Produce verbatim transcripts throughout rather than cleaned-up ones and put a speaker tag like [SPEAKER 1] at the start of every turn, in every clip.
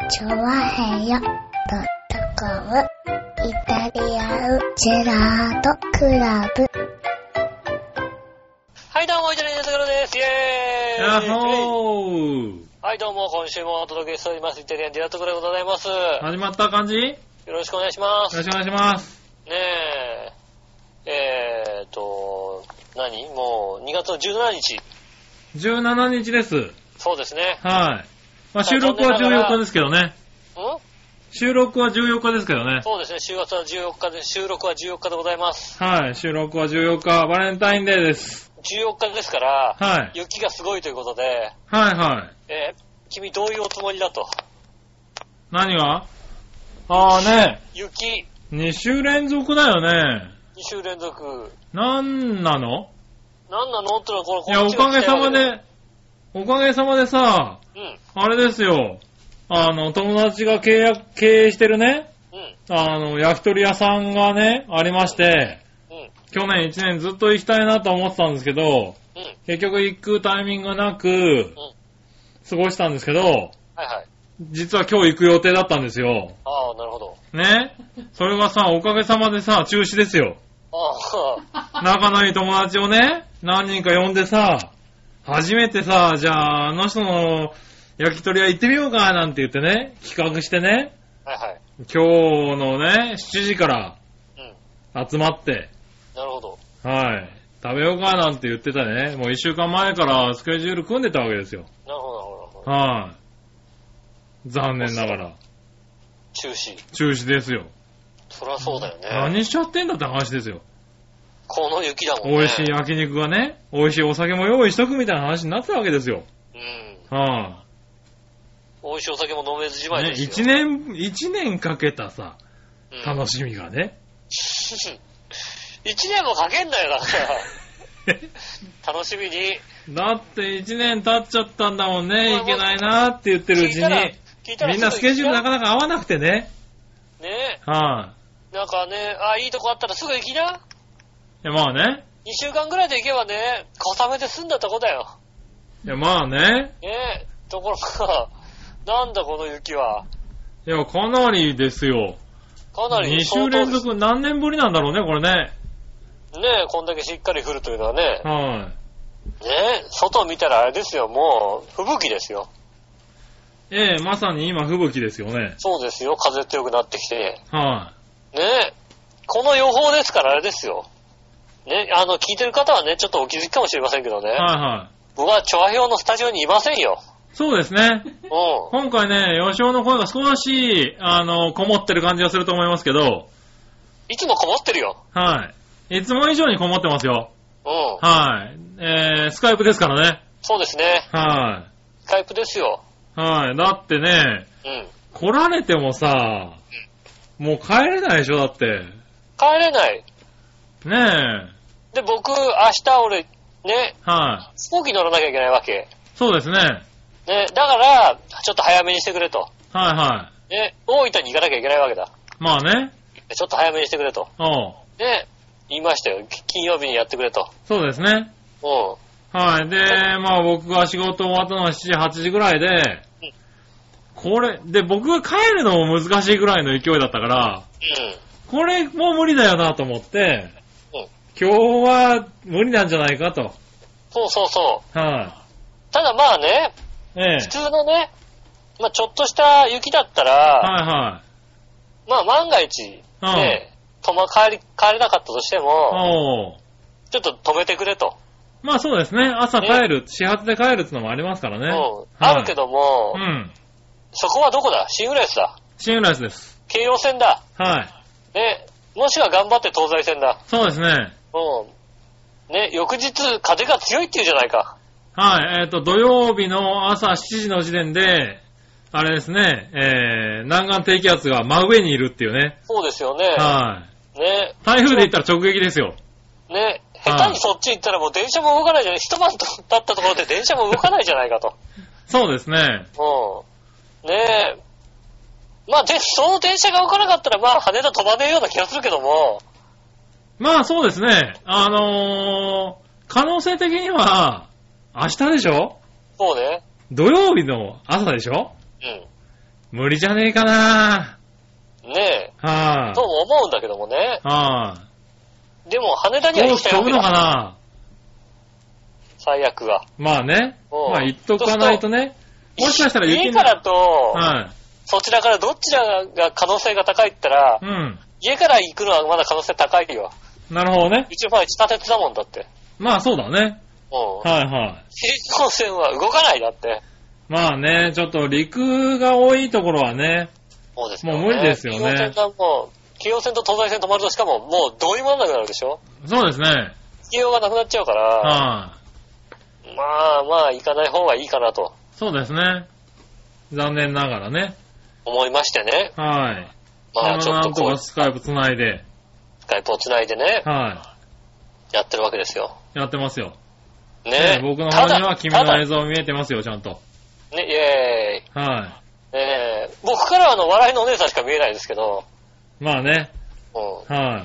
[SPEAKER 1] チョワヘヨドットコムイタリアンジェラートクラブ。
[SPEAKER 2] はいどうも、イタリアンジェラートクラブです。イェーイ。
[SPEAKER 3] やっほー。
[SPEAKER 2] はいどうも、今週もお届けしておりますイタリアンジェラートクラブでございます。
[SPEAKER 3] 始まった感じ？よ
[SPEAKER 2] ろしくお願いします。
[SPEAKER 3] ろしくお願いします。
[SPEAKER 2] ねえ、えーと、何もうにがつのじゅうしちにち。
[SPEAKER 3] じゅうしちにちです。
[SPEAKER 2] そうですね。
[SPEAKER 3] はい。まあ、収録はじゅうよっかですけどね。
[SPEAKER 2] ん
[SPEAKER 3] 収録はじゅうよっかですけどね。
[SPEAKER 2] そうですね。週末はじゅうよっかで、収録はじゅうよっかでございます。
[SPEAKER 3] はい。収録はじゅうよっか、バレンタインデーです。
[SPEAKER 2] じゅうよっかですから、
[SPEAKER 3] はい。
[SPEAKER 2] 雪がすごいということで、
[SPEAKER 3] はいはい。
[SPEAKER 2] えー、君どういうおつもりだと。
[SPEAKER 3] 何が？あーね。
[SPEAKER 2] 雪。
[SPEAKER 3] に週連続だよね。
[SPEAKER 2] に週連続。
[SPEAKER 3] なんなの？
[SPEAKER 2] なんなのってのはこの、
[SPEAKER 3] いや、おかげさまで、おかげさまでさ、
[SPEAKER 2] うん。
[SPEAKER 3] あれですよ。あの、友達が経営、経営してるね、うん。あの、焼き鳥屋さんがね、ありまして、うん。去年いちねんずっと行きたいなと思ってたんですけど、うん。結局行くタイミングがなく、うん。過ごしたんですけど、はいはい。実は今日行く予定だったんですよ。
[SPEAKER 2] ああ、なるほど。
[SPEAKER 3] ね。それがさ、おかげさまでさ、中止ですよ。ああ。仲のいい友達をね、何人か呼んでさ、初めてさ、じゃあ、あの人の焼き鳥屋行ってみようか、なんて言ってね、企画してね、はいはい。今日のね、しちじから集まって、うん、なるほど。はい。食べようか、なんて言ってたね。もう一週間前からスケジュール組んでたわけですよ。なるほど、なるほど。はい。残念ながら。
[SPEAKER 2] 中止。
[SPEAKER 3] 中止ですよ。
[SPEAKER 2] そりゃそうだよね。
[SPEAKER 3] 何しちゃってんだって話ですよ。
[SPEAKER 2] この雪だもんね。
[SPEAKER 3] 美味しい焼肉がね、美味しいお酒も用意しとくみたいな話になってたわけですよ。うん。はあ。
[SPEAKER 2] 美味しいお酒も飲めずじまいですよ。ね、
[SPEAKER 3] 一年、一年かけたさ、うん、楽しみがね。
[SPEAKER 2] 一年もかけんなよ、だから。楽しみに。
[SPEAKER 3] だって一年経っちゃったんだもんね、いけないなって言ってるうちに。聞いたらみんなスケジュールなかなか合わなくてね。
[SPEAKER 2] ね
[SPEAKER 3] え。はい、
[SPEAKER 2] あ。なんかね、あ、いいとこあったらすぐ行きな。
[SPEAKER 3] いや、まあね。
[SPEAKER 2] にしゅうかんぐらいで行けばね、固めて済んだとこだよ。
[SPEAKER 3] いや、まあね。
[SPEAKER 2] ねえ、ところが、なんだこの雪は。
[SPEAKER 3] いや、かなりですよ。
[SPEAKER 2] かなり
[SPEAKER 3] に週連続何年ぶりなんだろうね、これね。
[SPEAKER 2] ねえ、こんだけしっかり降るというのはね。
[SPEAKER 3] はい。
[SPEAKER 2] ねえ、外見たらあれですよ、もう、吹雪ですよ。
[SPEAKER 3] ええ、まさに今吹雪ですよね。
[SPEAKER 2] そうですよ、風強くなってきて。
[SPEAKER 3] はい。
[SPEAKER 2] ねえ、この予報ですからあれですよ。ね、あの、聞いてる方はね、ちょっとお気づきかもしれませんけどね。はいはい。僕はチョアヘヨのスタジオにいませんよ。
[SPEAKER 3] そうですね。うん。今回ね、吉尾の声が少し、あの、こもってる感じがすると思いますけど。
[SPEAKER 2] いつもこもってるよ。
[SPEAKER 3] はい。いつも以上にこもってますよ。うん。はい。えー、スカイプですからね。
[SPEAKER 2] そうですね。はい。スカイプですよ。
[SPEAKER 3] はい。だってね、うん。来られてもさ、うん、もう帰れないでしょ、だって。帰れない。ねえ。で、僕、明日俺、ね、はい。飛行機乗らなきゃいけないわけ。そうですね。ね、だから、ちょっと早めにしてくれと。はいはい。ね、大分に行かなきゃいけないわけだ。まあね。ちょっと早めにしてくれと。おう。ね、言いましたよ。金曜日にやってくれと。そうですね。うん。はい。で、まあ僕が仕事終わったのはしちじ、はちじぐらいで、うん、これ、で、僕が帰るのも難しいぐらいの勢いだったから、うん。これもう無理だよなと思って、うん。今日は無理なんじゃないかと。そうそうそう。はい。ただまあね、ええ、普通のね、まあちょっとした雪だったら、はいはい。まあ万が一、ね、うん、とま帰り、帰れなかったとしても、ちょっと止めてくれと。まあそうですね。朝帰る、ね、始発で帰るってのもありますからね。うん。はい、あるけども、うん。そこはどこだ？新浦安だ。新浦安です。京葉線だ。はい。ね、もしくは頑張って東西線だ。そうですね。うん。ね、翌日風が強いって言うじゃないか。はい、えっと、土曜日の朝しちじの時点で、あれですね、えー、南岸低気圧が真上にいるっていうね。そうですよね。はい。ね。台風で言ったら直撃ですよ。ね。下手にそっち行ったらもう電車も動かないじゃない。一晩経ったところで電車も動かないじゃないかと。そうですね。うん。ねえ。まあ、で、その電車が動かなかったら、まあ、羽田飛ばねえような気がするけども。まあ、そうですね。あのー、可能性的には、明日でしょ？そうね。土曜日の朝でしょ？うん。 無理じゃねえかな。
[SPEAKER 2] ねえ。
[SPEAKER 3] はい、あ。
[SPEAKER 2] とも思うんだけどもね。
[SPEAKER 3] はい、あ。
[SPEAKER 2] でも羽田には行きたいわけだ。
[SPEAKER 3] 飛ぶのかな。
[SPEAKER 2] 最悪が。
[SPEAKER 3] まあね。まあ行っとかないとね。もしかしたら
[SPEAKER 2] 雪家からと、はい、そちらからどちらが可能性が高いって言ったら、うん、家から行くのはまだ可能性高いよ。
[SPEAKER 3] なるほどね。
[SPEAKER 2] 一応まあ地下鉄だもんだって。
[SPEAKER 3] まあそうだね。うん。はいはい。
[SPEAKER 2] 新幹線は動かないだって。
[SPEAKER 3] まあね、ちょっと陸が多いところはね。
[SPEAKER 2] そうですね。もう
[SPEAKER 3] 無理ですよね。
[SPEAKER 2] 京線もう、京線と東西線止まるとしかももうどうにもならなくなるでしょ。
[SPEAKER 3] そうですね。
[SPEAKER 2] 必要がなくなっちゃうから。はい、まあまあ行かない方がいいかなと。
[SPEAKER 3] そうですね。残念ながらね。
[SPEAKER 2] 思いましてね。
[SPEAKER 3] はい。まあちょっとこう。なんとかスカイプ繋いで。
[SPEAKER 2] スカイプを繋いでね。
[SPEAKER 3] はい。
[SPEAKER 2] やってるわけですよ。
[SPEAKER 3] やってますよ。
[SPEAKER 2] ねえ。
[SPEAKER 3] ね僕の方には君の映像見えてますよ、ちゃんと。
[SPEAKER 2] ね、イェーイ。
[SPEAKER 3] はい。
[SPEAKER 2] えー、僕からはあの、笑いのお姉さんしか見えないですけど。
[SPEAKER 3] まあね。
[SPEAKER 2] うん。
[SPEAKER 3] はい。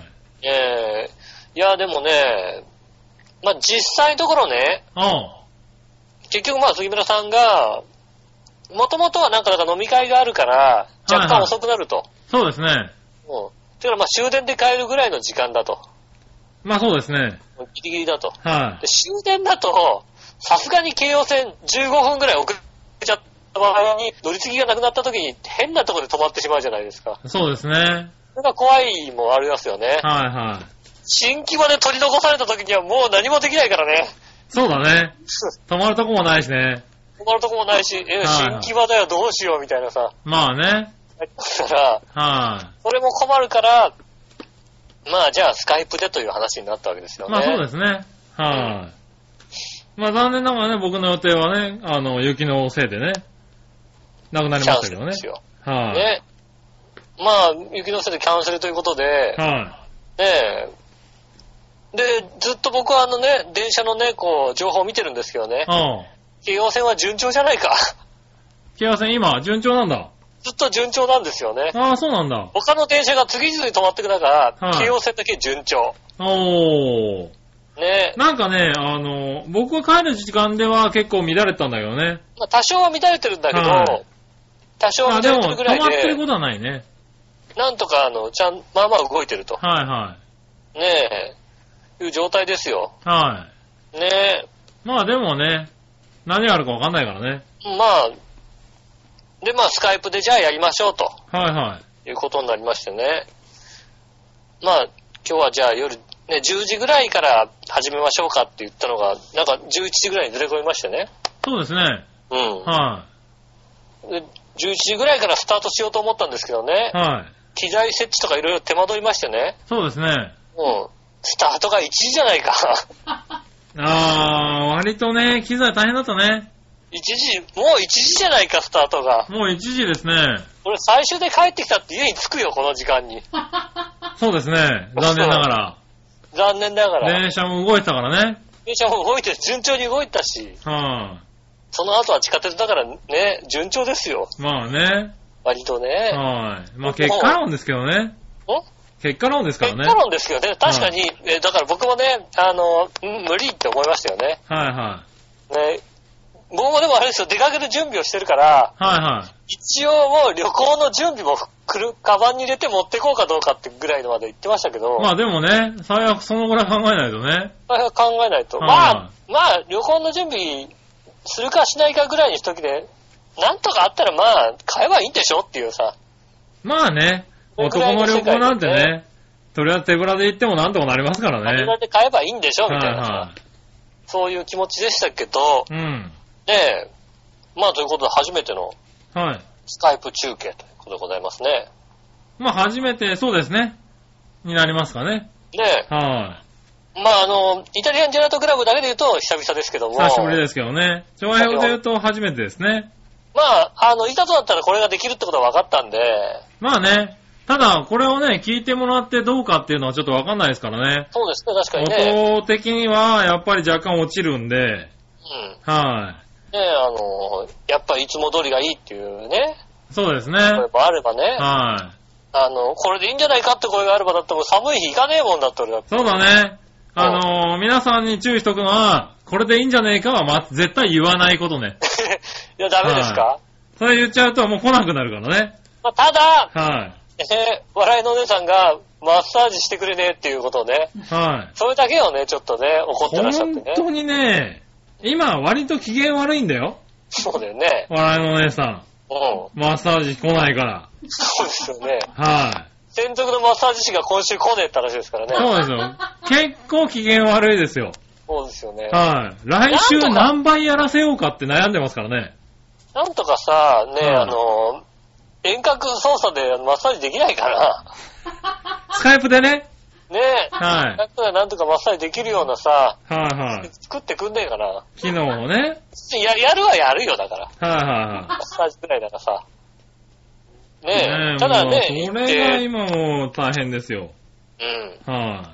[SPEAKER 2] えー、いや、でもね、まあ実際のところね。
[SPEAKER 3] うん。
[SPEAKER 2] 結局まあ杉村さんが、もともとはなんかなんか飲み会があるから、若干遅くなると。はいはい、
[SPEAKER 3] そうですね。うん。
[SPEAKER 2] てかまあ終電で帰るぐらいの時間だと。
[SPEAKER 3] まあそうですね。
[SPEAKER 2] ギリギリだと。
[SPEAKER 3] はい。
[SPEAKER 2] で終電だと、さすがに京葉線じゅうごふんぐらい遅れちゃった場合に、乗り継ぎがなくなった時に変なところで止まってしまうじゃないですか。
[SPEAKER 3] そうですね。
[SPEAKER 2] それが怖いもありますよね。
[SPEAKER 3] はいはい。
[SPEAKER 2] 新規場で取り残された時にはもう何もできないからね。
[SPEAKER 3] そうだね。止まるとこもないしね。
[SPEAKER 2] 止まるとこもないし、え、新規場だよどうしようみたいなさ。
[SPEAKER 3] まあね。
[SPEAKER 2] だから、
[SPEAKER 3] はい。
[SPEAKER 2] それも困るから、まあじゃあスカイプでという話になったわけですよね。
[SPEAKER 3] まあそうですね。はい。まあ残念ながらね、僕の予定はね、あの、雪のせいでね、なくなりましたけどね。
[SPEAKER 2] キャンセルですよ。
[SPEAKER 3] はい。
[SPEAKER 2] ね。まあ、雪のせいでキャンセルということで、
[SPEAKER 3] はい。
[SPEAKER 2] ねえ。で、ずっと僕はあのね、電車のね、こう、情報を見てるんですけどね。
[SPEAKER 3] うん。
[SPEAKER 2] 京葉線は順調じゃないか。
[SPEAKER 3] 京葉線今、順調なんだ。
[SPEAKER 2] ずっと順調なんですよね。
[SPEAKER 3] ああ、そうなんだ。
[SPEAKER 2] 他の電車が次々に止まってく中、はい、京葉線だけ順調。
[SPEAKER 3] おー。
[SPEAKER 2] ねえ。
[SPEAKER 3] なんかね、あの、僕が帰る時間では結構乱れてたんだけどね。
[SPEAKER 2] まあ多少は乱れてるんだけど、はい、多少は乱れてるぐらいで。
[SPEAKER 3] あ、でも止まってることはないね。
[SPEAKER 2] なんとか、あの、ちゃん、まあまあ動いてると。
[SPEAKER 3] はいはい。
[SPEAKER 2] ねえ、いう状態ですよ。
[SPEAKER 3] はい。
[SPEAKER 2] ねえ。
[SPEAKER 3] まあでもね、何があるかわかんないからね。
[SPEAKER 2] まあ、でまあスカイプでじゃあやりましょうと。
[SPEAKER 3] はいはい。
[SPEAKER 2] いうことになりましてね。まあ、今日はじゃあ夜、ね、じゅうじぐらいから始めましょうかって言ったのが、なんかじゅういちじぐらいにずれ込みましてね。
[SPEAKER 3] そうですね。
[SPEAKER 2] うん。
[SPEAKER 3] はい、
[SPEAKER 2] で。じゅういちじぐらいからスタートしようと思ったんですけどね。
[SPEAKER 3] はい。
[SPEAKER 2] 機材設置とかいろいろ手間取りましてね。
[SPEAKER 3] そうですね。
[SPEAKER 2] うん。スタートがいちじじゃないか。
[SPEAKER 3] あー、割とね、機材大変だったね。
[SPEAKER 2] いちじ、もういちじじゃないか、スタートが。
[SPEAKER 3] もういちじですね。
[SPEAKER 2] 俺最終で帰ってきたって家に着くよ、この時間に。
[SPEAKER 3] そうですね。残念ながら。
[SPEAKER 2] 残念ながら。
[SPEAKER 3] 電車も動いてたからね。
[SPEAKER 2] 電車も動いて、順調に動いたし。
[SPEAKER 3] はい、
[SPEAKER 2] その後は地下鉄だからね、順調ですよ。
[SPEAKER 3] まあね。
[SPEAKER 2] 割とね。
[SPEAKER 3] はい。まあ結果論ですけどね。
[SPEAKER 2] ん
[SPEAKER 3] 結果論ですからね。
[SPEAKER 2] 結果論ですけどね。確かに、はい、えだから僕もね、あの、無理って思いましたよね。
[SPEAKER 3] はいはい。
[SPEAKER 2] ね、僕もでもあれですよ、出かける準備をしてるから、
[SPEAKER 3] はいはい。
[SPEAKER 2] 一応もう旅行の準備も来る、カバンに入れて持ってこうかどうかってぐらいのまで言ってましたけど。
[SPEAKER 3] まあでもね、最悪そのぐらい考えないとね。
[SPEAKER 2] 最悪考えないと。まあ、まあ旅行の準備するかしないかぐらいにしときで、なんとかあったらまあ買えばいいんでしょっていうさ。
[SPEAKER 3] まあね、男の旅行なんてね、とりあえず手ぶらで行ってもなんとかなりますからね。
[SPEAKER 2] 手ぶらで買えばいいんでしょみたいなさ、はいはい。そういう気持ちでしたけど、
[SPEAKER 3] うん。
[SPEAKER 2] で、まあということで初めての
[SPEAKER 3] はい。
[SPEAKER 2] スカイプ中継ということでございますね。
[SPEAKER 3] まあ初めて、そうですね。になりますかね。
[SPEAKER 2] ねえ。
[SPEAKER 3] はい。
[SPEAKER 2] まああの、イタリアンジェラートクラブだけで言うと久々ですけども。
[SPEAKER 3] 久しぶりですけどね。調和表で言うと初めてですね。
[SPEAKER 2] まあ、あの、いたとだったらこれができるってことは分かったんで。
[SPEAKER 3] まあね。ただ、これをね、聞いてもらってどうかっていうのはちょっと分かんないですからね。
[SPEAKER 2] そうですね、確かにね。
[SPEAKER 3] 音的にはやっぱり若干落ちるんで。うん。はい。
[SPEAKER 2] ねえ、あの、やっぱりいつも通りがいいっていうね。
[SPEAKER 3] そうですね。
[SPEAKER 2] 声もあればね。
[SPEAKER 3] はい。
[SPEAKER 2] あの、これでいいんじゃないかって声があればだってもう寒い日行かねえもんだって俺だって。
[SPEAKER 3] そうだね。あのー、皆さんに注意しとくのは、これでいいんじゃねえかは、ま、絶対言わないことね。
[SPEAKER 2] いや、ダメですか、はい、
[SPEAKER 3] それ言っちゃうともう来なくなるからね。
[SPEAKER 2] まあ、ただ、
[SPEAKER 3] はい。
[SPEAKER 2] えー、笑いのお姉さんがマッサージしてくれねえっていうことをね。
[SPEAKER 3] はい。
[SPEAKER 2] それだけをね、ちょっとね、怒ってらっしゃってね。
[SPEAKER 3] 本当にね、今割と機嫌悪いんだよ。
[SPEAKER 2] そうだよね。
[SPEAKER 3] 笑いのお姉さん。うん。マッサージ来ないから。
[SPEAKER 2] そうですよね。
[SPEAKER 3] はい。
[SPEAKER 2] 専属のマッサージ師が今週来ねえって話ですからね。
[SPEAKER 3] そうですよ。結構機嫌悪いですよ。
[SPEAKER 2] そうですよね。
[SPEAKER 3] はい。来週何倍やらせようかって悩んでますからね。
[SPEAKER 2] なんとかさ、ね、はい、あの、遠隔操作でマッサージできないかな。
[SPEAKER 3] スカイプでね。
[SPEAKER 2] ねえ。はい。スカイプでなんとかマッサージできるようなさ、
[SPEAKER 3] はいはい。
[SPEAKER 2] 作ってくんねえかな。
[SPEAKER 3] 機能をね。
[SPEAKER 2] や、やるはやるよ、だから。
[SPEAKER 3] はいはいはい。
[SPEAKER 2] マッサージくらいだからさ。ねえ。ねえただね、
[SPEAKER 3] それが今もう大変ですよ。
[SPEAKER 2] うん。
[SPEAKER 3] はい。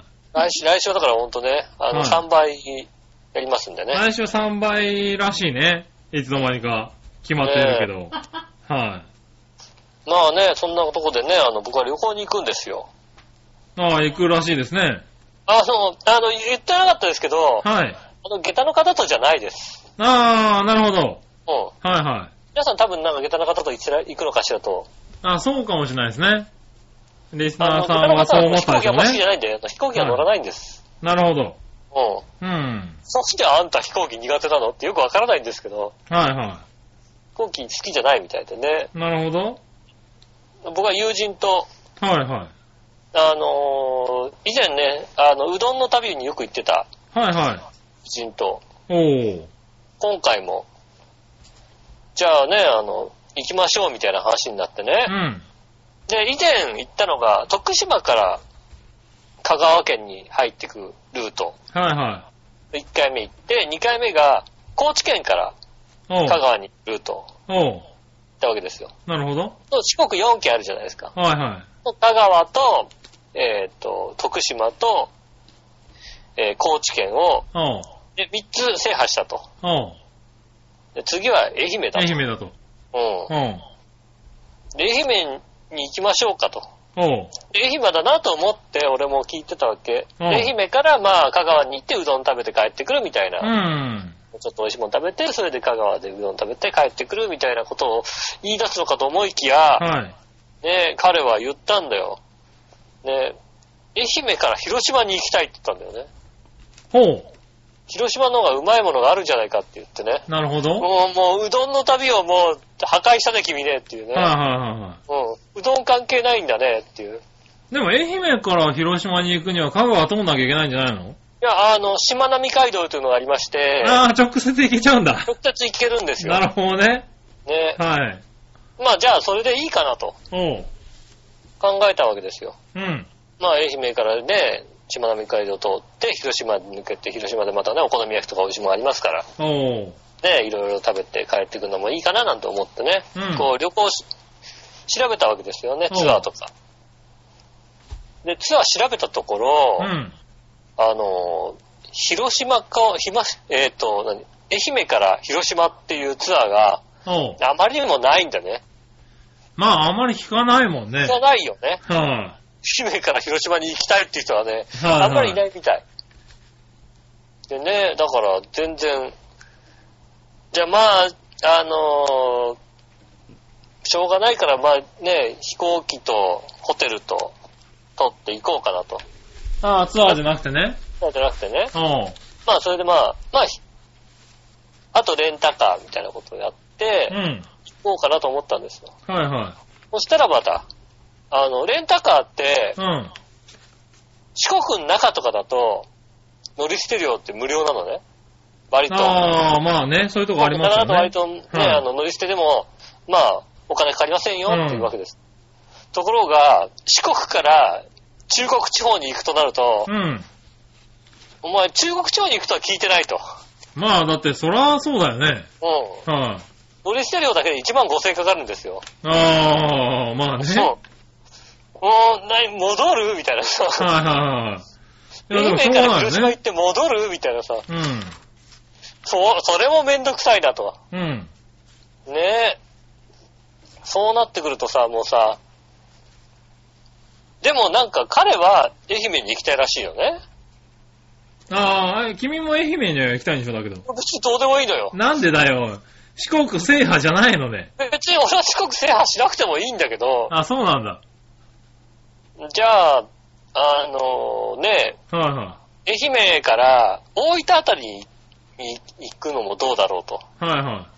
[SPEAKER 2] 来週、来週だからほんとね、あの、はい、さんばいやりますんでね。
[SPEAKER 3] 来週さんばいらしいね。いつの間にか決まってるけど。ね、はい。
[SPEAKER 2] まあね、そんなとこでね、あの、僕は旅行に行くんですよ。
[SPEAKER 3] ああ、行くらしいですね。
[SPEAKER 2] あ、そう、あの、言ってなかったですけど、
[SPEAKER 3] はい。
[SPEAKER 2] あの、下駄の方とじゃないです。
[SPEAKER 3] ああ、なるほど。
[SPEAKER 2] うん。
[SPEAKER 3] はいはい。
[SPEAKER 2] 皆さん多分なんか下駄の方と行くのかしらと。
[SPEAKER 3] あ、そうかもしれないですね。リスナーさんはそう思ったでしょうね。飛行機は好きじゃないんで、飛行機は乗らないんです。はい、なるほど。
[SPEAKER 2] うん。
[SPEAKER 3] うん。
[SPEAKER 2] そしてあんた飛行機苦手なのってよくわからないんですけど。
[SPEAKER 3] はいはい。
[SPEAKER 2] 飛行機好きじゃないみたいでね。
[SPEAKER 3] なるほど。
[SPEAKER 2] 僕は友人と、
[SPEAKER 3] はいはい。
[SPEAKER 2] あのー、以前ね、あの、うどんの旅によく行ってた。
[SPEAKER 3] はいはい。
[SPEAKER 2] 友人と。
[SPEAKER 3] おー。
[SPEAKER 2] 今回も、じゃあね、あの、行きましょうみたいな話になってね。
[SPEAKER 3] うん。
[SPEAKER 2] で、以前行ったのが、徳島から香川県に入ってくルート。
[SPEAKER 3] はいはい。
[SPEAKER 2] いっかいめ行って、にかいめが高知県から香川にルート。
[SPEAKER 3] おう。行
[SPEAKER 2] ったわけですよ。
[SPEAKER 3] なるほど。
[SPEAKER 2] 四国よんけんあるじゃないですか。
[SPEAKER 3] はいはい。
[SPEAKER 2] 香川と、えっと、徳島と、えー、高知県を、
[SPEAKER 3] おう。
[SPEAKER 2] で、みっつ制覇したと。
[SPEAKER 3] おう。
[SPEAKER 2] で、次は愛媛だと。
[SPEAKER 3] 愛媛だと。
[SPEAKER 2] うん。
[SPEAKER 3] おう。
[SPEAKER 2] で、愛媛に行きましょうかと。
[SPEAKER 3] おう。
[SPEAKER 2] 愛媛だなと思って俺も聞いてたわけ。愛媛からまあ香川に行ってうどん食べて帰ってくるみたいな。
[SPEAKER 3] うん。
[SPEAKER 2] ちょっと美味しいもの食べて、それで香川でうどん食べて帰ってくるみたいなことを言い出すのかと思いきや、
[SPEAKER 3] はい。
[SPEAKER 2] ね、彼は言ったんだよ。ね、愛媛から広島に行きたいって言ったんだよね。
[SPEAKER 3] ほう。
[SPEAKER 2] 広島の方がうまいものがあるんじゃないかって言ってね。
[SPEAKER 3] なるほど。
[SPEAKER 2] もう、もう、うどんの旅をもう破壊したね、君ねっていうね。
[SPEAKER 3] はいはいはいはい。
[SPEAKER 2] うん。うどん関係ないんだねっていう。
[SPEAKER 3] でも愛媛から広島に行くには香川通んなきゃいけないんじゃないの？
[SPEAKER 2] いや、あの、しまなみ海道というのがありまして。
[SPEAKER 3] ああ、直接行けちゃうんだ。
[SPEAKER 2] 直接行けるんですよ。
[SPEAKER 3] なるほどね。
[SPEAKER 2] ね。
[SPEAKER 3] はい。
[SPEAKER 2] まあ、じゃあ、それでいいかなと。
[SPEAKER 3] おう。
[SPEAKER 2] 考えたわけですよ。
[SPEAKER 3] うん。
[SPEAKER 2] まあ、愛媛からね、しまなみ海道通って、広島に抜けて、広島でまたね、お好み焼きとか美味しいものありますから。
[SPEAKER 3] おう。
[SPEAKER 2] ね、いろいろ食べて帰ってくるのもいいかななんて思ってね。うん、こう、旅行し、調べたわけですよね、ツアーとか。で、ツアー調べたところ、
[SPEAKER 3] うん、
[SPEAKER 2] あの、広島か、ひま、えっと、何、愛媛から広島っていうツアーが、あまりにもないんだね。
[SPEAKER 3] まあ、あまり聞かないもんね。
[SPEAKER 2] 聞かないよね。
[SPEAKER 3] はい、あ、
[SPEAKER 2] 愛媛から広島に行きたいっていう人はね、
[SPEAKER 3] はいはい、
[SPEAKER 2] あんまりいないみたい。でね、だから全然、じゃあまあ、あのー、しょうがないからまあね、飛行機とホテルと取って行こうかなと。
[SPEAKER 3] ああ、ツアーじゃなくてね。
[SPEAKER 2] ツアーじゃなくてね。
[SPEAKER 3] おう。
[SPEAKER 2] まあそれでまあ、まあ、あとレンタカーみたいなことをやって、
[SPEAKER 3] うん、
[SPEAKER 2] 行こうかなと思ったんですよ。
[SPEAKER 3] はいはい。
[SPEAKER 2] そしたらまた、あの、レンタカーって、
[SPEAKER 3] うん、
[SPEAKER 2] 四国の中とかだと、乗り捨て料って無料なのね。割と。
[SPEAKER 3] ああ、まあね、そういうとこありますよね。
[SPEAKER 2] 割とね、はい、あの、乗り捨てでも、まあ、お金かかりませんよっていうわけです。うん、ところが、四国から中国地方に行くとなると、
[SPEAKER 3] うん、
[SPEAKER 2] お前中国地方に行くとは聞いてないと。
[SPEAKER 3] まあ、だってそらそうだよね。
[SPEAKER 2] うん。はい、あ、乗り捨て料だけでいちまんごせんえんかかるんですよ。
[SPEAKER 3] ああ、まあね。そう。
[SPEAKER 2] もう、なに、戻るみたいなさ。
[SPEAKER 3] はいはいはい。
[SPEAKER 2] 愛媛から広島行って戻るみたいなさ。
[SPEAKER 3] うん。
[SPEAKER 2] そう、それもめんどくさいなと。
[SPEAKER 3] うん。
[SPEAKER 2] ねえ。そうなってくるとさ、もうさ、でもなんか彼は愛媛に行きたいらしいよね。
[SPEAKER 3] ああ、君も愛媛には行きたいんでしょ、だけど。
[SPEAKER 2] 別にどうでもいいのよ。
[SPEAKER 3] なんでだよ。 四国制覇じゃないのね。
[SPEAKER 2] 別に俺は四国制覇しなくてもいいんだけど。
[SPEAKER 3] あ、そうなんだ。
[SPEAKER 2] じゃあ、あのー、ね、
[SPEAKER 3] はいはい。
[SPEAKER 2] 愛媛から大分あたりに行くのもどうだろうと。
[SPEAKER 3] はいはい。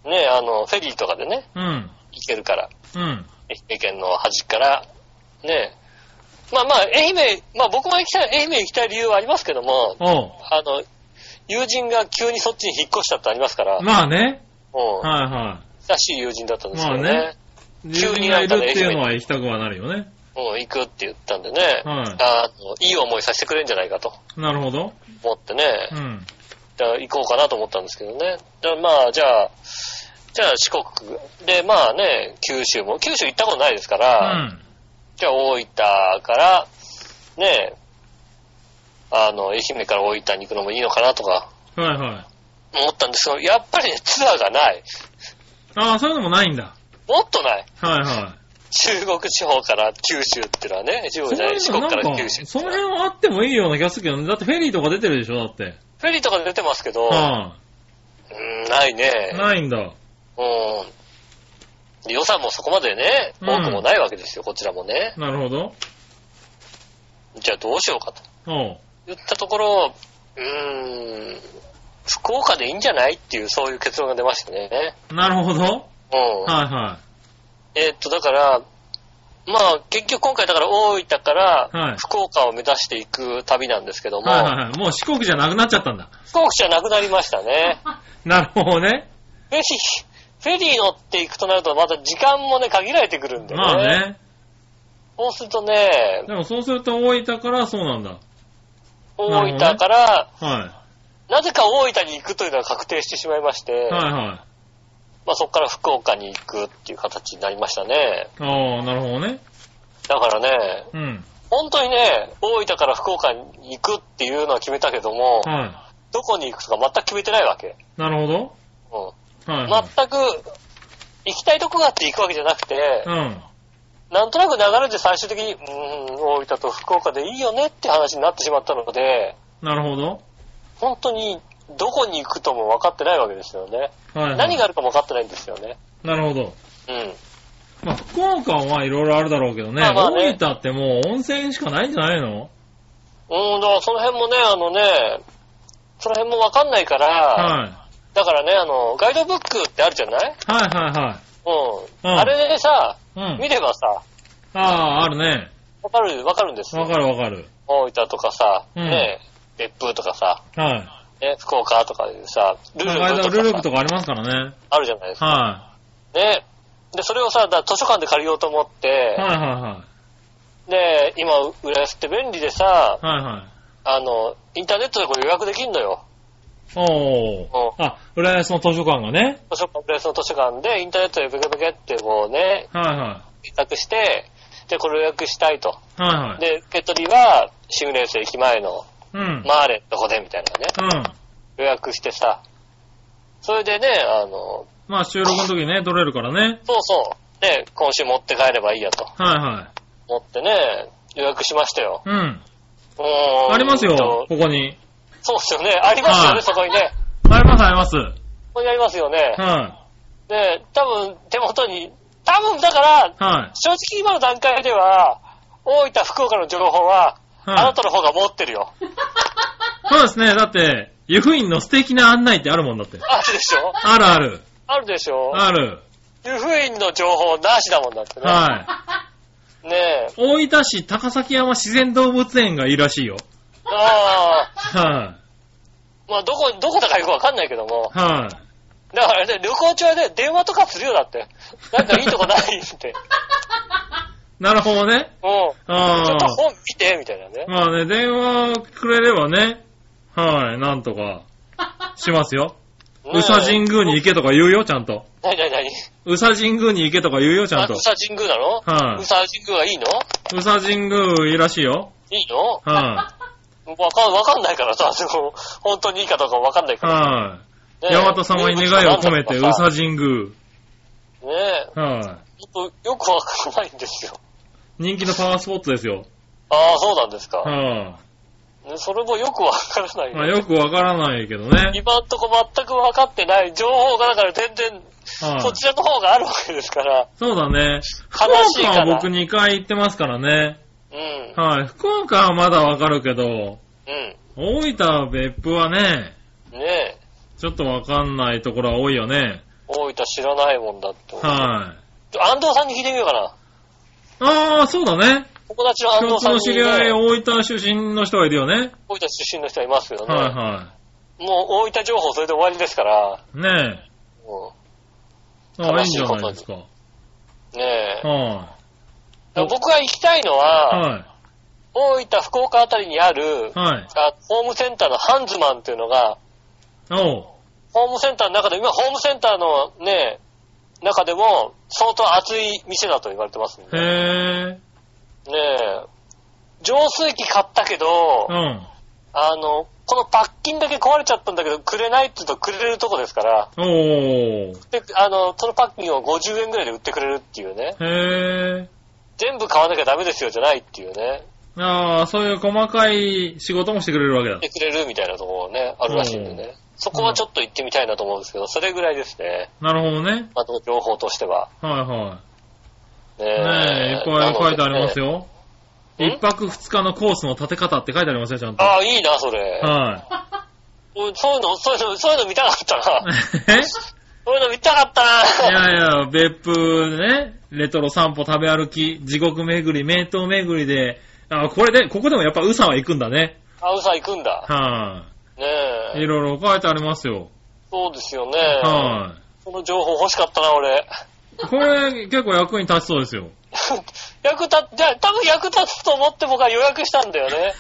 [SPEAKER 2] ね、あの、フェリーとかでね。
[SPEAKER 3] うん。
[SPEAKER 2] 行けるから。
[SPEAKER 3] うん。
[SPEAKER 2] 愛媛県の端から、ね。まあまあ、愛媛、まあ僕も行きたい、愛媛行きたい理由はありますけども、
[SPEAKER 3] おう。
[SPEAKER 2] あの、友人が急にそっちに引っ越したってありますから。
[SPEAKER 3] まあね。
[SPEAKER 2] うん。
[SPEAKER 3] はいはい。
[SPEAKER 2] 親しい友人だったんですけどね。まあね。
[SPEAKER 3] 急にいるっていうのは行きたくはなるよね。
[SPEAKER 2] うん、行くって言ったんでね。
[SPEAKER 3] はい。
[SPEAKER 2] あの、いい思いさせてくれるんじゃないかと。
[SPEAKER 3] なるほど。
[SPEAKER 2] 思ってね。
[SPEAKER 3] うん。
[SPEAKER 2] じゃあ行こうかなと思ったんですけどね。じゃあまあ、じゃあ、じゃあ四国で、まあね、九州も、九州行ったことないですから、うん、じゃあ大分から、ね、あの、愛媛から大分に行くのもいいのかなとか、
[SPEAKER 3] はいはい。
[SPEAKER 2] 思ったんですけど、やっぱりね、ツアーがない。
[SPEAKER 3] ああ、そういうのもないんだ。
[SPEAKER 2] もっとない。
[SPEAKER 3] はいはい。
[SPEAKER 2] 中国地方から九州ってのはね、中国じゃない、四国から九州。
[SPEAKER 3] その辺はあってもいいような気がするけどね。だってフェリーとか出てるでしょ、だって。
[SPEAKER 2] フェリーとか出てますけど、
[SPEAKER 3] はあ、
[SPEAKER 2] うーん、ないね。
[SPEAKER 3] ないんだ。
[SPEAKER 2] うん。予算もそこまでね、多くもないわけですよ、うん、こちらもね。
[SPEAKER 3] なるほど。
[SPEAKER 2] じゃあどうしようかと。
[SPEAKER 3] おう。
[SPEAKER 2] 言ったところ、うーん、福岡でいいんじゃないっていう、そういう結論が出ましたね。
[SPEAKER 3] なるほど。うん。はいはい。
[SPEAKER 2] えー、っと、だから、まあ、結局今回だから大分から福岡を目指していく旅なんですけども。
[SPEAKER 3] はいはいはい。もう四国じゃなくなっちゃったんだ。
[SPEAKER 2] 四国じゃなくなりましたね。
[SPEAKER 3] なるほどね。
[SPEAKER 2] フェリー、フェリー乗っていくとなるとまた時間もね、限られてくるんでね。まあね。そうするとね。
[SPEAKER 3] でもそうすると大分からそうなんだ。
[SPEAKER 2] 大分から、
[SPEAKER 3] ね、はい。
[SPEAKER 2] なぜか大分に行くというのが確定してしまいまして。
[SPEAKER 3] はいはい。
[SPEAKER 2] まあそこから福岡に行くっていう形になりましたね。
[SPEAKER 3] ああ、なるほどね。
[SPEAKER 2] だからね、
[SPEAKER 3] うん。
[SPEAKER 2] 本当にね、大分から福岡に行くっていうのは決めたけども、
[SPEAKER 3] はい。
[SPEAKER 2] どこに行くとか全く決めてないわけ。
[SPEAKER 3] なるほど。
[SPEAKER 2] うん。はい、はい。全く、行きたいとこがあって行くわけじゃなくて、
[SPEAKER 3] うん。
[SPEAKER 2] なんとなく流れで最終的に、うーん、大分と福岡でいいよねって話になってしまったので、
[SPEAKER 3] なるほど。
[SPEAKER 2] 本当に、どこに行くとも分かってないわけですよね。はい、はい。何があるかも分かってないんですよね。
[SPEAKER 3] なるほど。
[SPEAKER 2] うん。
[SPEAKER 3] まあ、福岡はいろいろあるだろうけどね。まあまあね、大分ってもう温泉しかないんじゃないの？
[SPEAKER 2] うん、だからその辺もね、あのね、その辺も分かんないから、はい。だからね、あの、ガイドブックってあるじゃない？はい
[SPEAKER 3] はいはい。
[SPEAKER 2] うん。うん、あれでさ、うん、見ればさ、
[SPEAKER 3] ああ、あるね。
[SPEAKER 2] 分かる、分かるんですよ。
[SPEAKER 3] 分かる分かる。
[SPEAKER 2] 大分とかさ、うん、ね、別府とかさ、
[SPEAKER 3] はい。
[SPEAKER 2] ね、福岡とかいうさ、
[SPEAKER 3] ルルブとかさ、ルルブとかありますからね。
[SPEAKER 2] あるじゃないですか。
[SPEAKER 3] はい。
[SPEAKER 2] ね。で、それをさ、だ図書館で借りようと思って、
[SPEAKER 3] はいはいはい。
[SPEAKER 2] で、今、浦安って便利でさ、
[SPEAKER 3] はいはい。
[SPEAKER 2] あの、インターネットでこれ予約できんのよ。
[SPEAKER 3] おー。あ、浦安の図書館がね。
[SPEAKER 2] 図書館、浦安の図書館でインターネットでブケブケってこうね、
[SPEAKER 3] はいはい。
[SPEAKER 2] 検索して、で、これ予約したいと。
[SPEAKER 3] はいはい。
[SPEAKER 2] で、受け取りは、シグネース駅前の、
[SPEAKER 3] うん。
[SPEAKER 2] マーレどこでみたいな
[SPEAKER 3] ね。
[SPEAKER 2] うん。予約してさ、それでね、あの、
[SPEAKER 3] まあ収録の時ね、取れるからね。
[SPEAKER 2] そうそう。ね、今週持って帰ればいいやと。
[SPEAKER 3] はいはい。
[SPEAKER 2] 持ってね、予約しましたよ。
[SPEAKER 3] うん。うん。ありますよ、ここに。
[SPEAKER 2] そうですよね。ありますよね、はい、そこにね。
[SPEAKER 3] ありますあります。こ
[SPEAKER 2] こにありますよね。
[SPEAKER 3] はい。
[SPEAKER 2] で、多分手元に、多分だから、はい、正直今の段階では、大分、福岡の情報は、はい、あなたの方が持ってるよ。
[SPEAKER 3] そうですね。だって、湯布院の素敵な案内ってあるもんだって。
[SPEAKER 2] あるでしょ？
[SPEAKER 3] あるある。
[SPEAKER 2] あるでしょ？
[SPEAKER 3] ある。
[SPEAKER 2] 湯布院の情報なしだもんだってね。
[SPEAKER 3] はい。
[SPEAKER 2] ねえ。
[SPEAKER 3] 大分市高崎山自然動物園がいいらしいよ。
[SPEAKER 2] あ
[SPEAKER 3] あ。はい。
[SPEAKER 2] まあ、どこ、どこだかよくわかんないけども。
[SPEAKER 3] はい。
[SPEAKER 2] だからね、旅行中はね、電話とかするよ、だって。なんかいいとこないって。
[SPEAKER 3] なるほどね。
[SPEAKER 2] うん。ああ。ちょっと本見て、みたいなね。
[SPEAKER 3] まあね、電話くれればね、はい、なんとか、しますよ。宇佐神宮に行けとか言うよ、ちゃんと。
[SPEAKER 2] なになになに？
[SPEAKER 3] 宇佐神宮に行けとか言うよ、ちゃんと。
[SPEAKER 2] 宇佐神宮なの？
[SPEAKER 3] はい。
[SPEAKER 2] 宇佐神宮はいいの？
[SPEAKER 3] 宇佐神宮いいらしいよ。
[SPEAKER 2] いいの？
[SPEAKER 3] はい。
[SPEAKER 2] わかん、わかんないからさ、本当にいいかどうかわかんないから。
[SPEAKER 3] はい。大和様に願いを込めて、宇佐神宮。
[SPEAKER 2] ねえ。
[SPEAKER 3] はい。
[SPEAKER 2] よくわかんないんですよ。
[SPEAKER 3] 人気のパワースポットですよ。
[SPEAKER 2] ああ、そうなんですか。
[SPEAKER 3] はい。
[SPEAKER 2] それもよくわからない、ね。
[SPEAKER 3] まあよくわからないけどね。
[SPEAKER 2] 今んとこ全くわかってない情報がだから全然、はい、そちらの方があるわけですから。
[SPEAKER 3] そうだね。福岡は僕にかい行ってますからね。うん。はい。福岡はまだわかるけど、うん。大分別府はね、ねえ。ちょっとわかんないところは多いよね。
[SPEAKER 2] 大分知らないもんだって。
[SPEAKER 3] はい。
[SPEAKER 2] 安藤さんに聞いてみようかな。
[SPEAKER 3] ああ、そうだね。
[SPEAKER 2] 友達の安藤さんに、ね。
[SPEAKER 3] 共通の知り合い、大分出身の人はいるよね。
[SPEAKER 2] 大分出身の人はいますよね。
[SPEAKER 3] はいはい。
[SPEAKER 2] もう大分情報それで終わりですから。
[SPEAKER 3] ねえ。うん。ああ、いいんじゃないですか。ね
[SPEAKER 2] え。はい。僕が行きたいのは、はい。大分、福岡あたりにある、はい。ホームセンターのハンズマンっていうのが、おう。ホームセンターの中で、今ホームセンターのね、中でも相当熱い店だと言われてますんで。へー。ねえ。浄水器買ったけど、うん。あの、このパッキンだけ壊れちゃったんだけど、くれないって言うとくれるとこですから。おー。で、あの、そのパッキンをごじゅうえんぐらいで売ってくれるっていうね。へー。全部買わなきゃダメですよじゃないっていうね。ああ、そういう細かい仕事もしてくれるわけだ。してくれるみたいなところね、あるらしいんでね。そこはちょっと行ってみたいなと思うんですけど、それぐらいですね。なるほどね。あと情報としては。はいはい。ねえ。ねえ、いっぱい書いてありますよ。一泊二日のコースの立て方って書いてありますよ、ちゃんと。ああ、いいな、それ。はい。そういうの、そういうの、そういうの見たかったな。えそういうの見たかったな。いやいや、別府ね、レトロ散歩食べ歩き、地獄巡り、名刀巡りで、あ、これで、ここでもやっぱ宇佐は行くんだね。あ、宇佐行くんだ。はい、ねえ。いろいろ書いてありますよ。そうですよね。はい、この情報欲しかったな、俺。これ、結構役に立ちそうですよ。役立つ、じゃあ、多分役立つと思って僕は予約したんだよね。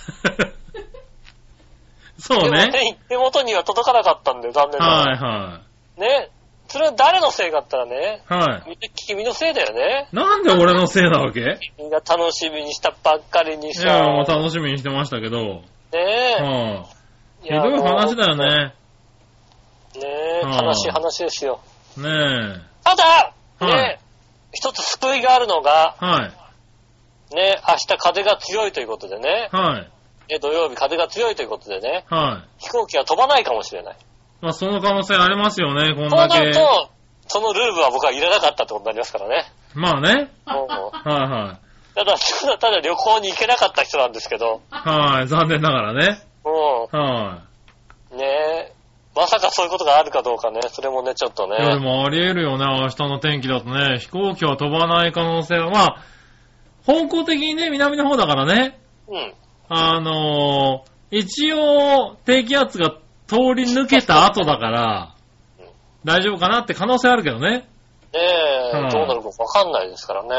[SPEAKER 2] そうね。でもね、手元には届かなかったんだよ、残念ながら。はいはい。ね。それは誰のせいかったらね。はい。君のせいだよね。なんで俺のせいなわけ？みんな楽しみにしたばっかりにさ。いや、もう楽しみにしてましたけど。ねえ。はあ、ひどい話だよね。ねえ、はあ、悲しい話ですよ。ねえ。ただ、ねえ、はい、一つ救いがあるのが、はい。ねえ、明日風が強いということでね。はい。ね、土曜日風が強いということでね。はい。飛行機は飛ばないかもしれない。まあ、その可能性ありますよね、こんだけ。そうなると、そのルールは僕はいらなかったってことになりますからね。まあね。はいはい。ただ、ただ旅行に行けなかった人なんですけど。はい、残念ながらね。うん。はい。ねえ。まさかそういうことがあるかどうかね、それもね、ちょっとね。いや、でもあり得るよね、明日の天気だとね。飛行機は飛ばない可能性は、まあ、方向的にね、南の方だからね。うん。あのー、一応、低気圧が通り抜けた後だから、うん、大丈夫かなって可能性あるけどね。ねえ、うん、どうなるかわかんないですからね。うん。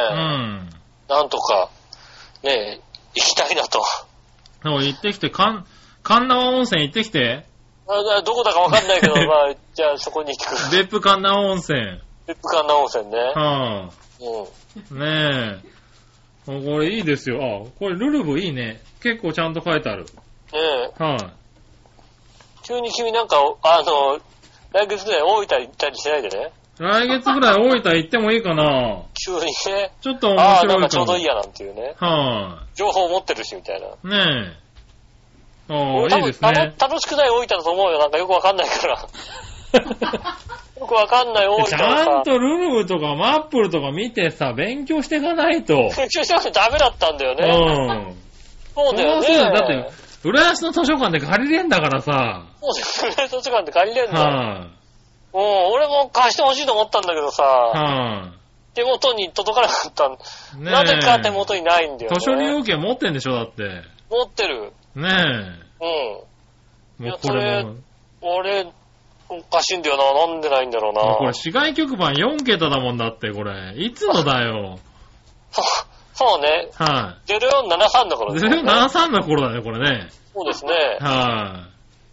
[SPEAKER 2] なんとか、ねえ、行きたいなと。行ってきて、かん、神奈川温泉行ってきて。あ、どこだかわかんないけど、まあ、じゃあそこに行ってくる。別府神奈川温泉。別府神奈川温泉ね。はぁ、うん。ねえ。これいいですよ。あ、これルルブいいね。結構ちゃんと書いてある。ねえ。はい、あ。急に君なんか、あの、来月ぐらい大分行ったりしないでね。来月ぐらい大分行ってもいいかな。急にね。ちょっと面白いかも。ああ、なんかちょうどいいやなんていうね。はい、あ。情報持ってるしみたいな。ねえ。ああ、いいですね。楽しくない大分だと思うよ。なんかよくわかんないから。よくわかんない大分さ。ちゃんとルルブとかマップルとか見てさ、勉強していかないと。勉強していかないとダメだったんだよね。うん。そうだよね。そうだって、浦安の図書館で借りれんだからさ。そうですよね、図書館で借りれんだ。はい、あ。うん、俺も貸してほしいと思ったんだけどさ。はい、あ。手元に届かなかった。ねえ。なぜか手元にないんだよね。図書利用券持ってんでしょ、だって。持ってる。ねえ。うん。もうこれも。俺、おかしいんだよな。なんでないんだろうな。これ市外局番よん桁だもんだって、これ。いつのだよ。そうね。はい。ゼロよんななさんの頃ですね。ゼロよんななさんの頃だね、これね。そうですね。はい。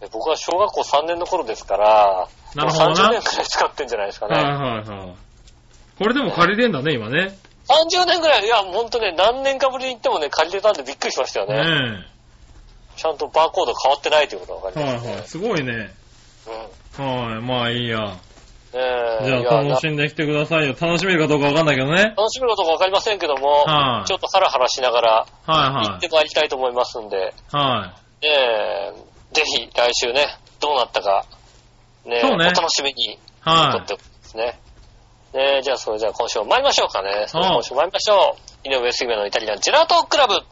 [SPEAKER 2] 僕は小学校さんねんの頃ですから、なるほどな。さんじゅうねんくらい使ってんじゃないですかね。はいはいはい。これでも借りれんだね、今ね。さんじゅうねんくらい、いや、ほんとね、何年かぶりに行ってもね、借りれたんでびっくりしましたよね。ねえ。ちゃんとバーコード変わってないということが分かりますね。はいはい。すごいね。うん。はい、まあいいや。えー、じゃあ楽しんできてくださいよ。楽しめるかどうかわかんないけどね。楽しめるかどうかわかりませんけども、はい、ちょっとハラハラしながら、はいはい。行ってまいりたいと思いますんで、はい。 えー、ぜひ来週ね、どうなったか、ね、そうね、お楽しみにとってですね。ねえ、じゃあそれじゃあ今週も参りましょうかね。それ今週も参りましょう。井上杉村のイタリアンジェラートクラブ。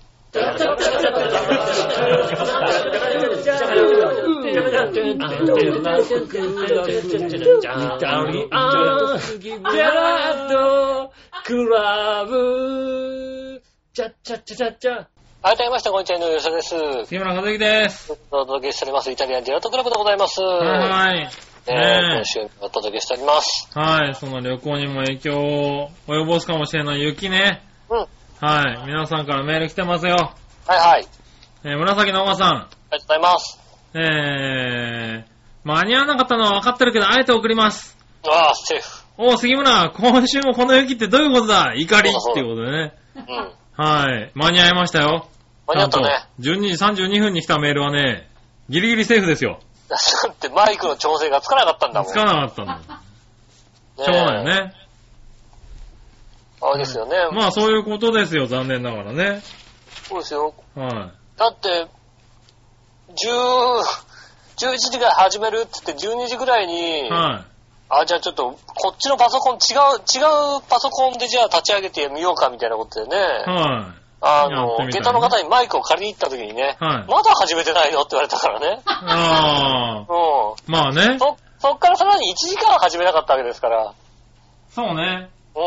[SPEAKER 2] 改めまして、こんにちは、井上芳です。
[SPEAKER 3] 杉村和之です。
[SPEAKER 2] お届けしております、イタリアンジェラートクラブでございます。
[SPEAKER 3] はい。
[SPEAKER 2] ねえ、今週お届けしております。
[SPEAKER 3] はい、その旅行にも影響を及ぼすかもしれない雪ね。うん。はい、皆さんからメール来てますよ。
[SPEAKER 2] はいはい。
[SPEAKER 3] えー、紫のおばさん。あり
[SPEAKER 2] がとうございます。
[SPEAKER 3] えー、間に合わなかったのは分かってるけど、あえて送ります。
[SPEAKER 2] ああ、セーフ。
[SPEAKER 3] おー、杉村、今週もこの雪ってどういうことだ？怒りっていうことでね。うん。はい、間に合いましたよ。
[SPEAKER 2] 間に合ったね。
[SPEAKER 3] じゅうにじさんじゅうにふんに来たメールはね、ギリギリセーフですよ。
[SPEAKER 2] だってマイクの調整がつかなかったんだもん。
[SPEAKER 3] つかなかったんだ。しょうがないよね。
[SPEAKER 2] あれですよね。
[SPEAKER 3] まあそういうことですよ、残念ながらね。
[SPEAKER 2] そうですよ。
[SPEAKER 3] はい。
[SPEAKER 2] だって、じゅう、じゅういちじから始めるって言ってじゅうにじぐらいに、はい。あ、じゃあちょっと、こっちのパソコン、違う、違うパソコンでじゃあ立ち上げてみようかみたいなことでね。はい。あの、ね、下駄の方にマイクを借りに行った時にね、はい、まだ始めてないのって言われたからね。
[SPEAKER 3] ああ。うん。まあね。
[SPEAKER 2] そ、そっからさらにいちじかん始めなかったわけですから。
[SPEAKER 3] そうね。
[SPEAKER 2] うん。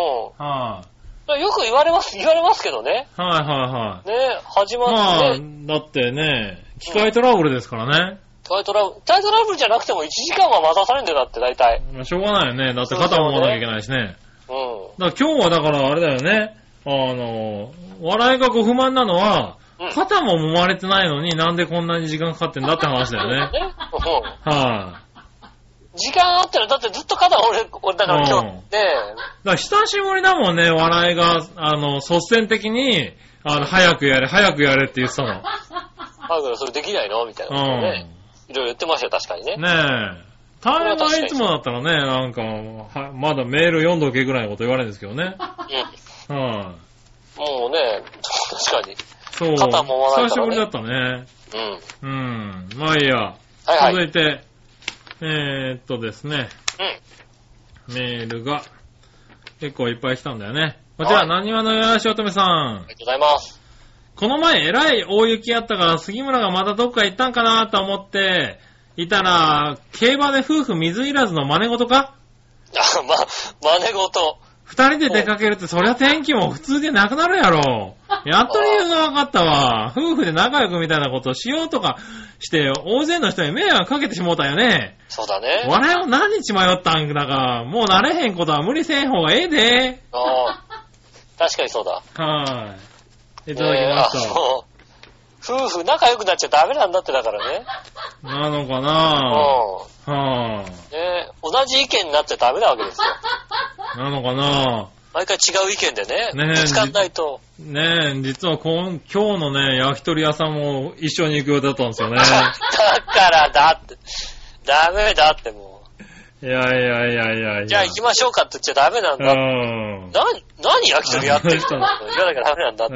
[SPEAKER 2] はい、よく言われます、言われますけどね。
[SPEAKER 3] はいはいはい。
[SPEAKER 2] ね、始まって、ね。
[SPEAKER 3] まあ、だってね、機械トラブルですからね。
[SPEAKER 2] 機械トラブル、機械トラブルじゃなくてもいちじかんは待たされるんだよ、だって大体。
[SPEAKER 3] まあ、しょうがないよね。だって肩も揉まなきゃいけないしね。うん。だから今日はだからあれだよね。あの、笑いがご不満なのは、うん、肩も揉まれてないのになんでこんなに時間かかってんだって話だよね。はい、あ、
[SPEAKER 2] 時間あったらだってずっと肩俺、俺だから今日ね。だ
[SPEAKER 3] から久しぶりだもんね、笑いが、あの、率先的に、あの、早くやれ、早くやれって言ってたの。
[SPEAKER 2] 早くそれできないのみたいなことね。うん、いろいろ言ってましたよ、確かにね。
[SPEAKER 3] ねえ。タイムはいつもだったらね、なんか、はまだメール読んどけぐらいのこと言われるんですけどね。うん。はい、
[SPEAKER 2] もうね、確かに。
[SPEAKER 3] そう。肩もまないからね。久しぶりだったね。うん。うん。まあいいや。はいはい。続いて、えー、っとですね。うん。メールが結構いっぱい来たんだよね。こちら、なにわのよやしおとめさん。
[SPEAKER 2] ありがとうございます。
[SPEAKER 3] この前、えらい大雪あったから、杉村がまたどっか行ったんかなと思っていたら、競馬で夫婦水いらずの真似事か？
[SPEAKER 2] あ、ま、真似事。
[SPEAKER 3] 二人で出かけるってそりゃ天気も普通でなくなるやろ。やっと理由が分かったわ。夫婦で仲良くみたいなことをしようとかして大勢の人に迷惑かけてしもうたよね。
[SPEAKER 2] そうだね。
[SPEAKER 3] 笑いを何日迷ったんだか、もう慣れへんことは無理せん方がええで。
[SPEAKER 2] ああ、確かにそうだ。
[SPEAKER 3] はい。いただきました。えー、
[SPEAKER 2] 夫婦仲良くなっちゃダメなんだってだからね。
[SPEAKER 3] なのかなぁ。
[SPEAKER 2] はぁ、ね。同じ意見になっちゃダメなわけですよ。
[SPEAKER 3] なのかなぁ。
[SPEAKER 2] 毎回違う意見でね。ねえ。ぶつかんないと。
[SPEAKER 3] ねえ、実はこん今日のね、焼き鳥屋さんも一緒に行く予定だったんですよね。
[SPEAKER 2] だからだって。ダメだっても
[SPEAKER 3] う。いやいやいやいやいや。
[SPEAKER 2] じゃあ行きましょうかって言っちゃダメなんだ。うん。な、何焼き鳥屋って言ったの言わなきゃダメなんだって。うん。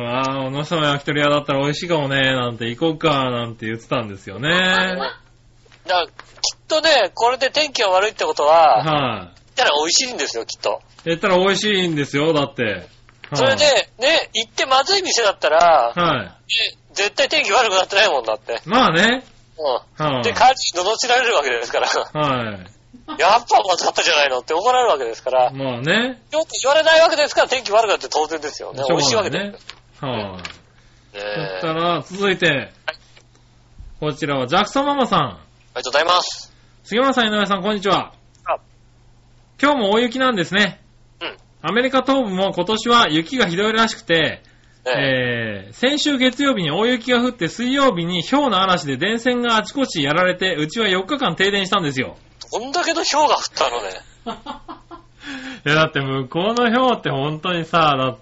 [SPEAKER 3] あの、の人の焼き鳥屋だったら美味しいかもね、なんて行こうか、なんて言ってたんですよね。だ
[SPEAKER 2] からきっとね、これで天気が悪いってことは、はい、あ、言ったら美味しいんですよ、きっと。
[SPEAKER 3] 言ったら美味しいんですよ、だって。はい、
[SPEAKER 2] それで、ね、行ってまずい店だったら、はい。絶対天気悪くなってないもんだって。
[SPEAKER 3] まあね。
[SPEAKER 2] うん。はい、で、帰りに罵られるわけですから。はい。やっぱまずかったじゃないのって怒られるわけですから。
[SPEAKER 3] まあね。
[SPEAKER 2] ちょっと言われないわけですから天気悪くなって当然ですよね。美味しいわけです。
[SPEAKER 3] はい、あ。そしたら、続いて、はい、こちらはジャクソンママさん。あり
[SPEAKER 2] がとうございます。
[SPEAKER 3] 杉村さん、井上さん、こんにちは。あ、今日も大雪なんですね。うん。アメリカ東部も今年は雪がひどいらしくて、えー、先週月曜日に大雪が降って水曜日に氷の嵐で電線があちこちやられて、うちはよっかかん停電したんですよ。
[SPEAKER 2] どんだけの氷が降ったのね。
[SPEAKER 3] いやだって向こうの氷って本当にさ、だって、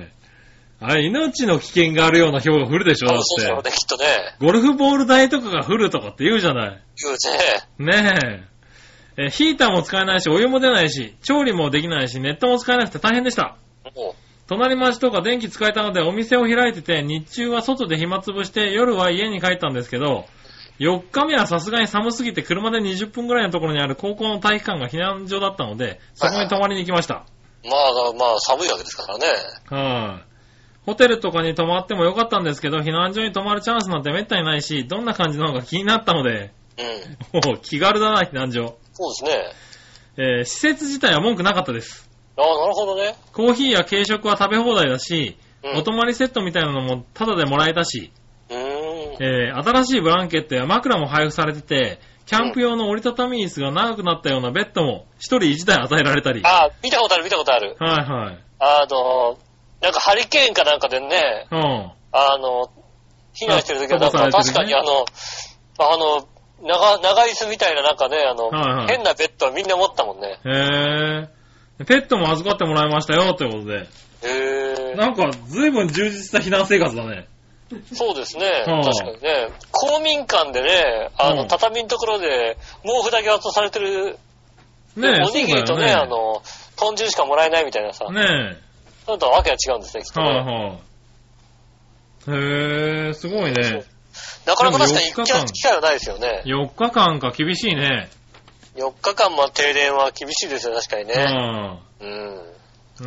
[SPEAKER 3] あれ命の危険があるような氷が降るでしょ、だって。そうそうね、
[SPEAKER 2] きっとね。
[SPEAKER 3] ゴルフボール台とかが降るとかって言うじゃない。
[SPEAKER 2] 言う
[SPEAKER 3] ね。ねえ。え、ヒーターも使えないし、お湯も出ないし、調理もできないし、ネットも使えなくて大変でした。 隣町とか電気使えたのでお店を開いてて、日中は外で暇つぶして夜は家に帰ったんですけど、よっかめはさすがに寒すぎて車でにじゅっぷんぐらいのところにある高校の体育館が避難所だったので、そこに泊まりに行きました。
[SPEAKER 2] まあまあ寒いわけですからね。
[SPEAKER 3] はい、ホテルとかに泊まってもよかったんですけど、避難所に泊まるチャンスなんてめったにないし、どんな感じなのか気になったので、うん、お気軽だな、避難所。
[SPEAKER 2] そうですね。
[SPEAKER 3] えー、施設自体は文句なかったです。
[SPEAKER 2] ああ、なるほどね。
[SPEAKER 3] コーヒーや軽食は食べ放題だし、うん、お泊まりセットみたいなのもタダでもらえたし、うーん、えー、新しいブランケットや枕も配布されてて、キャンプ用の折りたたみ椅子が長くなったようなベッドも一人一台与えられたり。
[SPEAKER 2] ああ、見たことある見たことある。
[SPEAKER 3] はいはい。
[SPEAKER 2] あの、なんかハリケーンかなんかでね、うん、あの、避難してる時はなんか、ね、確かにあの、あの、長、長椅子みたいななんかね、あの、はいはい、変なベッドはみんな持ったもんね。
[SPEAKER 3] へー。ペットも預かってもらいましたよ、ということで。
[SPEAKER 2] へー。
[SPEAKER 3] なんか、随分充実した避難生活だね。
[SPEAKER 2] そうですね。はあ、確かにね。公民館でね、あの、畳のところで、毛布だけ渡されてる、ねえ、おにぎりとね、ねあの、豚汁しかもらえないみたいなさ。ねえ。それとはわけが違うんですね、きっとね。はあはあ、
[SPEAKER 3] へー、すごいね。
[SPEAKER 2] なかなか確かに行く機会はないですよね。
[SPEAKER 3] よっかかんか厳しいね。
[SPEAKER 2] よっかかんも停電は厳しいですよ、確かにね。
[SPEAKER 3] あうん。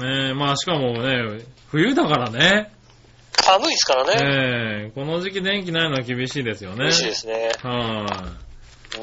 [SPEAKER 3] ねえ、まあしかもね、冬だからね。
[SPEAKER 2] 寒いですからね。
[SPEAKER 3] ねえ、この時期電気ないのは厳しいですよね。
[SPEAKER 2] 厳しいですね。
[SPEAKER 3] はい、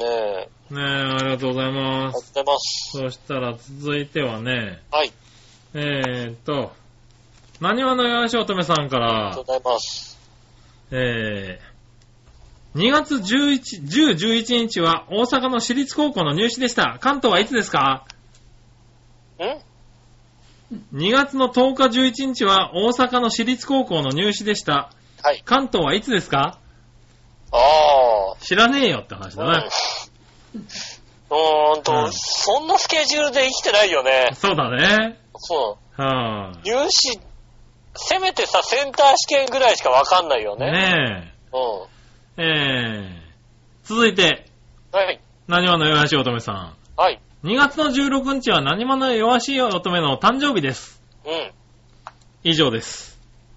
[SPEAKER 2] ねえ。
[SPEAKER 3] ねえ、ありがとうございます。ありがとう
[SPEAKER 2] ございます。
[SPEAKER 3] そしたら続いてはね、
[SPEAKER 2] はい。
[SPEAKER 3] えーっと、何話のよやしおとめさんから、
[SPEAKER 2] ありがとうございます。
[SPEAKER 3] えー、にがつじゅういち、じゅう、じゅういちにちは大阪の私立高校の入試でした。関東はいつですか？
[SPEAKER 2] ん
[SPEAKER 3] にがつのとおかじゅういちにちは大阪の私立高校の入試でした。
[SPEAKER 2] はい。
[SPEAKER 3] 関東はいつですか？
[SPEAKER 2] ああ。
[SPEAKER 3] 知らねえよって話だね。
[SPEAKER 2] うん、うーんと、うん、そんなスケジュールで生きてないよね。
[SPEAKER 3] そうだね。
[SPEAKER 2] そう。
[SPEAKER 3] はあ、
[SPEAKER 2] 入試、せめてさ、センター試験ぐらいしかわかんないよね。
[SPEAKER 3] ねえ。うん。えー、続いて。
[SPEAKER 2] はい。
[SPEAKER 3] 何話のよやしおとめさん。
[SPEAKER 2] はい。
[SPEAKER 3] にがつのじゅうろくにちは何話の弱しい乙女の誕生日です。
[SPEAKER 2] うん。
[SPEAKER 3] 以上です。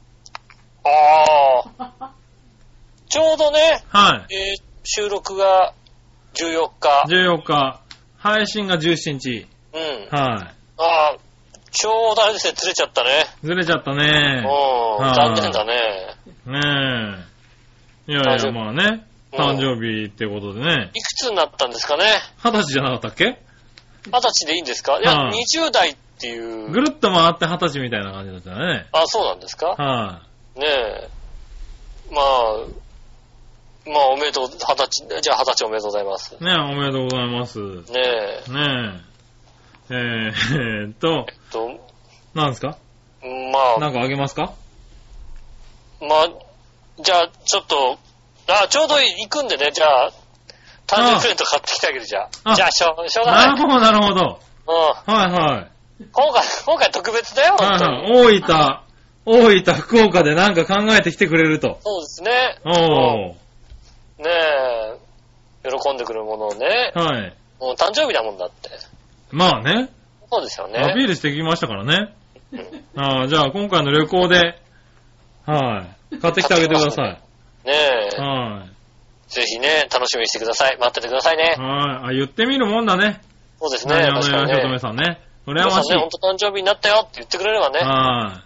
[SPEAKER 2] ああ。ちょうどね。
[SPEAKER 3] はい。
[SPEAKER 2] えー、収録がじゅうよっか。
[SPEAKER 3] じゅうよっか。配信がじゅうしちにち。
[SPEAKER 2] うん。
[SPEAKER 3] はい。
[SPEAKER 2] ああ、ちょうどあれですね、ずれちゃったね。
[SPEAKER 3] ずれちゃったね。
[SPEAKER 2] うん。残念だね。
[SPEAKER 3] ねえ。いやいや、まあね。誕生日ってことでね。
[SPEAKER 2] いくつになったんですかね。
[SPEAKER 3] はたちじゃなかったっけ？
[SPEAKER 2] はたちでいいんですか？いや、はあ、にじゅう代っていう。
[SPEAKER 3] ぐるっと回ってはたちみたいな感じだったね。
[SPEAKER 2] あ、そうなんですか？
[SPEAKER 3] はい、
[SPEAKER 2] あ、ねえ。まあ、まあおめでとう、はたち、じゃあはたちおめでとうございます。
[SPEAKER 3] ねえ、おめでとうございます。ね
[SPEAKER 2] え。
[SPEAKER 3] ねえ。えー、えーっと、えっと、何ですか？
[SPEAKER 2] まあ。
[SPEAKER 3] なんかあげますか？
[SPEAKER 2] まあ、じゃあちょっと、あ、ちょうど行くんでね、じゃあ、誕生日プレゼント買ってきてあげるじゃあ。じゃあ、しょう、しょうがない。
[SPEAKER 3] なるほど、なるほど。
[SPEAKER 2] うん。
[SPEAKER 3] はいはい。
[SPEAKER 2] 今回、今回特別だよ、
[SPEAKER 3] はいはい。大分、大分、福岡でなんか考えてきてくれると。
[SPEAKER 2] そうですね。
[SPEAKER 3] おー。
[SPEAKER 2] ねえ、喜んでくるものをね。
[SPEAKER 3] はい。
[SPEAKER 2] もう誕生日だもんだって。
[SPEAKER 3] まあね。
[SPEAKER 2] そうですよね。
[SPEAKER 3] アピールしてきましたからね。うん、ああ、じゃあ今回の旅行で、はい。買ってきてあげてください。
[SPEAKER 2] ねえ。
[SPEAKER 3] はい。
[SPEAKER 2] ぜひね、楽しみにしてください。待っててくださいね。
[SPEAKER 3] はい。あ、言ってみるもんだね。
[SPEAKER 2] そうですね。確かにね。
[SPEAKER 3] おめさんね。羨ましい。
[SPEAKER 2] ね、ほんと誕生日になったよって言ってくれればね。
[SPEAKER 3] はい。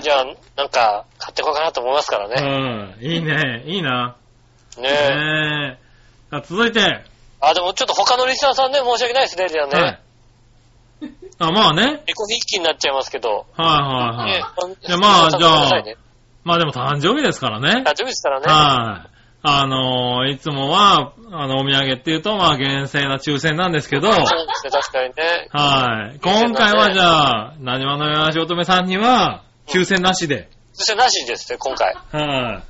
[SPEAKER 2] じゃあ、なんか、買ってこうかなと思いますから
[SPEAKER 3] ね。うん。いいね。いいな。
[SPEAKER 2] ねえ。
[SPEAKER 3] ねえ。あ、続いて。
[SPEAKER 2] あ、でもちょっと他のリスナーさんね、申し訳ないですね、じゃあね。はい。
[SPEAKER 3] あ、まあね。
[SPEAKER 2] エコひいきになっちゃいますけど。
[SPEAKER 3] はいはいはい。ね、じゃあまあ、じゃあ、ね、まあでも誕生日ですからね。
[SPEAKER 2] 誕生日ですからね。
[SPEAKER 3] はい。あのー、いつもは、あの、お土産っていうと、まあ、厳正な抽選なんですけど。そう
[SPEAKER 2] ですね、確かにね。
[SPEAKER 3] はい。今回はじゃあ、何話のよやしおとめさんには、抽選なしで。
[SPEAKER 2] 抽選なしですね、今回。
[SPEAKER 3] はい。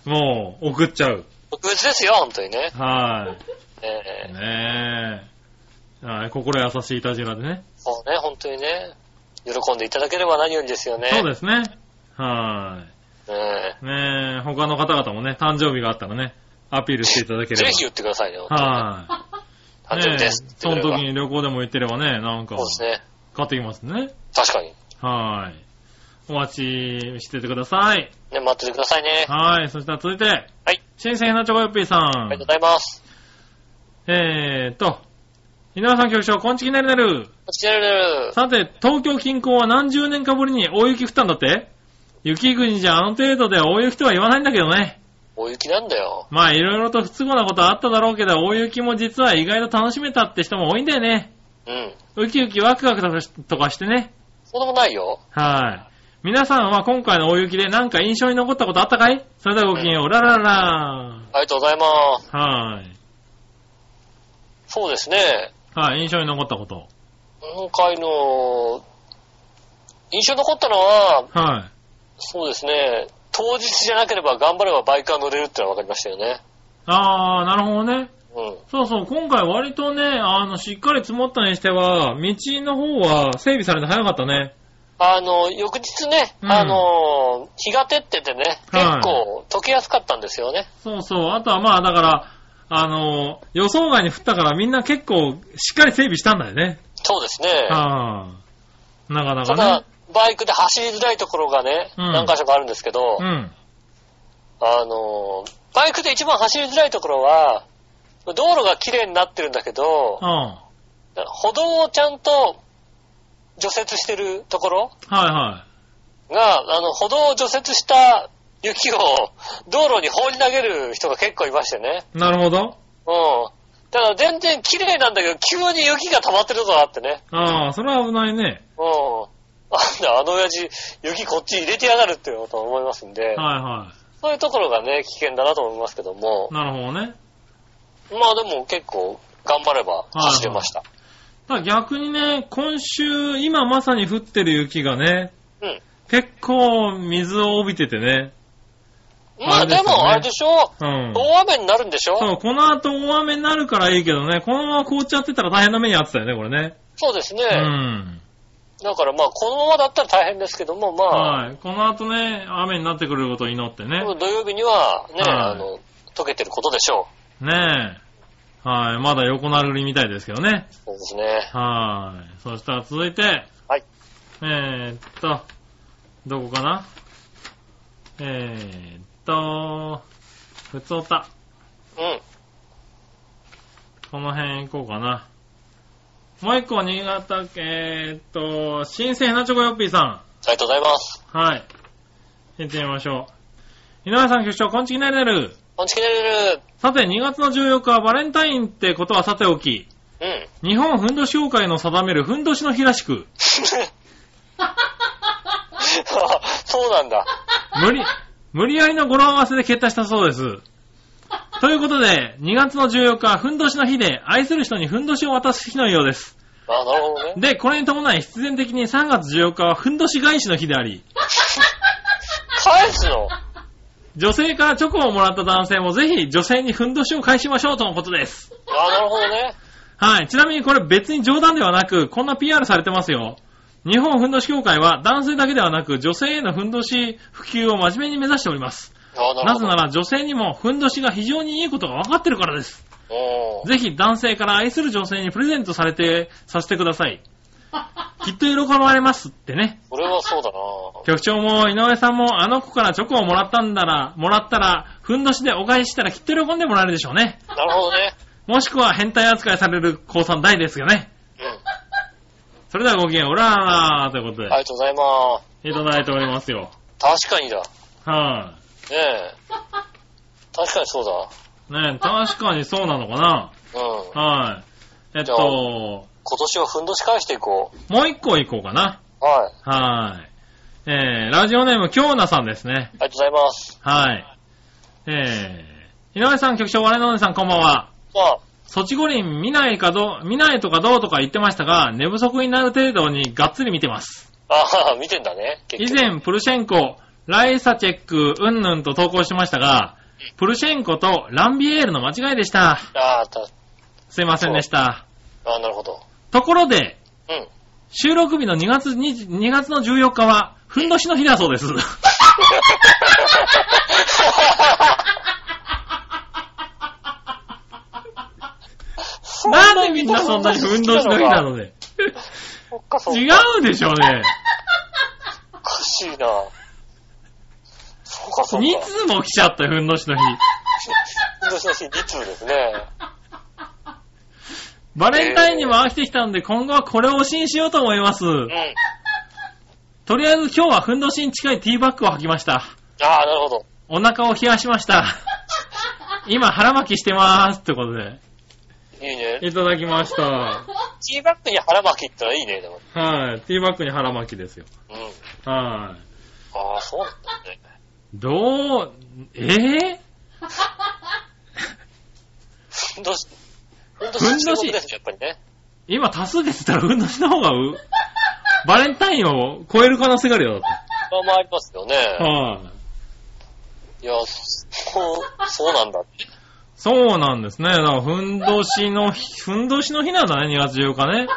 [SPEAKER 3] もう、送っちゃう。
[SPEAKER 2] 特別ですよ、本当にね。
[SPEAKER 3] はい。
[SPEAKER 2] ね
[SPEAKER 3] え。ねえ。はい、心優しいいたじらでね。
[SPEAKER 2] そうね、本当にね。喜んでいただければ何よりですよね。
[SPEAKER 3] そうですね。はい。
[SPEAKER 2] ねえ。
[SPEAKER 3] ねえ、他の方々もね、誕生日があったらね、アピールしていただければ。
[SPEAKER 2] ぜひ言ってくださいよ。
[SPEAKER 3] はい。
[SPEAKER 2] 誕生日です。
[SPEAKER 3] その時に旅行でも行ってればね、なんか。
[SPEAKER 2] そうですね。
[SPEAKER 3] 買ってきますね。
[SPEAKER 2] 確かに。
[SPEAKER 3] はい。 お待ちしててください。
[SPEAKER 2] ね、待っててくださいね。
[SPEAKER 3] はい。そしたら続いて。はい。新鮮なチョコヨッピーさん。あ
[SPEAKER 2] りがとうございます。
[SPEAKER 3] えーっと、井上さん局長、こんちきねるねる。こん
[SPEAKER 2] ちきねるねる。
[SPEAKER 3] さて、東京近郊は何十年かぶりに大雪降ったんだって？雪国じゃあの程度で大雪とは言わないんだけどね。
[SPEAKER 2] 大雪なんだよ。
[SPEAKER 3] まあ、いろいろと不都合なことはあっただろうけど、大雪も実は意外と楽しめたって人も多いんだよね。
[SPEAKER 2] うん。
[SPEAKER 3] ウキウキワクワクとかしてね。
[SPEAKER 2] そうでもないよ。
[SPEAKER 3] はい。皆さんは今回の大雪で何か印象に残ったことあったかい？それではごきげんよう、ラララ。
[SPEAKER 2] ありがとうございます。
[SPEAKER 3] はい。
[SPEAKER 2] そうですね。
[SPEAKER 3] はい、印象に残ったこと。
[SPEAKER 2] 今回の、印象に残ったのは、
[SPEAKER 3] はい。
[SPEAKER 2] そうですね。当日じゃなければ頑張ればバイクが乗れるってのは分かりましたよね。
[SPEAKER 3] あー、なるほどね。
[SPEAKER 2] うん。
[SPEAKER 3] そうそう、今回割とね、あの、しっかり積もったにしては、道の方は整備されて早かったね。
[SPEAKER 2] あの、翌日ね、うん、あの、日が照っててね、結構溶けやすかったんですよね。
[SPEAKER 3] そうそう、あとはまあ、だから、あの、予想外に降ったからみんな結構しっかり整備したんだよね。
[SPEAKER 2] そうですね。
[SPEAKER 3] ああ。なかなかね。
[SPEAKER 2] ただ、バイクで走りづらいところがね、うん、何箇所かあるんですけど、うん、あの、バイクで一番走りづらいところは、道路が綺麗になってるんだけど、うん、歩道をちゃんと除雪してるところ、
[SPEAKER 3] はいはい、
[SPEAKER 2] が、あの、歩道を除雪した雪を道路に放り投げる人が結構いましてね。
[SPEAKER 3] なるほど。
[SPEAKER 2] うん。だから全然綺麗なんだけど、急に雪が溜まってるとこがあってね。
[SPEAKER 3] ああ、それは危ないね。
[SPEAKER 2] うん。なんだ、あの親父、雪こっち入れてやがるっていうことを思いますんで。はい
[SPEAKER 3] はい。
[SPEAKER 2] そういうところがね、危険だなと思いますけども。
[SPEAKER 3] なるほどね。
[SPEAKER 2] まあでも結構頑張れば走れました。
[SPEAKER 3] はいはい、ただ逆にね、今週、今まさに降ってる雪がね、
[SPEAKER 2] うん、
[SPEAKER 3] 結構水を帯びててね。
[SPEAKER 2] まあでもあれでしょ、うん、大雨になるんでしょ。
[SPEAKER 3] そう、この後大雨になるからいいけどね、このまま凍っちゃってたら大変な目に遭ってたよね、これね。
[SPEAKER 2] そうですね。
[SPEAKER 3] うん。
[SPEAKER 2] だからまあこのままだったら大変ですけども、まあ。
[SPEAKER 3] はい。この後ね、雨になってくることを祈ってね。
[SPEAKER 2] 土曜日にはね、はい、あの、溶けてることでしょ
[SPEAKER 3] う。ねえ。はい。まだ横殴りみたいですけどね。
[SPEAKER 2] そうですね。
[SPEAKER 3] はい。そしたら続いて。
[SPEAKER 2] はい。
[SPEAKER 3] えーっと、どこかなえーっと、ふつおた。
[SPEAKER 2] うん。
[SPEAKER 3] この辺行こうかな。もう一個、新潟県、えーっと、新鮮なチョコヨッピーさん。あ
[SPEAKER 2] りがとうございます。
[SPEAKER 3] はい。行ってみましょう。井上さん局長、こんちきねるねる。
[SPEAKER 2] こんちきねるねる。
[SPEAKER 3] さて、にがつのじゅうよっかはバレンタインってことはさておき。
[SPEAKER 2] うん。
[SPEAKER 3] 日本ふんどし協会の定めるふんどしの日らしく。
[SPEAKER 2] そうなんだ。
[SPEAKER 3] 無理、無理やりの語呂合わせで決定したそうです。ということで、にがつのじゅうよっかはふんどしの日で、愛する人にふんどしを渡す日のようです。
[SPEAKER 2] あ、なるほどね。
[SPEAKER 3] で、これに伴い必然的にさんがつじゅうよっかはふんどし返しの日であり。
[SPEAKER 2] 返すの？
[SPEAKER 3] 女性からチョコをもらった男性もぜひ女性にふんどしを返しましょうとのことです。
[SPEAKER 2] あ、なるほどね。
[SPEAKER 3] はい。ちなみにこれ別に冗談ではなく、こんな ピーアール されてますよ。日本ふんどし協会は男性だけではなく女性へのふんどし普及を真面目に目指しております。なぜなら女性にもふんどしが非常にいいことが分かってるからです。ぜひ男性から愛する女性にプレゼントされて、させてください。きっと喜ばれますってね。
[SPEAKER 2] それはそうだな。
[SPEAKER 3] 局長も井上さんもあの子からチョコをもらったんだら、もらったら、ふんどしでお返ししたらきっと喜んでもらえるでしょうね。
[SPEAKER 2] なるほどね。
[SPEAKER 3] もしくは変態扱いされる高さん大ですよね。
[SPEAKER 2] うん。
[SPEAKER 3] それではごきげん、おらーらーということで。
[SPEAKER 2] ありがとうございます。
[SPEAKER 3] いただいておりますよ。
[SPEAKER 2] 確かにだ。
[SPEAKER 3] はい、
[SPEAKER 2] ねえ。確かにそう
[SPEAKER 3] だ。ねえ、確かにそうなのかな。
[SPEAKER 2] うん。
[SPEAKER 3] はい。えっと、
[SPEAKER 2] 今年はふんどし返していこ
[SPEAKER 3] う。もう一個いこうかな。
[SPEAKER 2] はい。
[SPEAKER 3] はい。えー、ラジオネーム、京奈さんですね。
[SPEAKER 2] ありがとうございます。
[SPEAKER 3] はい。えー、井上さん、局長、我々のお姉さん、こんばんは。
[SPEAKER 2] ああ。
[SPEAKER 3] ソチ五輪見ないかどう、見ないとかどうとか言ってましたが、寝不足になる程度にがっつり見てます。
[SPEAKER 2] ああ、見てんだね。
[SPEAKER 3] 以前、プルシェンコ、ライサチェック、うんぬんと投稿しましたが、プルシェンコとランビエールの間違いでした。
[SPEAKER 2] ああ、た、
[SPEAKER 3] すいませんでした。
[SPEAKER 2] ああ、なるほど。
[SPEAKER 3] ところで、
[SPEAKER 2] うん。
[SPEAKER 3] 収録日のにがつのじゅうよっかは、ふんどしの日だそうです。なんでみんなそんなにふんどしの日なので。違うでしょうね。
[SPEAKER 2] おかししいな。そうかそうか。
[SPEAKER 3] に通も来ちゃったよ、ふんどしの日。
[SPEAKER 2] ふんどしの日に通ですね。
[SPEAKER 3] バレンタインにも飽きてきたんで、今後はこれを推しにしようと思います。うん。とりあえず今日はふんどしに近いティーバッグを履きました。
[SPEAKER 2] ああ、なるほど。
[SPEAKER 3] お腹を冷やしました。今腹巻きしてまーすってことで。
[SPEAKER 2] いいね。
[SPEAKER 3] いただきました。
[SPEAKER 2] ティーバッグに腹巻きってのはいいね、でも。
[SPEAKER 3] はい。ティーバッグに腹巻きですよ。
[SPEAKER 2] うん。
[SPEAKER 3] はい。
[SPEAKER 2] ああ、そうなんだね。
[SPEAKER 3] どう、えぇ、ー、
[SPEAKER 2] ふんどし、ふんどしの注目ですよ、やっぱりね。
[SPEAKER 3] 今多数で言ったらふんどしの方がう、バレンタインを超える可能性があるよ、だって。
[SPEAKER 2] まあまあありますよね。
[SPEAKER 3] はい。
[SPEAKER 2] いや、そう、そうなんだって。
[SPEAKER 3] そうなんですね。だから、ふんどしの日、ふんどしの日なんだね、にがつじゅうよっかね。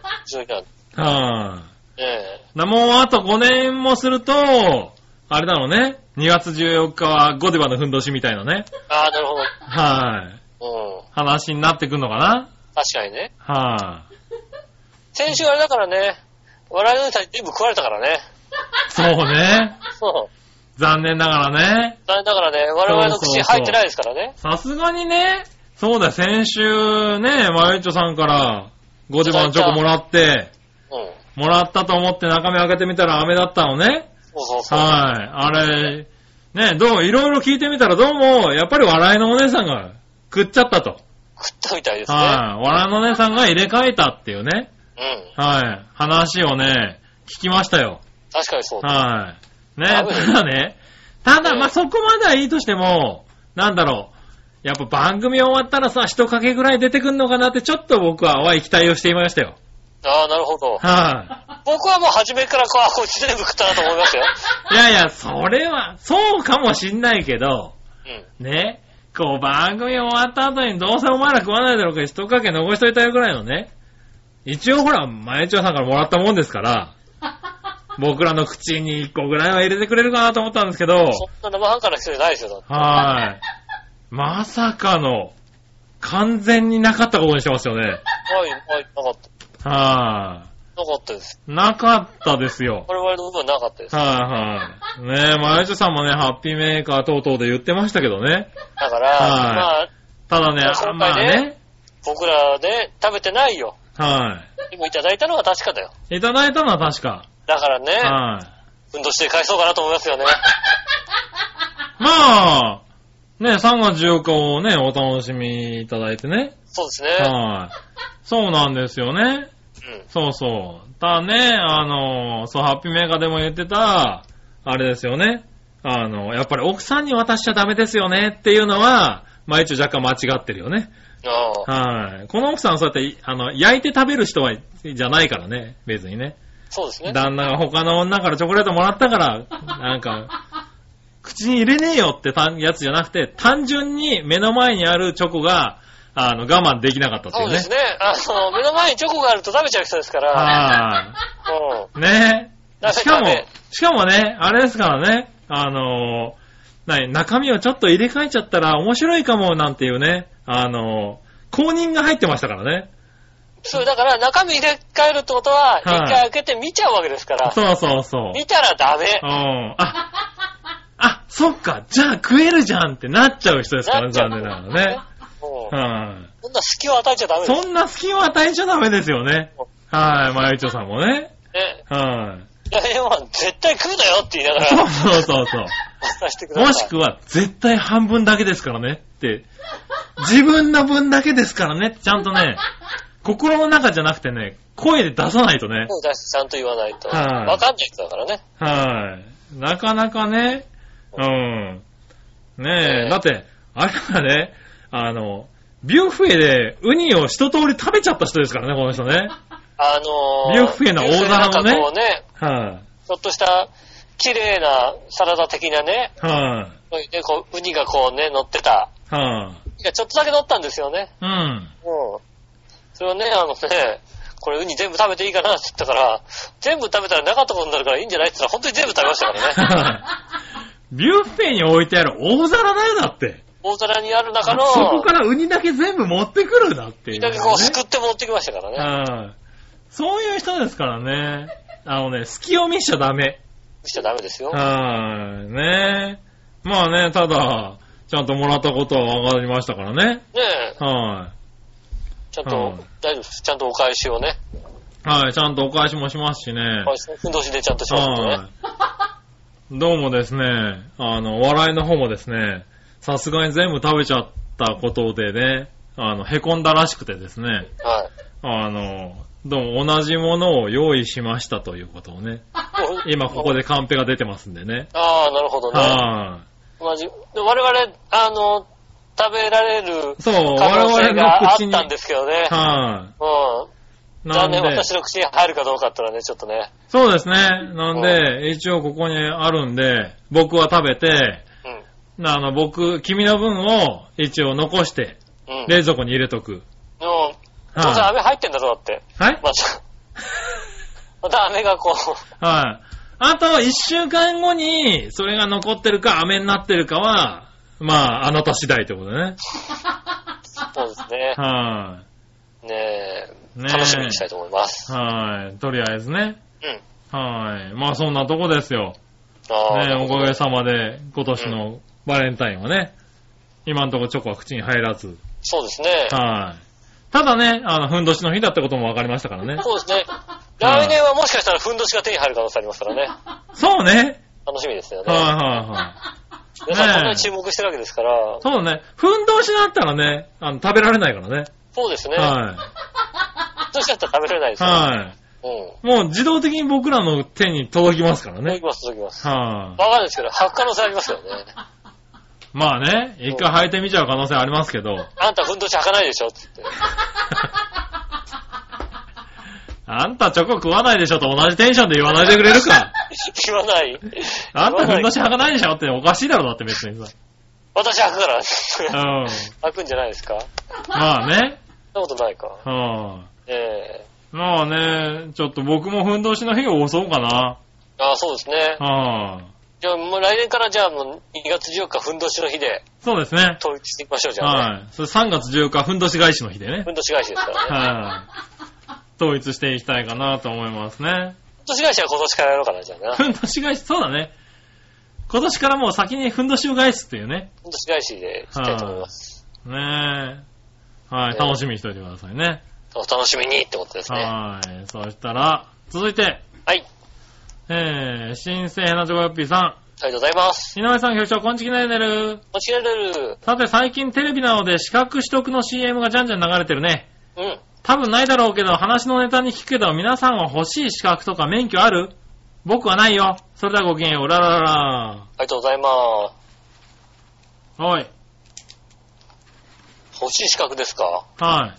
[SPEAKER 3] はい、ええ。もうあとごねんもすると、あれだろうね。にがつじゅうよっかはゴディバのふんどしみたいなね。
[SPEAKER 2] ああ、なるほど。
[SPEAKER 3] はい、うん。話になってくんのかな。
[SPEAKER 2] 確かにね。
[SPEAKER 3] はい、
[SPEAKER 2] 先週あれだからね、笑いの人に全部食われたからね。
[SPEAKER 3] そうね。
[SPEAKER 2] そう。
[SPEAKER 3] 残念ながらね。
[SPEAKER 2] 残念ながらね、我々の口に入ってないですからね。
[SPEAKER 3] さすがにね、そうだよ、先週ね、マユッチョさんからゴディバのチョコもらって、うん、もらったと思って中身開けてみたら飴だったのね。
[SPEAKER 2] そうそうそう。
[SPEAKER 3] はい。あれ、ね、どう、いろいろ聞いてみたらどうも、やっぱり笑いのお姉さんが食っちゃったと。
[SPEAKER 2] 食ったみたいですね。
[SPEAKER 3] はい。笑いのお姉さんが入れ替えたっていうね。
[SPEAKER 2] うん。
[SPEAKER 3] はい。話をね、聞きましたよ。
[SPEAKER 2] 確かにそうだ。
[SPEAKER 3] はい。ね、ただね、ただ、まあ、そこまではいいとしても、なんだろう。やっぱ番組終わったらさ、一かけぐらい出てくんのかなって、ちょっと僕は淡い期待をしていましたよ。
[SPEAKER 2] ああ、なるほど。
[SPEAKER 3] はい。
[SPEAKER 2] 僕はもう初めからこう、こいつ全部食ったなと思いますよ。
[SPEAKER 3] いやいや、それは、そうかもしんないけど、
[SPEAKER 2] うん。
[SPEAKER 3] ね、こう番組終わった後にどうせお前ら食わないだろうから一かけ残しといたよぐらいのね。一応ほら、前長さんからもらったもんですから、僕らの口に一個ぐらいは入れてくれるかなと思ったんですけど。
[SPEAKER 2] そんな生半可な人じゃないですよ、だって。
[SPEAKER 3] はい。まさかの、完全になかったことにしてますよね。はい、
[SPEAKER 2] はい、なかった。
[SPEAKER 3] はい。
[SPEAKER 2] なかったです。
[SPEAKER 3] なかったですよ。
[SPEAKER 2] 我々の部分はなかったです。
[SPEAKER 3] はいはい。ねえ、まゆちょさんもね、ハッピーメーカー等々で言ってましたけどね。
[SPEAKER 2] だから、はい、まあ、
[SPEAKER 3] ただね、
[SPEAKER 2] まあ、まあね、僕らね、食べてないよ。
[SPEAKER 3] はい。
[SPEAKER 2] でもいただいたのは確かだよ。
[SPEAKER 3] いただいたのは確か。
[SPEAKER 2] だからね、はい。ふんどしで返そうかなと思いますよね。
[SPEAKER 3] まあ、ね、さんがつじゅうよっかをね、お楽しみいただいてね。
[SPEAKER 2] そうですね。
[SPEAKER 3] はい。そうなんですよね。うん。そうそう。ただね、あの、そう、ハッピーメーカーでも言ってた、あれですよね。あの、やっぱり奥さんに渡しちゃダメですよねっていうのは、まあ一応若干間違ってるよね。ああ。はい。この奥さんはそうやって、あの、焼いて食べる人は、じゃないからね、別にね。
[SPEAKER 2] そうですね。
[SPEAKER 3] 旦那が他の女からチョコレートもらったから、なんか、口に入れねえよってやつじゃなくて、単純に目の前にあるチョコが、あの、我慢できなかったっていうね。
[SPEAKER 2] そうですね。あの、目の前にチョコがあると食べちゃう人ですから。
[SPEAKER 3] はい。うん。ねえ。しかも、しかもね、あれですからね、あのー、中身をちょっと入れ替えちゃったら面白いかもなんていうね、あのー、公認が入ってましたからね。
[SPEAKER 2] そう、だから中身入れ替えるってことは、一、はい、回開けて見ちゃうわけですから。
[SPEAKER 3] そうそうそう。
[SPEAKER 2] 見たらダメ。
[SPEAKER 3] うん。あ、あ、そっか、じゃあ食えるじゃんってなっちゃう人ですからね、残念ながらね。はい、
[SPEAKER 2] そんな隙を与えちゃダメです。
[SPEAKER 3] そんな隙を与えちゃダメですよね。はい、まゆちょさんもね。
[SPEAKER 2] ね。
[SPEAKER 3] はい。
[SPEAKER 2] いや、でも、絶対食うなよって言いながら。
[SPEAKER 3] そうそうそうそう。もしくは、絶対半分だけですからねって。自分の分だけですからねってちゃんとね、心の中じゃなくてね、声で出さないとね。
[SPEAKER 2] 声出してちゃんと言わないと。はい。わかんない人だからね。
[SPEAKER 3] はい。なかなかね、うん。ねえ、だって、あれはね、あの、ビュッフェでウニを一通り食べちゃった人ですからね、この人ね。
[SPEAKER 2] あのー、
[SPEAKER 3] ビュッフェの大皿のね。
[SPEAKER 2] こうね、はい、ちょっとした綺麗なサラダ的なね。はい、でこうウニがこうね、乗ってた。はい、ちょっとだけ乗ったんですよね。うん。うん。それをね、あのね、これウニ全部食べていいかなって言ったから、全部食べたらなかったことになるからいいんじゃないって言ったら、本当に全部食べましたからね。
[SPEAKER 3] ビュッフェに置いてある大皿だよ、だって。
[SPEAKER 2] 大皿にある中の、
[SPEAKER 3] そこからウニだけ全部持ってくるなっていう、ね。
[SPEAKER 2] ウニだけこうすくって持ってきましたからね。
[SPEAKER 3] そういう人ですからね。あのね、隙を見しちゃダメ。
[SPEAKER 2] しちゃダメですよ。
[SPEAKER 3] はい。ねえ。まあね、ただ、ちゃんともらったことは分かりましたからね。
[SPEAKER 2] ねえ。はい。ちゃんと、はい、大丈夫です。ちゃんとお返しをね。
[SPEAKER 3] はい、ちゃんとお返しもしますしね。はい、
[SPEAKER 2] ふんどしでちゃんとしますんでね。はい。
[SPEAKER 3] どうもですね、あの、笑いの方もですね、さすがに全部食べちゃったことでね、あの、凹んだらしくてですね。はい。あの、どうも同じものを用意しましたということをね。今ここでカンペが出てますんでね。
[SPEAKER 2] ああ、なるほどね。はい。同じ。我々、あの、食べられる可能性があったんですけどね。はい。うん。残念、私の口に入るかどうかってのはね、ちょっとね。
[SPEAKER 3] そうですね。なんで、一応ここにあるんで、僕は食べて、うん、あの、僕、君の分を一応残して、うん、冷蔵庫に入れとく。うん。
[SPEAKER 2] 当然飴入ってんだぞ、だって。
[SPEAKER 3] はい。
[SPEAKER 2] また、また飴がこう。
[SPEAKER 3] はい。あと、一週間後に、それが残ってるか、飴になってるかは、まあ、あなた次第ってことね。
[SPEAKER 2] そうですね。
[SPEAKER 3] はい。
[SPEAKER 2] ねえ。楽しみにしたいと思います。
[SPEAKER 3] はい。とりあえずね。うん。はい。まあ、そんなとこですよ。あねえ、おかげさまで、今年のバレンタインはね、うん、今のところチョコは口に入らず。
[SPEAKER 2] そうですね。
[SPEAKER 3] はい。ただね、あの、ふんどしの日だってことも分かりましたからね。
[SPEAKER 2] そうですね。来年はもしかしたらふんどしが手に入る可能性ありますからね。
[SPEAKER 3] そうね。
[SPEAKER 2] 楽しみですよね。
[SPEAKER 3] はいはいはい。
[SPEAKER 2] 皆さんこんなに注目してるわけですから。
[SPEAKER 3] そうね。ふんどしだったらね、あの、食べられないからね。
[SPEAKER 2] そうですね。
[SPEAKER 3] はい。
[SPEAKER 2] ふんどしだったら食べられないですよね。
[SPEAKER 3] はい。うん。もう自動的に僕らの手に届きますからね。
[SPEAKER 2] 届きます届きます。
[SPEAKER 3] はい。
[SPEAKER 2] わかんないですけど、履く可能性ありますよね。
[SPEAKER 3] まあね、一回履いてみちゃう可能性ありますけど。
[SPEAKER 2] あんたふんどし履かないでしょって言って。
[SPEAKER 3] あんたチョコ食わないでしょと同じテンションで言わないでくれるか。
[SPEAKER 2] 言わない。
[SPEAKER 3] あんたふんどし履かないでしょっておかしいだろだって別にさ。
[SPEAKER 2] 私履くから。うん。履くんじゃないですか。
[SPEAKER 3] まあね。
[SPEAKER 2] そんなことないか。
[SPEAKER 3] は
[SPEAKER 2] あ、ええ
[SPEAKER 3] ー。まあね、ちょっと僕もふんどしの日を押そうかな。
[SPEAKER 2] ああ、そうですね。
[SPEAKER 3] はあ。
[SPEAKER 2] じゃあもう来年からじゃあもうにがつじゅうよっかふんどしの日で。
[SPEAKER 3] そうですね。
[SPEAKER 2] 統一していきましょうじゃあ、ね。
[SPEAKER 3] はい。それさんがつじゅうよっかふんどし返しの日でね。
[SPEAKER 2] ふんどし返しですからね。
[SPEAKER 3] はい。統一していきたいかなと思いますね。
[SPEAKER 2] ふんどし返しは今年からやろうかな、じゃあな。
[SPEAKER 3] ふんどし返し、そうだね。今年からもう先にふんどしを返すっていうね。
[SPEAKER 2] ふんどし返しでいきたいと思います。
[SPEAKER 3] ねえ。はい、楽しみにしておいてくださいね。
[SPEAKER 2] お楽しみにってことですね。
[SPEAKER 3] はい。そしたら、続いて。
[SPEAKER 2] はい。
[SPEAKER 3] えー、新生ヘナチョコヨッピーさん。
[SPEAKER 2] ありがとうございます。
[SPEAKER 3] 井上さん、局長、こんちきなえねる。
[SPEAKER 2] こんちきなえねる。
[SPEAKER 3] さて、最近テレビなので資格取得の シーエム がじゃんじゃん流れてるね。
[SPEAKER 2] うん。
[SPEAKER 3] 多分ないだろうけど、話のネタに聞くけど、皆さんは欲しい資格とか免許ある？僕はないよ。それではごきげんよう。うらららら。
[SPEAKER 2] ありがとうございます。
[SPEAKER 3] はい。
[SPEAKER 2] 欲しい資格ですか？
[SPEAKER 3] はい。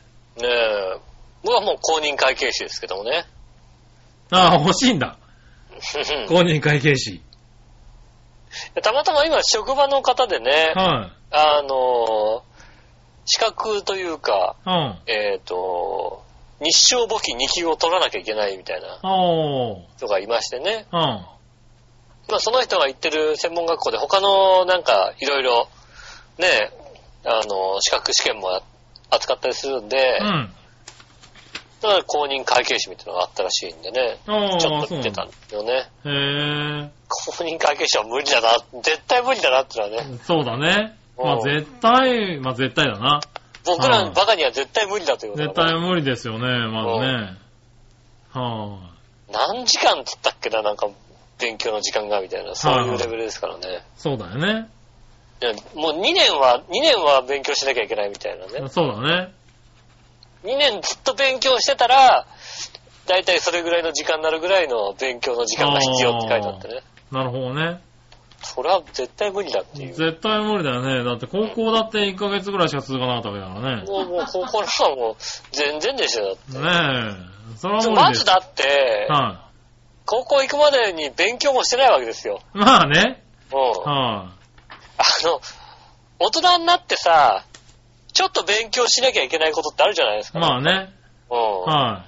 [SPEAKER 2] ねえ。僕はもう公認会計士ですけどもね。
[SPEAKER 3] ああ、欲しいんだ。公認会計士。
[SPEAKER 2] たまたま今、職場の方でね、はい。あの、資格というか、うん、えっと、日商簿記に級を取らなきゃいけないみたいな人がいましてね。うん。まあその人が行ってる専門学校で他のなんかいろいろね、あの、資格試験も扱ったりするんで、うん。だから公認会計士みたいなのがあったらしいんでね。ちょっと見てたんですよね。
[SPEAKER 3] へー。
[SPEAKER 2] 公認会計士は無理だな。絶対無理だなってのはね。
[SPEAKER 3] そうだね。まあ絶対、まあ絶対だな。
[SPEAKER 2] 僕らのバカには絶対無理だということだ、
[SPEAKER 3] ね。絶対無理ですよね、まずね。は
[SPEAKER 2] あ。何時間つったっけな、なんか勉強の時間がみたいな、そういうレベルですからね。はあ、
[SPEAKER 3] そうだよね。
[SPEAKER 2] いや、もうにねんは、にねんは勉強しなきゃいけないみたいなね。
[SPEAKER 3] そうだね。
[SPEAKER 2] にねんずっと勉強してたら、だいたいそれぐらいの時間になるぐらいの勉強の時間が必要って書いてあってね。
[SPEAKER 3] なるほどね。
[SPEAKER 2] それは絶対無理だっていう。
[SPEAKER 3] 絶対無理だよね。だって高校だっていっかげつぐらいしか続かなかったわけだからね。
[SPEAKER 2] もう、もう高校のはもう全然でしょ、だって。
[SPEAKER 3] ねえ。それは無理です。
[SPEAKER 2] まずだって、はい、高校行くまでに勉強もしてないわけですよ。
[SPEAKER 3] まあね。
[SPEAKER 2] うん。はい、あの、大人になってさ、ちょっと勉強しなきゃいけないことってあるじゃないですか。
[SPEAKER 3] まあね。
[SPEAKER 2] うん。はい、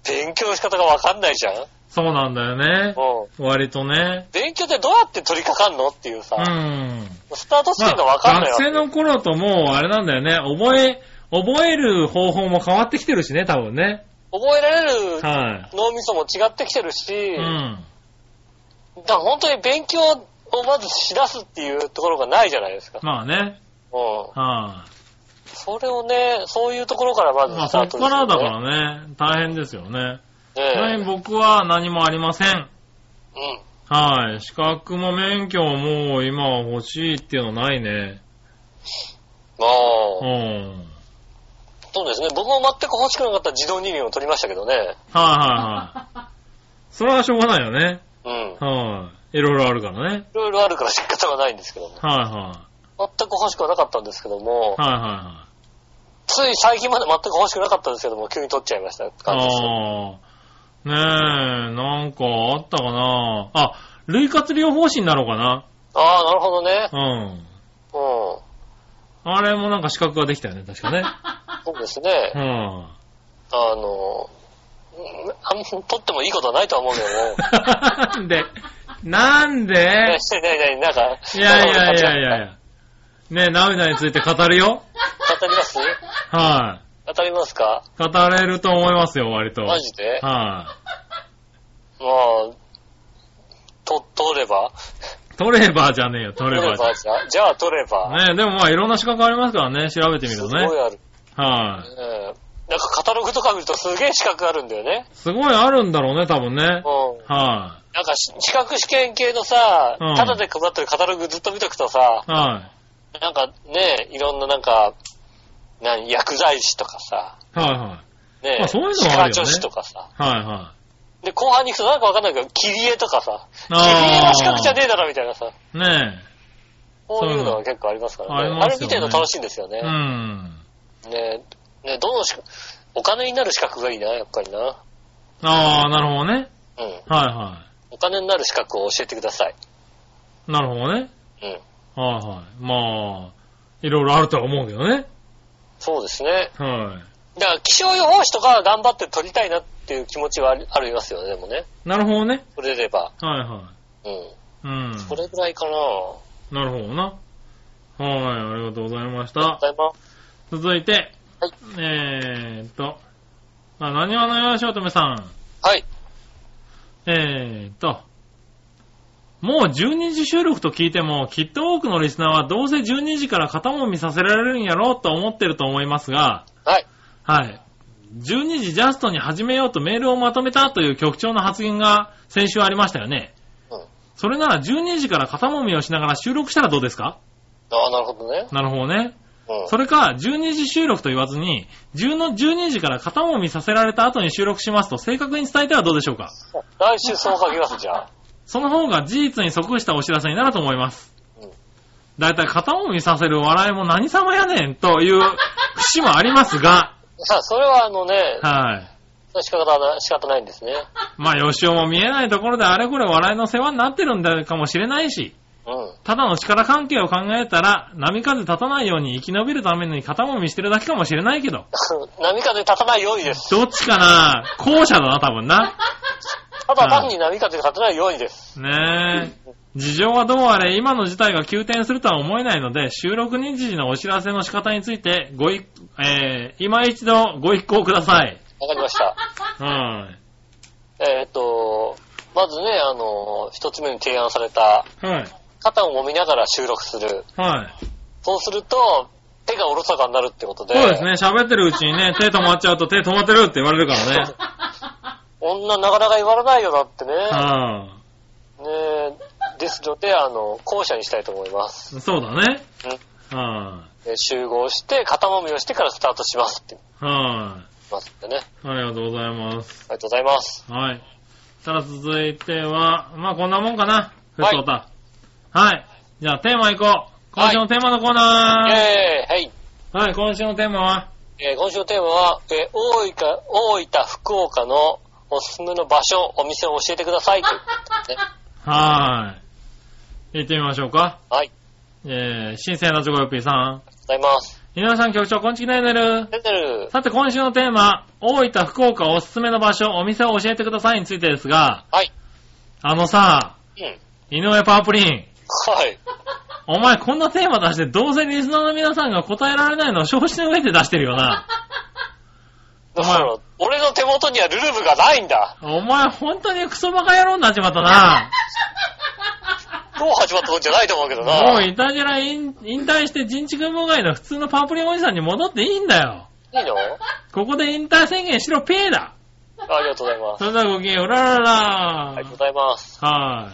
[SPEAKER 2] 勉強の仕方がわかんないじゃん。
[SPEAKER 3] そうなんだよね。うん。割とね。
[SPEAKER 2] 勉強ってどうやって取り掛かんのっていうさ。うん。スタート地点がわかんないわけ、
[SPEAKER 3] まあ、学生の頃ともうあれなんだよね。覚え、覚える方法も変わってきてるしね、多分ね。
[SPEAKER 2] 覚えられる脳みそも違ってきてるし。うん。 だから本当に勉強をまずしだすっていうところがないじゃないですか。
[SPEAKER 3] まあね。
[SPEAKER 2] うん。
[SPEAKER 3] はい、あ、
[SPEAKER 2] それをね、そういうところからまずスタートですよね。
[SPEAKER 3] まあ、そっからだからね、大変ですよね。
[SPEAKER 2] ねえ。
[SPEAKER 3] ちなみに僕は何もありません。うん。はい。資格も免許ももう今は欲しいっていうのないね。
[SPEAKER 2] ああ。
[SPEAKER 3] うん。
[SPEAKER 2] そうですね。僕も全く欲しくなかった自動二輪を取りましたけどね。はいはい
[SPEAKER 3] はい。それはしょうがないよね。
[SPEAKER 2] うん。
[SPEAKER 3] はい。いろいろあるからね。
[SPEAKER 2] いろいろあるから仕方がないんですけども。はいはい。全く欲しくはなかったんですけども。はいはいはい。つい最近まで全く欲しくなかったんですけども、急に取っちゃいました感じです。ああ。ね
[SPEAKER 3] え、なんかあったかな。あ、類活療法士になろうかな。
[SPEAKER 2] ああ、なるほどね。
[SPEAKER 3] うん。うん。あれもなんか資格ができたよね、確かね。
[SPEAKER 2] そうですね。うん。あの、あんま取ってもいいことはないとは思うけども。
[SPEAKER 3] なんでなんでな
[SPEAKER 2] になんか。
[SPEAKER 3] いやいやいやいやいや。ねえ、涙について語るよ。
[SPEAKER 2] 語ります？
[SPEAKER 3] はい。
[SPEAKER 2] 語りますか？
[SPEAKER 3] 語れると思いますよ、割と。
[SPEAKER 2] マジで？はい。まあ、と、取れば
[SPEAKER 3] 取ればじゃねえよ、取ればじゃ。
[SPEAKER 2] じゃ、じゃあ取れば。
[SPEAKER 3] ねえ、でもまあいろんな資格ありますからね、調べてみるとね。
[SPEAKER 2] すごいある。
[SPEAKER 3] はい、
[SPEAKER 2] ね。なんかカタログとか見るとすげえ資格あるんだよね。
[SPEAKER 3] すごいあるんだろうね、多分ね。うん。はい、
[SPEAKER 2] あ、なんか資格試験系のさ、うん、ただで配ってるカタログずっと見とくとさ、はい、なんかね、いろんななんか、何、薬剤師とかさ、
[SPEAKER 3] はいはい。
[SPEAKER 2] ね、
[SPEAKER 3] まあ、そういうのはあるよね。
[SPEAKER 2] 歯科助手とかさ、
[SPEAKER 3] はいはい。
[SPEAKER 2] で、後半に行くとなんかわかんないけど、切り絵とかさ、切り絵の資格じゃねえだろみたいなさ。ねえ。こういうのは結構ありますからね。あ, ねあれ見てるの楽しいんですよね。うん。ねえ、ねえ、どの資格、お金になる資格がいいな、やっぱりな。
[SPEAKER 3] ああ、なるほどね。
[SPEAKER 2] うん。
[SPEAKER 3] はいはい。
[SPEAKER 2] お金になる資格を教えてください。
[SPEAKER 3] なるほどね。
[SPEAKER 2] うん。
[SPEAKER 3] はいはい。まあ、いろいろあるとは思うけどね。
[SPEAKER 2] そうですね。
[SPEAKER 3] はい。
[SPEAKER 2] だから気象予報士とか頑張って取りたいなっていう気持ちはありますよね、でもね。
[SPEAKER 3] なるほどね。
[SPEAKER 2] 取れれば。
[SPEAKER 3] はいはい。
[SPEAKER 2] うん。うん。それぐらいか
[SPEAKER 3] な。なるほどな。はい、ありがとうございました。
[SPEAKER 2] ありがとうございます。
[SPEAKER 3] 続いて、
[SPEAKER 2] はい。
[SPEAKER 3] えーっと、あ、何話のよしおとめさん。
[SPEAKER 2] はい。
[SPEAKER 3] えーっと、もうじゅうにじ収録と聞いても、きっと多くのリスナーはどうせじゅうにじから肩もみさせられるんやろうと思ってると思いますが、
[SPEAKER 2] はい。
[SPEAKER 3] はい。じゅうにじジャストに始めようとメールをまとめたという局長の発言が先週ありましたよね。うん。それならじゅうにじから肩もみをしながら収録したらどうですか？
[SPEAKER 2] ああ、なるほどね。な
[SPEAKER 3] るほどね。うん。それか、じゅうにじ収録と言わずに、じゅうにじから肩もみさせられた後に収録しますと正確に伝えてはどうでしょうか？
[SPEAKER 2] 来週そう書きます、じゃあ。
[SPEAKER 3] その方が事実に即したお知らせになると思います。うん。だいたい肩もみさせる笑いも何様やねんという節もありますが、
[SPEAKER 2] さあ、それはあのね、
[SPEAKER 3] はい。
[SPEAKER 2] それ仕方な、仕方ないんですね。
[SPEAKER 3] まあ、吉尾も見えないところであれこれ笑いの世話になってるんだかもしれないし、うん。ただの力関係を考えたら、波風立たないように生き延びるために肩もみしてるだけかもしれないけど。
[SPEAKER 2] 波風立たないようにです。
[SPEAKER 3] どっちかな？後者だな、多分な。
[SPEAKER 2] ただ単に波風が立たないようにです。
[SPEAKER 3] ねえ。事情はどうあれ、今の事態が急転するとは思えないので、収録日時のお知らせの仕方について、ごい、えー、今一度ご一行ください。
[SPEAKER 2] わかりました。
[SPEAKER 3] はい。
[SPEAKER 2] えーっと、まずね、あの、一つ目に提案された、はい。肩を揉みながら収録する。
[SPEAKER 3] はい。
[SPEAKER 2] そうすると、手がおろそかになるってことで。
[SPEAKER 3] そうですね、喋ってるうちにね、手止まっちゃうと手止まってるって言われるからね。
[SPEAKER 2] こんななかなか言われないよ、だってね。
[SPEAKER 3] はあ。
[SPEAKER 2] ねえ、ですので、あの、後者にしたいと思います。
[SPEAKER 3] そうだね。
[SPEAKER 2] うん。
[SPEAKER 3] はあ。
[SPEAKER 2] 集合して、肩もみをしてからスタートしますって。
[SPEAKER 3] はい。
[SPEAKER 2] ますってね。
[SPEAKER 3] ありがとうございます。
[SPEAKER 2] ありがとうございます。
[SPEAKER 3] はい。さあ続いては、まあこんなもんかな。ふつおた。はい。じゃあテーマいこう。今週のテーマのコーナー。
[SPEAKER 2] はい、えー、はい。
[SPEAKER 3] はい、今週のテーマは、
[SPEAKER 2] えー、今週のテーマは、えー、大分、大分、福岡のおすすめの場所、お店を教えてくださいということですね。
[SPEAKER 3] はーい。行ってみましょうか。
[SPEAKER 2] はい。
[SPEAKER 3] えー、新鮮なチョコヨッピーさん。ありがとう
[SPEAKER 2] ございます。
[SPEAKER 3] 皆さん局長、こんちきねるねる。
[SPEAKER 2] ねる。
[SPEAKER 3] さて今週のテーマ、大分、福岡おすすめの場所、お店を教えてくださいについてですが、
[SPEAKER 2] はい。
[SPEAKER 3] あのさ、
[SPEAKER 2] うん。
[SPEAKER 3] 井上パープリン。
[SPEAKER 2] はい。
[SPEAKER 3] お前こんなテーマ出して、どうせリスナーの皆さんが答えられないのを承知の上で出してるよな。
[SPEAKER 2] だから俺の手元にはルルブがないんだ。
[SPEAKER 3] お前本当にクソバカ野郎になっちまったな。
[SPEAKER 2] もう始まったことじゃないと思うけどな。
[SPEAKER 3] もうイタジラ引退して人畜無害の普通のパープリンおじさんに戻っていいんだよ。
[SPEAKER 2] いいの？
[SPEAKER 3] ここで引退宣言しろペーだ。
[SPEAKER 2] ありがとうございます。
[SPEAKER 3] それではごきげんよう、うららら。
[SPEAKER 2] ありがとうございます。
[SPEAKER 3] はい。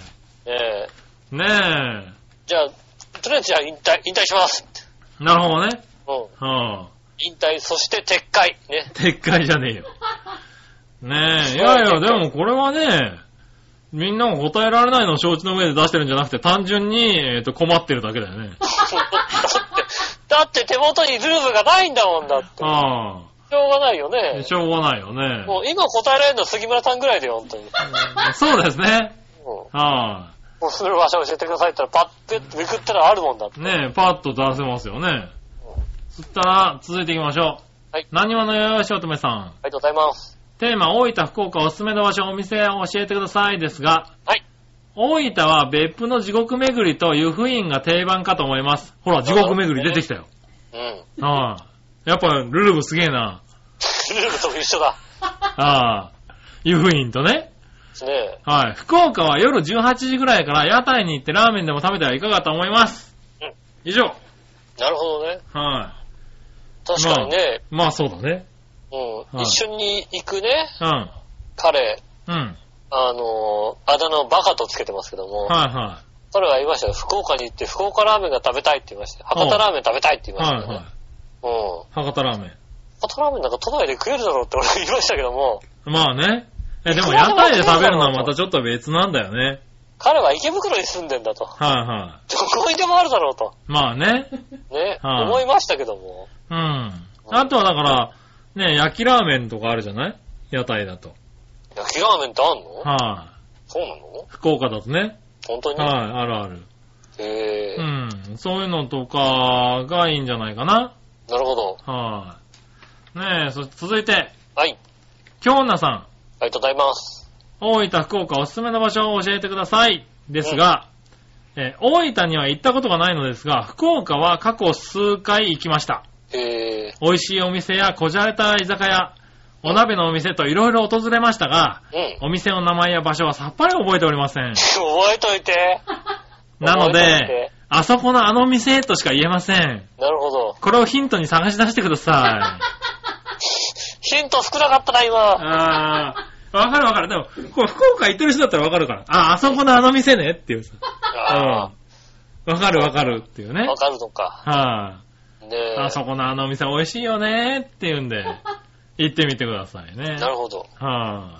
[SPEAKER 2] ね
[SPEAKER 3] え。ねえ。
[SPEAKER 2] じゃあ、とりあえずじゃあ引退、引退します。
[SPEAKER 3] なるほどね。
[SPEAKER 2] うん。
[SPEAKER 3] はあ、
[SPEAKER 2] 引退、そして撤回。ね。
[SPEAKER 3] 撤回じゃねえよ。ねえ。いやいや、でもこれはね、みんなが答えられないのを承知の上で出してるんじゃなくて、単純に、えっと、困ってるだけだよね。
[SPEAKER 2] だって、だって手元にルルブがないんだもんだって。
[SPEAKER 3] ああ。
[SPEAKER 2] しょうがないよね。
[SPEAKER 3] しょうがないよね。
[SPEAKER 2] もう今答えられるのは杉村さんぐらいだよ、本当に。
[SPEAKER 3] そうですね。
[SPEAKER 2] うん、
[SPEAKER 3] はい、
[SPEAKER 2] もうする場所教えてくださいって言ったら、パッてめくったらあるもんだって。
[SPEAKER 3] ねえ、パッと出せますよね。うん、そしたら、続いていきましょう。はい。何話のよよしおとめさん。あ
[SPEAKER 2] りがとうございます。
[SPEAKER 3] テーマ、大分、福岡おすすめの場所、お店を教えてくださいですが、
[SPEAKER 2] はい。
[SPEAKER 3] 大分は別府の地獄巡りと湯布院が定番かと思います。ほら、地獄巡り出てきたよ。
[SPEAKER 2] うん。
[SPEAKER 3] ああ。やっぱ、ルルブすげえな。
[SPEAKER 2] ルルブと一緒だ。
[SPEAKER 3] ああ。湯布院とね。
[SPEAKER 2] ですね。
[SPEAKER 3] はい。福岡は夜じゅうはちじぐらいから屋台に行ってラーメンでも食べてはいかがと思います。うん。以上。
[SPEAKER 2] なるほどね。
[SPEAKER 3] はい。
[SPEAKER 2] 確かにね。
[SPEAKER 3] まあ、まあ、そうだね。
[SPEAKER 2] うん。はい、一緒に行くね。
[SPEAKER 3] うん。
[SPEAKER 2] 彼。
[SPEAKER 3] うん。
[SPEAKER 2] あの、あだ名バカとつけてますけども。
[SPEAKER 3] はいはい。
[SPEAKER 2] 彼は言いましたよ。福岡に行って福岡ラーメンが食べたいって言いましたよ。博多ラーメン食べたいって言いましたよね。はいはい。うん。
[SPEAKER 3] 博多ラーメン。
[SPEAKER 2] 博多ラーメンなんか都内で食えるだろうって俺言いましたけども。
[SPEAKER 3] まあね。え、でも屋台で食べるのはまたちょっと別なんだよね。
[SPEAKER 2] 彼は池袋に住んでんだと。
[SPEAKER 3] はいはい。
[SPEAKER 2] どこにでもあるだろうと。
[SPEAKER 3] まあね。
[SPEAKER 2] ね、はい、思いましたけども。
[SPEAKER 3] うん。あとはだから、ね、焼きラーメンとかあるじゃない？屋台だと。
[SPEAKER 2] 焼きラーメンってあんの？
[SPEAKER 3] はい、あ、
[SPEAKER 2] そうなの？
[SPEAKER 3] 福岡だとね。
[SPEAKER 2] 本当に？
[SPEAKER 3] はい、あ、あるある。
[SPEAKER 2] へぇー。
[SPEAKER 3] うん。そういうのとかがいいんじゃないかな。
[SPEAKER 2] なるほど。
[SPEAKER 3] はい、あ、ねえ、そ続いて。
[SPEAKER 2] はい。
[SPEAKER 3] 京女さん。あ
[SPEAKER 2] りがとうございます。
[SPEAKER 3] 大分、福岡おすすめの場所を教えてください。ですが、うん、えー、大分には行ったことがないのですが、福岡は過去数回行きました。
[SPEAKER 2] へー。
[SPEAKER 3] 美味しいお店やこじゃれた居酒屋、お鍋のお店といろいろ訪れましたが、うん、お店の名前や場所はさっぱり覚えておりません。
[SPEAKER 2] 覚えといて。
[SPEAKER 3] なので、あそこのあの店としか言えません。
[SPEAKER 2] なるほど。
[SPEAKER 3] これをヒントに探し出してくださ
[SPEAKER 2] い。ヒント少なかったな、今。
[SPEAKER 3] あー、わかるわかる。でも、これ福岡行ってる人だったらわかるから。あ、あそこのあの店ねっていうさ。あ、うん。わかるわかるっていうね。
[SPEAKER 2] わかるのか。
[SPEAKER 3] はい、
[SPEAKER 2] あ、ね、
[SPEAKER 3] あそこのあの店美味しいよねっていうんで、行ってみてくださいね。
[SPEAKER 2] なるほど。
[SPEAKER 3] はい、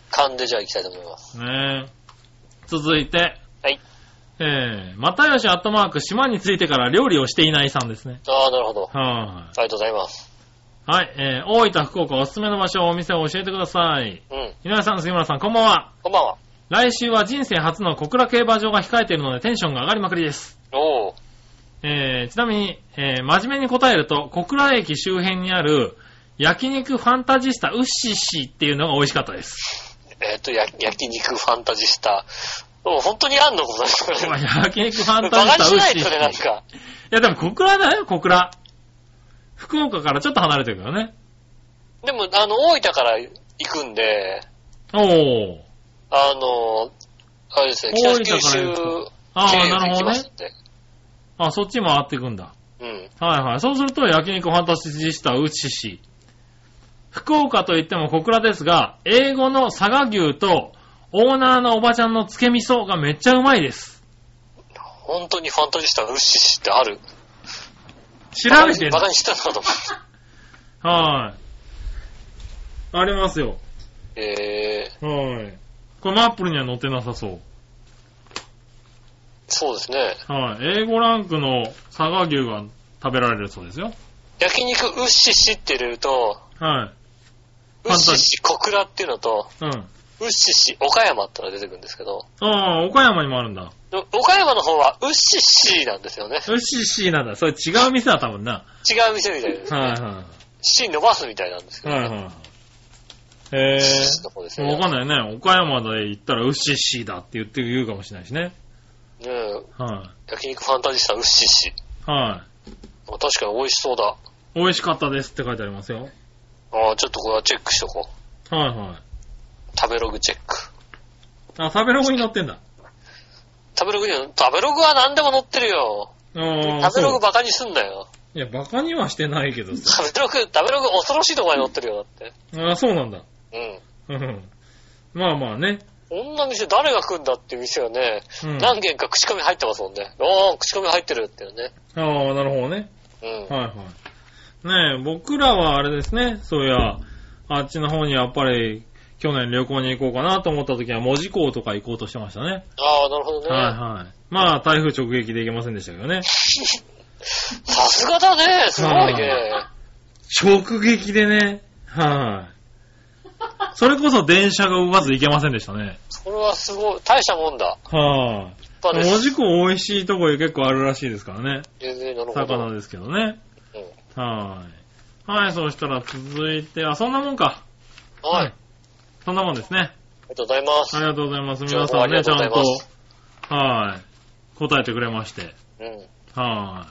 [SPEAKER 2] 勘でじゃあ行きたいと思います。
[SPEAKER 3] ね、続いて。
[SPEAKER 2] はい。
[SPEAKER 3] えー、またよしアットマーク、島についてから料理をしていないさんですね。
[SPEAKER 2] ああ、なるほど。
[SPEAKER 3] はい、あ。
[SPEAKER 2] ありがとうございます。
[SPEAKER 3] はい、えー、大分、福岡おすすめの場所、お店を教えてください。
[SPEAKER 2] うん。
[SPEAKER 3] 井上さん、杉村さん、こんばんは。
[SPEAKER 2] こんばんは。
[SPEAKER 3] 来週は人生初の小倉競馬場が控えているのでテンションが上がりまくりです。
[SPEAKER 2] おー。
[SPEAKER 3] えー、ちなみに、えー、真面目に答えると、小倉駅周辺にある焼肉ファンタジスタウッシッシっていうのが美味しかったです。
[SPEAKER 2] えっ、ー、と、や焼肉ファンタジスタ。もう本当にあんのこの人。
[SPEAKER 3] 焼肉ファンタジスタウッシッシ。バカにしないとね、なんか。いや、でも小倉だよ、小倉。福岡からちょっと離れてるからね。で
[SPEAKER 2] も、あの、大分から行くんで、
[SPEAKER 3] おー。
[SPEAKER 2] あの、あれですね、北九州
[SPEAKER 3] ああ、なるほどね。あ、そっちも回っていくんだ。
[SPEAKER 2] うん。
[SPEAKER 3] はいはい。そうすると、焼肉ファンタジスタウッシッシ。福岡といっても小倉ですが、英語の佐賀牛と、オーナーのおばちゃんのつけ味噌がめっちゃうまいです。
[SPEAKER 2] 本当にファンタジスタウッシッシってある？
[SPEAKER 3] 調べてんの？
[SPEAKER 2] バカにしてたのかと思
[SPEAKER 3] う。はい。ありますよ。
[SPEAKER 2] え
[SPEAKER 3] ー。はい。これマップルには載ってなさそう。
[SPEAKER 2] そうですね。
[SPEAKER 3] はい。エーごランクの佐賀牛が食べられるそうですよ。
[SPEAKER 2] 焼肉ウッシッシって入れると、
[SPEAKER 3] はい。
[SPEAKER 2] ウッシッシ小倉っていうのと、
[SPEAKER 3] うん。
[SPEAKER 2] ウッシッシ岡山ってのが出てくるんですけど。
[SPEAKER 3] ああ、岡山にもあるんだ。
[SPEAKER 2] 岡山の方はウッシッシなんですよね。
[SPEAKER 3] ウッシッシなんだ。それ違う店だ多分な。
[SPEAKER 2] 違う店みたいですね。
[SPEAKER 3] はいはい。
[SPEAKER 2] シ伸ばすみたいなんですけど、ね。
[SPEAKER 3] はいはい。へぇー。わかんないね。岡山で行ったらウッシッシだって言って言うかもしれないしね。
[SPEAKER 2] ねえ。
[SPEAKER 3] はい。
[SPEAKER 2] 焼肉ファンタジスタウッシッシ。
[SPEAKER 3] はい。
[SPEAKER 2] 確かに美味しそうだ。
[SPEAKER 3] 美味しかったですって書いてありますよ。
[SPEAKER 2] ああ、ちょっとこれはチェックしとこ
[SPEAKER 3] う。はいはい。
[SPEAKER 2] 食べログチェック。
[SPEAKER 3] あ、食べログに載ってんだ。
[SPEAKER 2] 食べログに、食べログは何でも載ってるよ。食べログバカにすんなよ。
[SPEAKER 3] いや、バカにはしてないけど
[SPEAKER 2] さ。食べログ、食べログ恐ろしいところに載ってるよ、だって。
[SPEAKER 3] ああ、そうなんだ。
[SPEAKER 2] うん。
[SPEAKER 3] うん。まあまあね。
[SPEAKER 2] こんな店誰が来んだっていう店はね、うん、何軒か口コミ入ってますもんね。おー、口コミ入ってるっていうね。
[SPEAKER 3] ああ、なるほどね。
[SPEAKER 2] うん。
[SPEAKER 3] はいはい。ねえ、僕らはあれですね、そういや、あっちの方にやっぱり、去年旅行に行こうかなと思った時は、門司港とか行こうとしてましたね。
[SPEAKER 2] ああ、なるほどね。
[SPEAKER 3] はいはい。まあ、台風直撃で行けませんでしたけどね。
[SPEAKER 2] さすがだね、すごいね。
[SPEAKER 3] 直撃でね、はい。それこそ電車が動かず行けませんでしたね。
[SPEAKER 2] それはすごい、大したもんだ。
[SPEAKER 3] はい、あ。門司港美味しいとこ結構あるらしいですからね。
[SPEAKER 2] 全然なるほど。
[SPEAKER 3] 魚ですけどね。うん、はい。はい、そうしたら続いて、あ、そんなもんか。
[SPEAKER 2] はい。はい、
[SPEAKER 3] そんなもんですね。
[SPEAKER 2] ありがとうございます。
[SPEAKER 3] ありがとうございます。皆さんね、ちゃんと、はい、答えてくれまして。
[SPEAKER 2] うん。
[SPEAKER 3] はい。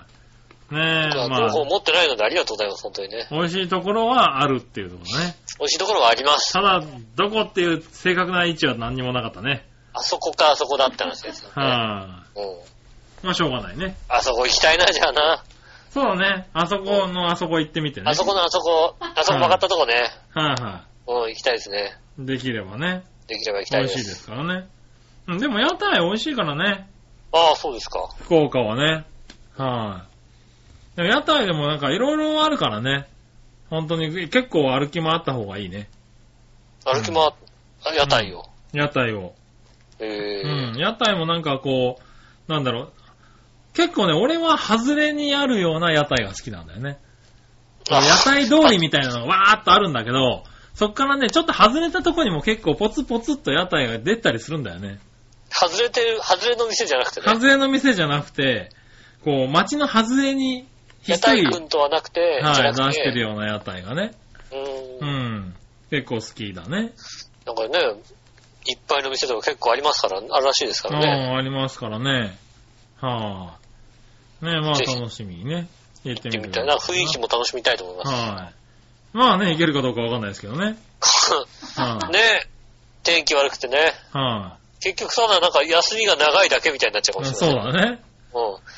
[SPEAKER 3] ねえ、
[SPEAKER 2] まあ。情報持ってないのでありがとうございます、本当にね。
[SPEAKER 3] 美味しいところはあるっていうところね。
[SPEAKER 2] 美味しいところはあります。
[SPEAKER 3] ただ、どこっていう正確な位置は何にもなかったね。
[SPEAKER 2] あそこかあそこだって話ですよね。
[SPEAKER 3] はい、
[SPEAKER 2] うん。
[SPEAKER 3] まあ、しょうがないね。
[SPEAKER 2] あそこ行きたいな、じゃあな。
[SPEAKER 3] そうだね。あそこのあそこ行ってみてね。
[SPEAKER 2] あそこのあそこ、あそこ曲がったとこね。
[SPEAKER 3] はいはい。
[SPEAKER 2] うん、行きたいですね。
[SPEAKER 3] できればね。
[SPEAKER 2] できれば行きたいです。
[SPEAKER 3] 美味しいですからね。うん、でも屋台美味しいからね。
[SPEAKER 2] ああ、そうですか。
[SPEAKER 3] 福岡はね。はい、でも屋台でもなんかいろいろあるからね。本当に結構歩き回った方がいいね。
[SPEAKER 2] 歩き回っ、うん、屋台を、
[SPEAKER 3] うん、屋台を。
[SPEAKER 2] へぇ
[SPEAKER 3] ー。うん。屋台もなんかこう、なんだろう。結構ね、俺は外れにあるような屋台が好きなんだよね。屋台通りみたいなのがわーっとあるんだけど、そっからね、ちょっと外れたとこにも結構ポツポツっと屋台が出たりするんだよね。
[SPEAKER 2] 外れてる、外れの店じゃなくてね。
[SPEAKER 3] 外れの店じゃなくて、こう、街の外れに、
[SPEAKER 2] 屋台君とはなくて、
[SPEAKER 3] はい、出してるような屋台がね。
[SPEAKER 2] うーん。
[SPEAKER 3] うん。結構好きだね。
[SPEAKER 2] なんかね、いっぱいの店とか結構ありますから、あるらしいですからね。
[SPEAKER 3] ああ、ありますからね。はあ。ねえ、まあ楽しみにね。
[SPEAKER 2] 行ってみたいな。雰囲気も楽しみたいと思います。
[SPEAKER 3] はい。まあね、行けるかどうかわかんないですけどね。
[SPEAKER 2] はあ、ねえ、天気悪くてね。
[SPEAKER 3] はい。
[SPEAKER 2] 結局そうだ、なんか休みが長いだけみたいになっちゃうかもしれない。
[SPEAKER 3] そうだね。
[SPEAKER 2] うん。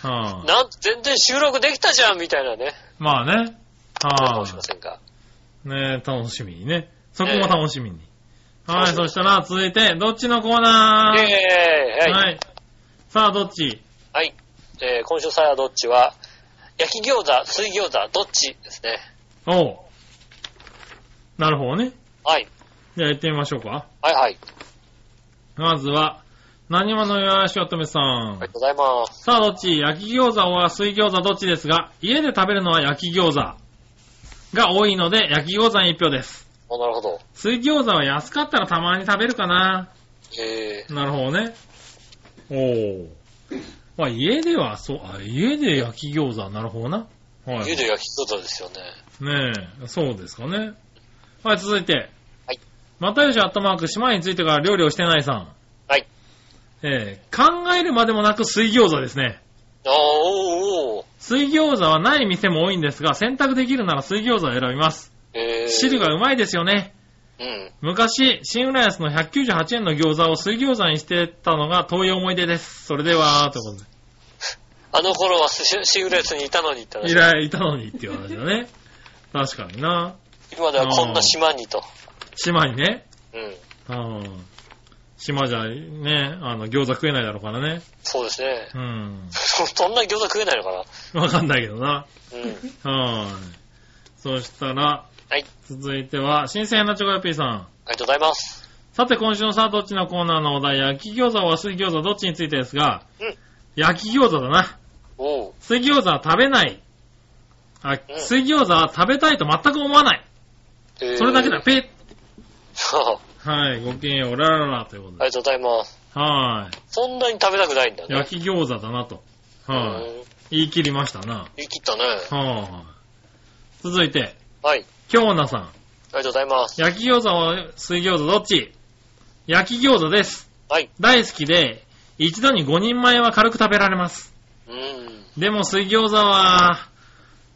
[SPEAKER 2] はあ、なん全然収録できたじゃんみたいなね。
[SPEAKER 3] まあね。はあ。
[SPEAKER 2] かもしれませんか。
[SPEAKER 3] ねえ、楽しみにね。そこも楽しみに。ね、はい、そしたら続いて、どっちのコーナー？
[SPEAKER 2] イェーイ、
[SPEAKER 3] はい。はい。さあ、どっち？
[SPEAKER 2] はい。えー、今週さあどっちは、焼き餃子、水餃子、どっちですね。
[SPEAKER 3] おう。なるほどね。
[SPEAKER 2] はい。
[SPEAKER 3] じゃあ行ってみましょうか。
[SPEAKER 2] はいはい。
[SPEAKER 3] まずは、何話のよしおとめさん。
[SPEAKER 2] ありがとうございます。
[SPEAKER 3] さあ、どっち？焼き餃子は水餃子どっちですが、家で食べるのは焼き餃子が多いので、焼き餃子に一票です。
[SPEAKER 2] あ、なるほど。
[SPEAKER 3] 水餃子は安かったらたまに食べるかな。
[SPEAKER 2] へ
[SPEAKER 3] え。なるほどね。おー。まあ、家では、そう、あ、家で焼き餃子、なるほどな。
[SPEAKER 2] はい。家で焼き餃子ですよ
[SPEAKER 3] ね。ねえ、そうですかね。はい、続いて。
[SPEAKER 2] はい。
[SPEAKER 3] またよしアットマーク、島についてから料理をしてないさん。
[SPEAKER 2] はい。
[SPEAKER 3] えー、考えるまでもなく水餃子ですね。
[SPEAKER 2] おーおー。
[SPEAKER 3] 水餃子はない店も多いんですが、選択できるなら水餃子を選びます。
[SPEAKER 2] へー。
[SPEAKER 3] 汁がうまいですよね。
[SPEAKER 2] うん。
[SPEAKER 3] 昔、新浦安のひゃくきゅうじゅうはちえんの餃子を水餃子にしてたのが遠い思い出です。それでは、ということで。
[SPEAKER 2] あの頃は新浦安にいたのにって話。
[SPEAKER 3] いら、いたのにっていう話だね。確かにな。
[SPEAKER 2] 今ではこんな島にと。
[SPEAKER 3] 島にね。
[SPEAKER 2] うん。
[SPEAKER 3] あ島じゃね、あの、餃子食えないだろうからね。
[SPEAKER 2] そうですね。
[SPEAKER 3] うん。
[SPEAKER 2] そんな餃子食えないのか
[SPEAKER 3] なわかんないけどな。
[SPEAKER 2] うん。
[SPEAKER 3] はい。そしたら、
[SPEAKER 2] はい。
[SPEAKER 3] 続いては、新鮮なチョコヨッピーさん。
[SPEAKER 2] ありがとうございます。
[SPEAKER 3] さて、今週のさあどっちのコーナーのお題、焼き餃子は水餃子どっちについてですが、
[SPEAKER 2] うん。
[SPEAKER 3] 焼き餃子だな。
[SPEAKER 2] おう。
[SPEAKER 3] 水餃子は食べない。あ、うん、水餃子は食べたいと全く思わない。えー、それだけだ、ペッ。はい、ごきげんよう、ララララということで。
[SPEAKER 2] ありがとうございます。
[SPEAKER 3] はい。
[SPEAKER 2] そんなに食べたくないんだね。
[SPEAKER 3] 焼き餃子だなと。はい。言い切りましたな。
[SPEAKER 2] 言い切ったね。
[SPEAKER 3] はい。続いて。
[SPEAKER 2] はい。
[SPEAKER 3] 京奈さん。
[SPEAKER 2] ありがとうございます。
[SPEAKER 3] 焼き餃子は水餃子どっち？焼き餃子です。
[SPEAKER 2] はい。
[SPEAKER 3] 大好きで、一度にごにんまえは軽く食べられます。
[SPEAKER 2] うーん。
[SPEAKER 3] でも水餃子は、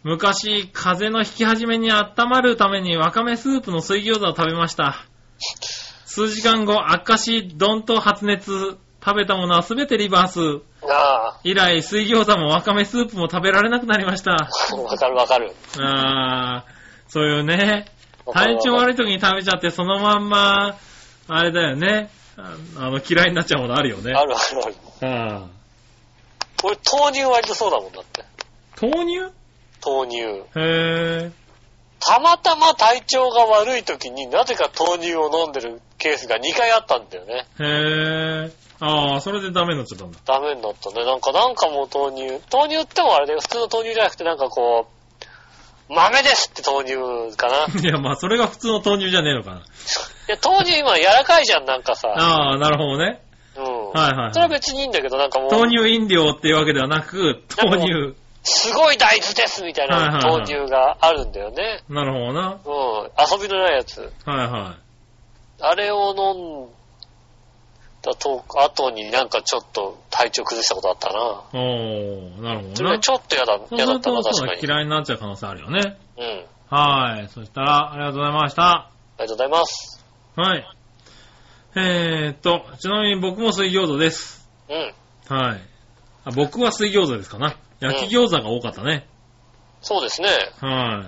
[SPEAKER 3] 昔、風邪の引き始めに温まるためにわかめスープの水餃子を食べました。数時間後、悪化し、どんと発熱。食べたものはすべてリバース。ああ。以来、水餃子もわかめスープも食べられなくなりました。
[SPEAKER 2] わかるわかる。
[SPEAKER 3] ああ、そういうね、体調悪い時に食べちゃってそのまんま、あれだよね。あの、嫌いになっちゃうものあるよね。
[SPEAKER 2] あるあるある。ああ。これ、豆乳割とそうだもんだって。
[SPEAKER 3] 豆乳？
[SPEAKER 2] 豆乳。
[SPEAKER 3] へえ。
[SPEAKER 2] たまたま体調が悪い時になぜか豆乳を飲んでるケースがにかいあったんだよね。
[SPEAKER 3] へえ。ああ、それでダメになっちゃったんだ。
[SPEAKER 2] ダメになったね。なんか、なんかもう豆乳。豆乳ってもあれだよ。普通の豆乳じゃなくてなんかこう、豆ですって豆乳かな。
[SPEAKER 3] いや、まあ、それが普通の豆乳じゃねえのかな。い
[SPEAKER 2] や、豆乳今柔らかいじゃん、なんかさ。
[SPEAKER 3] ああ、なるほどね。
[SPEAKER 2] うん。
[SPEAKER 3] はいはい、はい。
[SPEAKER 2] それは別にいいんだけど、なんかもう。
[SPEAKER 3] 豆乳飲料っていうわけではなく、豆乳。
[SPEAKER 2] すごい大豆ですみたいな豆乳があるんだよね。はいはいはい、
[SPEAKER 3] なるほどな。
[SPEAKER 2] うん。遊びのないやつ。
[SPEAKER 3] はいはい。あ
[SPEAKER 2] れを飲んだと、後になんかちょっと体調崩したことあったな。
[SPEAKER 3] おー、なるほどな。
[SPEAKER 2] それちょっと嫌だ、嫌だったな、確かに。
[SPEAKER 3] 嫌いになっちゃう可能性あるよね。
[SPEAKER 2] うん。
[SPEAKER 3] はい。そしたら、ありがとうございました。
[SPEAKER 2] ありがとうございます。
[SPEAKER 3] はい。えーっと、ちなみに僕も水餃子です。
[SPEAKER 2] うん。
[SPEAKER 3] はい。あ、僕は水餃子ですかな。焼き餃子が多かったね。
[SPEAKER 2] うん、そうですね。
[SPEAKER 3] はい。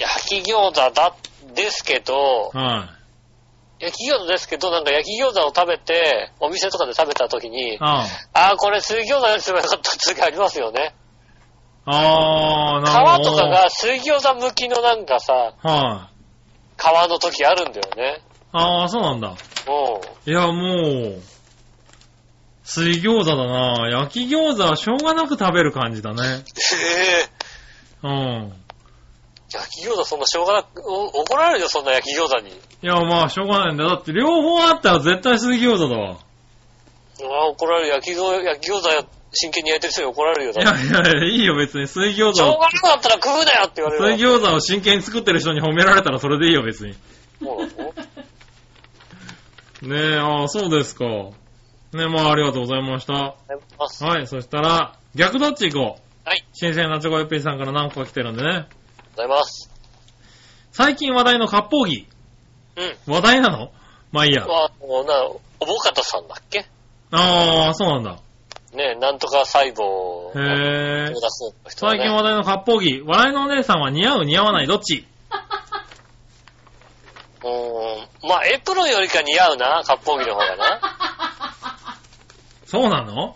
[SPEAKER 2] 焼き餃子だ、ですけど、
[SPEAKER 3] はい。
[SPEAKER 2] 焼き餃子ですけど、なんか焼き餃子を食べて、お店とかで食べた時に、
[SPEAKER 3] あ
[SPEAKER 2] あ、これ水餃子にすればよかったって時ありますよね。
[SPEAKER 3] あー、なるほど。
[SPEAKER 2] 皮とかが水餃子向きのなんかさ、
[SPEAKER 3] はい。
[SPEAKER 2] 皮の時あるんだよね。
[SPEAKER 3] あー、そうなんだ。
[SPEAKER 2] うん。
[SPEAKER 3] いや、もう、水餃子だな。焼き餃子はしょうがなく食べる感じだね。
[SPEAKER 2] へ
[SPEAKER 3] ぇー。うん。
[SPEAKER 2] 焼き餃子そんなしょうがなく、怒られるよ、そんな焼き餃子に。い
[SPEAKER 3] や、まあ、しょうがないんだよ。だって両方あったら絶対水餃子だわ。
[SPEAKER 2] ああ、怒られる。焼き餃子、焼き餃子真剣に焼いてる人に怒られるよ。
[SPEAKER 3] いやいやいや、いいよ、別に。水餃子を。
[SPEAKER 2] しょうがなくなったら食うなよって言われる。
[SPEAKER 3] 水餃子を真剣に作ってる人に褒められたらそれでいいよ、別に。
[SPEAKER 2] そうなの？
[SPEAKER 3] ねえ、ああ、そうですか。ねえ、まあ、ありがとうございました。ありがとうございます。はい、そしたら、逆どっち行こう。
[SPEAKER 2] はい。
[SPEAKER 3] 新鮮なチョコヨッピーさんから何個か来てるんでね。ありがとう
[SPEAKER 2] ございます。
[SPEAKER 3] 最近話題の割烹着。
[SPEAKER 2] うん。
[SPEAKER 3] 話題なの？まあいいや。
[SPEAKER 2] まあ、もうな、おぼかたさんだっけ？
[SPEAKER 3] ああ、そうなんだ。
[SPEAKER 2] ねえ、なんとか細胞。
[SPEAKER 3] へえ、ね。最近話題の割烹着。笑いのお姉さんは似合う似合わないどっち？
[SPEAKER 2] うーん。まあ、エプロンよりか似合うな、割烹着の方がな。
[SPEAKER 3] そうなの？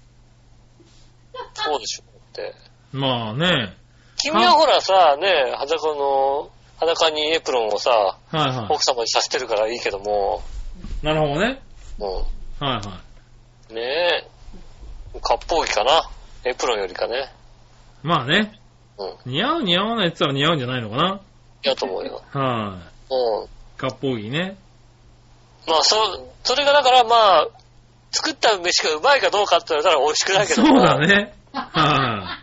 [SPEAKER 2] そうでしょって。
[SPEAKER 3] まあね。
[SPEAKER 2] 君はほらさ、ね、裸の、裸にエプロンをさ、
[SPEAKER 3] はいはい、
[SPEAKER 2] 奥様にさせてるからいいけども。
[SPEAKER 3] なるほどね。
[SPEAKER 2] うん。
[SPEAKER 3] はいはい。
[SPEAKER 2] ねえ。割烹着かな。エプロンよりかね。
[SPEAKER 3] まあね。
[SPEAKER 2] うん。
[SPEAKER 3] 似合う似合わないって言ったら似合うんじゃないのかな。
[SPEAKER 2] 似合うと思うよ。
[SPEAKER 3] はい、
[SPEAKER 2] うん。
[SPEAKER 3] 割烹着ね。
[SPEAKER 2] まあ、そ、それがだからまあ、作った飯がうまいかどうかって言われたら美味しくないけども。
[SPEAKER 3] そうだね。はい、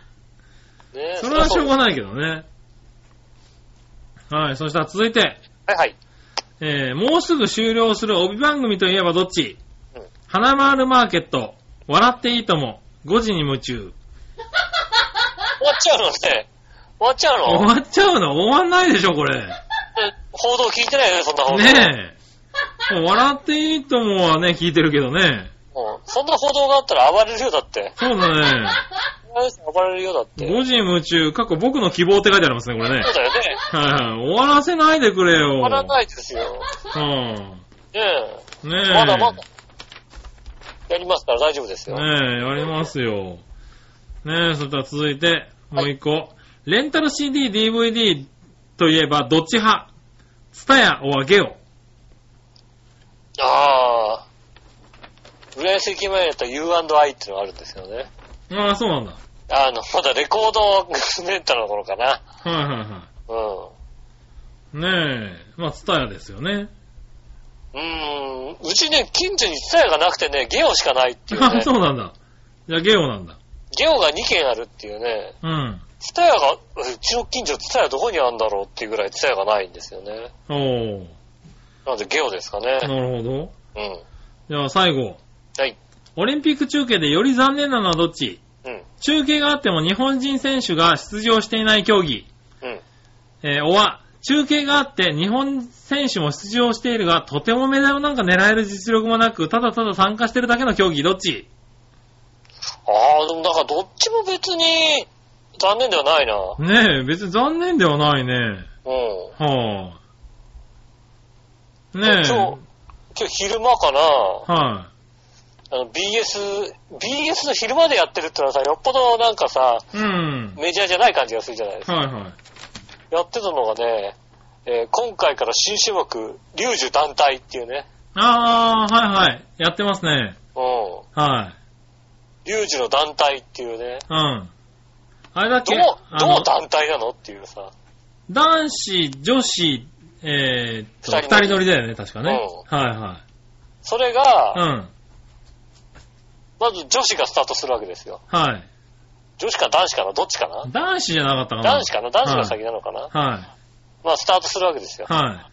[SPEAKER 3] ね、それはしょうがないけどね。はい、そしたら続いて。
[SPEAKER 2] はいはい。
[SPEAKER 3] えー、もうすぐ終了する帯番組といえばどっち？うん。花丸マーケット、笑っていいとも、ごじに夢中。終
[SPEAKER 2] わっちゃうのね。終わっちゃうの？
[SPEAKER 3] 終わっちゃうの？終わんないでしょ、これ。
[SPEAKER 2] 報道聞いてないよね、そんな報道。
[SPEAKER 3] ねえ。笑っていいともはね、聞いてるけどね。
[SPEAKER 2] うん。そんな報道があったら暴れるよ、だって。
[SPEAKER 3] そうだね。
[SPEAKER 2] 暴れるよ、だって。
[SPEAKER 3] ごじ夢中、過去僕の希望って書いてありますね、これね。
[SPEAKER 2] そうだよね。
[SPEAKER 3] はい、終わらせないでくれよ。
[SPEAKER 2] 終わらないですよ。
[SPEAKER 3] うん。
[SPEAKER 2] ねえ。
[SPEAKER 3] ねえ。
[SPEAKER 2] まだまだ。やりますから大丈夫ですよ。
[SPEAKER 3] ねえ、やりますよ。ねえ、そしたら続いて、もう一個。はい、レンタル シーディー、ディーブイディー といえばどっち派？ツタヤおゲオ。
[SPEAKER 2] ああ。浦安駅前だったら ユーアンドアイ ってのがあるんですよね。
[SPEAKER 3] ああ、そうなんだ。
[SPEAKER 2] あの、まだレコードレンタルの頃かな。
[SPEAKER 3] はいはいはい。うん。ねえ、まあツタヤですよね。
[SPEAKER 2] うーん、うちね、近所にツタヤがなくてね、ゲオしかないっていうね。
[SPEAKER 3] あ、そうなんだ。じゃあゲオなんだ。
[SPEAKER 2] ゲオがにけんあるっていうね。
[SPEAKER 3] うん。
[SPEAKER 2] ツタヤが、うちの近所ツタヤどこにあるんだろうっていうぐらいツタヤがないんですよね。
[SPEAKER 3] おー。
[SPEAKER 2] なのでゲオですかね。
[SPEAKER 3] なるほど。
[SPEAKER 2] うん。
[SPEAKER 3] じゃあ最後。
[SPEAKER 2] はい。
[SPEAKER 3] オリンピック中継でより残念なのはどっち？
[SPEAKER 2] うん。
[SPEAKER 3] 中継があっても日本人選手が出場していない競技。うん。えー、おわ、中継があって日本選手も出場しているが、とてもメダルなんか狙える実力もなく、ただただ参加してるだけの競技、どっち？
[SPEAKER 2] ああ、でもだからどっちも別に残念ではないな。
[SPEAKER 3] ねえ、別に残念ではないね。
[SPEAKER 2] うん。
[SPEAKER 3] はあ。ねえ。今
[SPEAKER 2] 日、今日昼間かな。
[SPEAKER 3] はい。
[SPEAKER 2] あの ビーエス、ビーエス の昼間でやってるってのはさ、よっぽどなんかさ、
[SPEAKER 3] うん。
[SPEAKER 2] メジャーじゃない感じがするじゃないですか。
[SPEAKER 3] はいはい。
[SPEAKER 2] やってたのがね、えー、今回から新種目、龍樹団体っていうね。
[SPEAKER 3] ああ、はいはい。やってますね。
[SPEAKER 2] うん。
[SPEAKER 3] はい。
[SPEAKER 2] 龍樹の団体っていうね。
[SPEAKER 3] うん。あれだっけ？
[SPEAKER 2] どう、どう団体なのっていうさ。
[SPEAKER 3] 男子、女子、えーっと、二人乗りだよね、確かね。うん。はいはい。
[SPEAKER 2] それが、
[SPEAKER 3] うん。
[SPEAKER 2] まず女子がスタートするわけですよ。
[SPEAKER 3] はい。
[SPEAKER 2] 女子か男子かなどっちかな
[SPEAKER 3] 男子じゃなかったかな
[SPEAKER 2] 男子かな男子が先なのかな、はい、はい。まあ、スタートするわけですよ。
[SPEAKER 3] はい。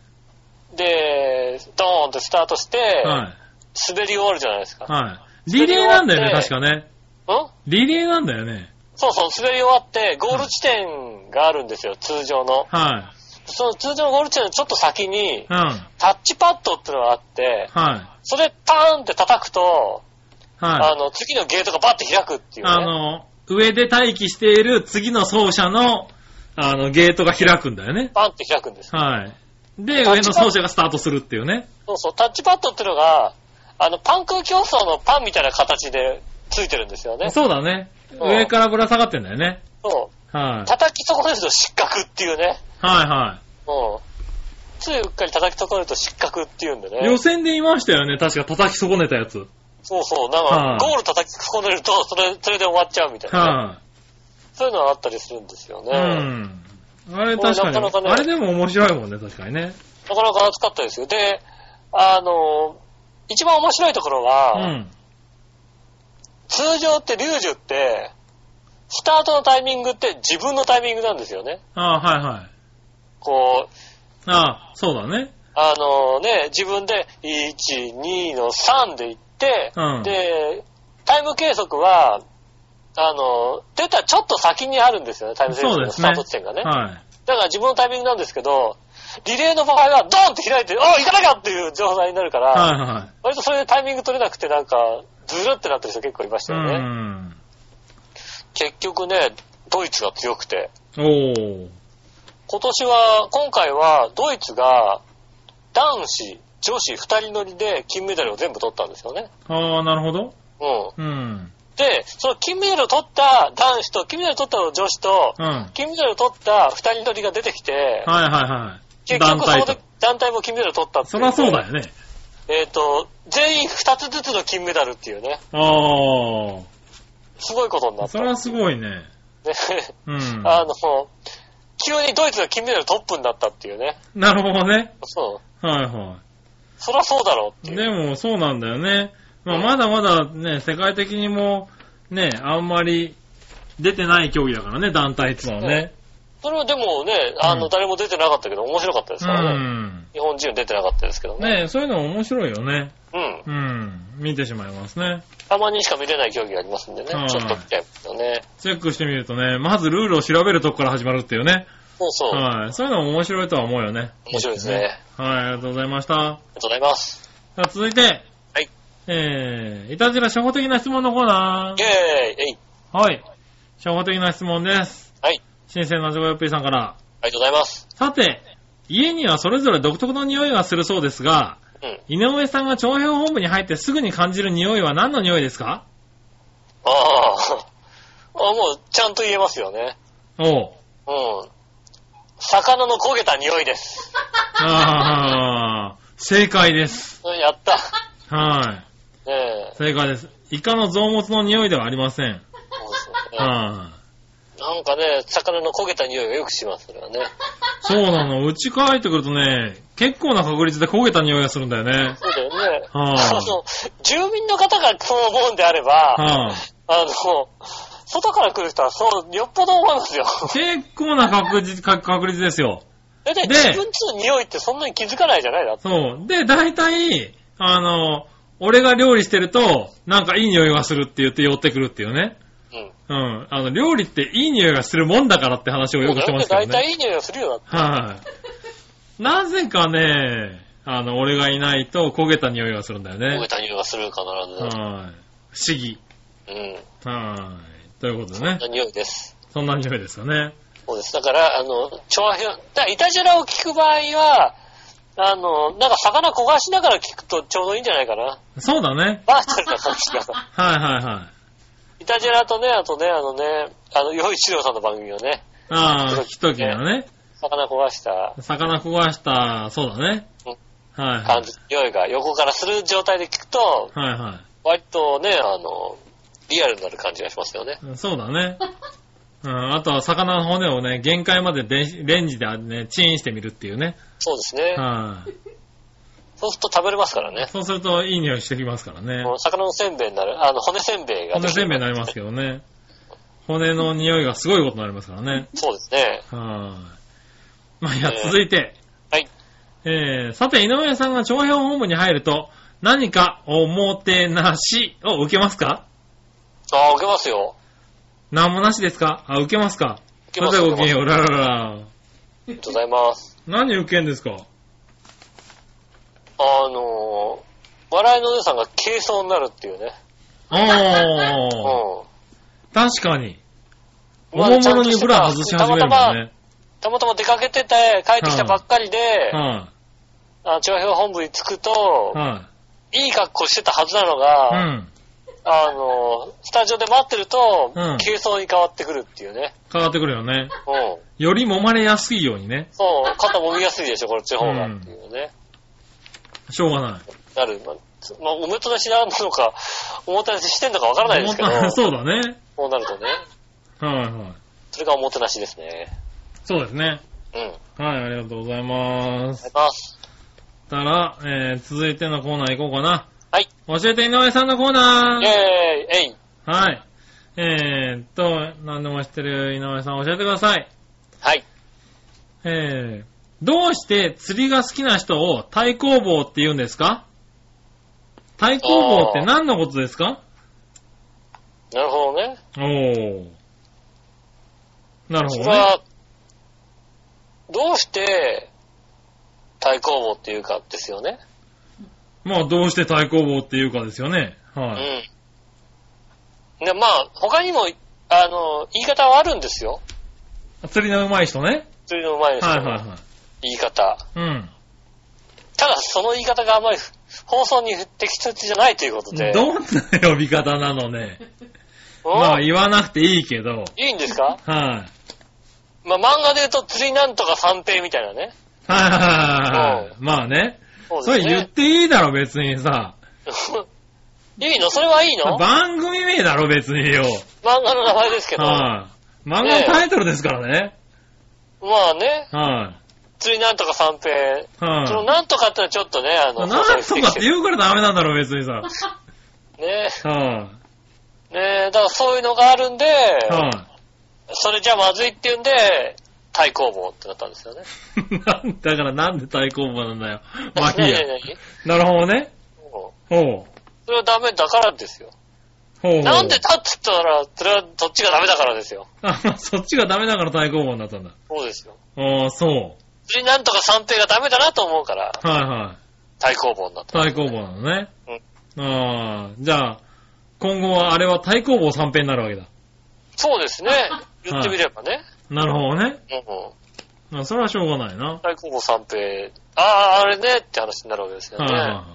[SPEAKER 2] で、ドーンってスタートして、はい。滑り終わるじゃないですか。
[SPEAKER 3] はい。リレーなんだよね、確かね。
[SPEAKER 2] ん
[SPEAKER 3] リレーなんだよね。
[SPEAKER 2] そうそう、滑り終わって、ゴール地点があるんですよ、通常の。
[SPEAKER 3] はい。
[SPEAKER 2] その通常のゴール地点のちょっと先に、
[SPEAKER 3] うん。
[SPEAKER 2] タッチパッドってのがあって、
[SPEAKER 3] はい。
[SPEAKER 2] それパーンって叩くと、
[SPEAKER 3] はい。
[SPEAKER 2] あの、次のゲートがバッて開くっていうね。
[SPEAKER 3] あの、上で待機している次の走者の、あの、ゲートが開くんだよね。
[SPEAKER 2] パンって開くんです。
[SPEAKER 3] はい。で、上の走者がスタートするっていうね。
[SPEAKER 2] そうそう、タッチパッドってのが、あの、パン空競争のパンみたいな形でついてるんですよね。
[SPEAKER 3] そうだね。上からぶら下がってんだよね。
[SPEAKER 2] そう。
[SPEAKER 3] はい。
[SPEAKER 2] 叩き損ねると失格っていうね。
[SPEAKER 3] はいはい。
[SPEAKER 2] うん。ついうっかり叩き損ねると失格っていうんでね。
[SPEAKER 3] 予選で言いましたよね。確か叩き損ねたやつ。
[SPEAKER 2] そうそう。なんか、はい、ゴール叩き損ねると、それ、それで終わっちゃうみたいな、ね。はい。そういうのがあったりするんですよね。
[SPEAKER 3] うん。あれ確かに。なかなかね、あれでも面白いもんね、確かにね。
[SPEAKER 2] なかなか熱かったですよ。で、あの、一番面白いところは、うん、通常ってリュージュって、スタートのタイミングって自分のタイミングなんですよね。
[SPEAKER 3] ああ、はいはい。
[SPEAKER 2] こ
[SPEAKER 3] う、ああ、そうだね。
[SPEAKER 2] あのね、自分でいち、にのさんで行って、うん、で、タイム計測は、あの、出たちょっと先にあるんですよね、タイム計測のスタート地点がね。はい。だから自分のタイミングなんですけど、リレーの場合はドーンって開いて、あ、行かなきゃっていう状態になるから、はいはい、割とそれでタイミング取れなくてなんか、ずるってなってる人結構いましたよね。うん、結局ね、ドイツが強くて。おー。今年は、今回はドイツが男子、女子二人乗りで金メダルを全部取ったんですよね。
[SPEAKER 3] ああ、なるほど。
[SPEAKER 2] うん。うん。で、その金メダルを取った男子と、金メダルを取った女子と、うん、金メダルを取った二人乗りが出てきて、
[SPEAKER 3] はいはいはい。
[SPEAKER 2] 結局そこで団体も金メダルを取ったっていう。
[SPEAKER 3] そりゃそうだよね。
[SPEAKER 2] えっと、全員二つずつの金メダルっていうね。ああ。すごいことになった。
[SPEAKER 3] それはすごいね。ね。
[SPEAKER 2] うん。あの、急にドイツが金メダルトップになったっていうね。
[SPEAKER 3] なるほどね。
[SPEAKER 2] そう。
[SPEAKER 3] はいはい。
[SPEAKER 2] そりゃそうだろうっていう。
[SPEAKER 3] でもそうなんだよね。まあ、まだまだね、世界的にもね、あんまり出てない競技だからね、団体ってのはね。ね、
[SPEAKER 2] それはでもね、あの、うん、誰も出てなかったけど面白かったですからね。うん、日本人出てなかったですけどね。
[SPEAKER 3] ね、そういうの面白いよね。うん。うん。見てしまいますね。
[SPEAKER 2] たまにしか見れない競技がありますんでね。ちょっと見たいですよね。
[SPEAKER 3] チェックしてみるとね、まずルールを調べるとこから始まるっていうね。
[SPEAKER 2] そうそう。
[SPEAKER 3] はい。そういうのも面白いとは思うよね。
[SPEAKER 2] 面白いですね。
[SPEAKER 3] はい、ありがとうございました。あり
[SPEAKER 2] がとうございます。
[SPEAKER 3] さあ、続いて。はい。えー、いたじら初歩的な質問のコーナー。
[SPEAKER 2] イェーイえい。
[SPEAKER 3] はい。初歩的な質問です。
[SPEAKER 2] はい。
[SPEAKER 3] 新鮮なジョコヨッピーさんから。
[SPEAKER 2] ありがとうございます。
[SPEAKER 3] さて、家にはそれぞれ独特の匂いがするそうですが、うん、井上さんが徴兵本部に入ってすぐに感じる匂いは何の匂いですか？
[SPEAKER 2] ああ。あ、もうちゃんと言えますよね。
[SPEAKER 3] おう。うん。
[SPEAKER 2] 魚の焦げた匂いです。
[SPEAKER 3] ああ、正解です。
[SPEAKER 2] やった。
[SPEAKER 3] はい。
[SPEAKER 2] ねえ。
[SPEAKER 3] 正解です。イカの臓物の匂いではありません。
[SPEAKER 2] そうですね。
[SPEAKER 3] はい。
[SPEAKER 2] なんかね、魚の焦げた匂いがよくします、それはね。
[SPEAKER 3] そうなの。うち帰ってくるとね、結構な確率で焦げた匂いがするんだよね。
[SPEAKER 2] そうだよね。はあ、あの、住民の方がそう思うんであれば、はあ、あの、外から来る人はそう、よっぽど思いますよ。
[SPEAKER 3] 結構な確率、確率ですよ。
[SPEAKER 2] で、で自分ちの匂いってそんなに気づかないじゃないだって。
[SPEAKER 3] そう。で、大体、あの、俺が料理してると、なんかいい匂いがするって言って寄ってくるっていうね。 うん。うん。あの、料理っていい匂いがするもんだからって話をよくしてますけどね。
[SPEAKER 2] 大体いい匂いがするよ
[SPEAKER 3] な。はい、なぜかね、あの、俺がいないと焦げた匂いがするんだよね。
[SPEAKER 2] 焦げた匂いがする必ず。
[SPEAKER 3] はい。不思議。
[SPEAKER 2] うん。
[SPEAKER 3] はい。ということでね。
[SPEAKER 2] そんな匂いです。
[SPEAKER 3] そんな匂いですよね。
[SPEAKER 2] そうです。だから、あの、調和表、だいたじらを聞く場合は、あの、なんか魚焦がしながら聞くとちょうどいいんじゃないかな。
[SPEAKER 3] そうだね。
[SPEAKER 2] バーチャルな感じが。
[SPEAKER 3] はいはいはい。
[SPEAKER 2] いたじらとね、あとね、あのね、あの、洋一郎さんの番組をね。
[SPEAKER 3] ああ、ひときはね。
[SPEAKER 2] 魚焦がした。
[SPEAKER 3] 魚焦がした、そうだね。うん。はい、はい。
[SPEAKER 2] 感じ、匂いが横からする状態で聞くと、
[SPEAKER 3] はいはい。
[SPEAKER 2] 割とね、あの、リアルになる感じがしますよね。
[SPEAKER 3] そうだね。うん、あとは魚の骨をね、限界までレンジでね、チンしてみるっていうね。
[SPEAKER 2] そうですね。
[SPEAKER 3] はい、
[SPEAKER 2] そうすると食べれますからね。
[SPEAKER 3] そうするといい匂いしてきますからね。
[SPEAKER 2] 魚のせんべいになる。あの、骨せんべいが。
[SPEAKER 3] 骨せんべいになりますけどね。骨の匂いがすごいことになりますからね。
[SPEAKER 2] そうですね。
[SPEAKER 3] はい、まあ、いや、続いて。
[SPEAKER 2] はい。
[SPEAKER 3] えー、さて、井上さんが長編本部に入ると、何かおもてなしを受けますか？
[SPEAKER 2] ああ、受けますよ。
[SPEAKER 3] なんもなしですか？あ、受けますか？
[SPEAKER 2] 受けます。
[SPEAKER 3] それではごきげんよう、ラララ。
[SPEAKER 2] ありがとうございます。
[SPEAKER 3] 何受けんですか？
[SPEAKER 2] あのー、笑いのお姉さんが軽装になるっていうね。
[SPEAKER 3] ああ、うん。確かに。おもむろにブラ外し始めるもんね。
[SPEAKER 2] たまたま出かけてて、帰ってきたばっかりで、
[SPEAKER 3] はい、
[SPEAKER 2] あ、調和本部に着くと、
[SPEAKER 3] はい、
[SPEAKER 2] いい格好してたはずなのが、
[SPEAKER 3] うん、
[SPEAKER 2] あの、スタジオで待ってると、
[SPEAKER 3] うん、
[SPEAKER 2] 軽装に変わってくるっていうね。
[SPEAKER 3] 変わってくるよね。
[SPEAKER 2] うん。
[SPEAKER 3] より揉まれやすいようにね。
[SPEAKER 2] そう、肩揉みやすいでしょ、こっちの方がっていうね。
[SPEAKER 3] うん、しょうがない。
[SPEAKER 2] なる。まあ、まあ、おもてなしなのか、おもてなししてんのかわからないですけど。
[SPEAKER 3] そうだね。
[SPEAKER 2] こうなるとね。
[SPEAKER 3] はいはい。
[SPEAKER 2] それがおもてなしですね。
[SPEAKER 3] そうですね。
[SPEAKER 2] うん。
[SPEAKER 3] はい、ありがとうございます。
[SPEAKER 2] ありがとうございます。
[SPEAKER 3] たら、えー、続いてのコーナー行こうかな。
[SPEAKER 2] はい。
[SPEAKER 3] 教えて井上さんのコーナー。
[SPEAKER 2] イェーイ、えい。
[SPEAKER 3] はい。えーっと、何でも知ってる井上さん教えてください。
[SPEAKER 2] はい。
[SPEAKER 3] えー、どうして釣りが好きな人を太公望って言うんですか？太公望って何のことですか？
[SPEAKER 2] なるほどね。
[SPEAKER 3] おー。なるほどね。
[SPEAKER 2] それは、どうして太公望っていうかですよね。
[SPEAKER 3] まあ、どうして太公望っていうかですよね。はい。
[SPEAKER 2] うん。で、まあ、他にも、あの、言い方はあるんですよ。
[SPEAKER 3] 釣りの上手い人ね。
[SPEAKER 2] 釣りの上手い人の
[SPEAKER 3] はいはいはい。
[SPEAKER 2] 言い方。
[SPEAKER 3] うん。
[SPEAKER 2] ただ、その言い方があまり放送に適切じゃないということで。
[SPEAKER 3] どんな呼び方なのね。まあ、言わなくていいけど。
[SPEAKER 2] いいんですか？
[SPEAKER 3] はい。
[SPEAKER 2] まあ、漫画で言うと釣りなんとか三平みたいなね。
[SPEAKER 3] はいはいはい。まあね。それ言っていいだろ、別にさ。
[SPEAKER 2] いいの？それはいいの？
[SPEAKER 3] 番組名だろ、別によ。
[SPEAKER 2] 漫画の名前ですけど。
[SPEAKER 3] はい。漫画のタイトルですからね。
[SPEAKER 2] まあね。
[SPEAKER 3] はい。
[SPEAKER 2] 釣りなんとか三平。
[SPEAKER 3] はい。
[SPEAKER 2] そのなんとかってのはちょっとね、あの。
[SPEAKER 3] なんとかって言うからダメなんだろ、別にさ。
[SPEAKER 2] ね
[SPEAKER 3] え。はい。
[SPEAKER 2] ねえ、だからそういうのがあるんで、
[SPEAKER 3] はい。
[SPEAKER 2] それじゃまずいって言うんで、太公望ってなったんですよね。
[SPEAKER 3] だからなんで太公望なんだよ。まあいいや。なるほどね。ほう。
[SPEAKER 2] それはダメだからですよ。
[SPEAKER 3] ほうほう。
[SPEAKER 2] なんでだって言ったら、それはそっちがダメだからですよ。
[SPEAKER 3] あ、そっちがダメだから太公望になったんだ。
[SPEAKER 2] そうですよ。
[SPEAKER 3] ああ、そう。
[SPEAKER 2] 釣りなんとか三平がダメだなと思うから。
[SPEAKER 3] はいはい。
[SPEAKER 2] 太公望になった、
[SPEAKER 3] ね。太公望なのね。
[SPEAKER 2] うん。
[SPEAKER 3] ああ、じゃあ、今後はあれは太公望三平になるわけだ。
[SPEAKER 2] そうですね。言ってみればね。はい、
[SPEAKER 3] なるほどね。
[SPEAKER 2] うんうん。
[SPEAKER 3] あ、それはしょうがないな。
[SPEAKER 2] 太公望三平。ああ、あれねって話になるわけですよね。
[SPEAKER 3] はい、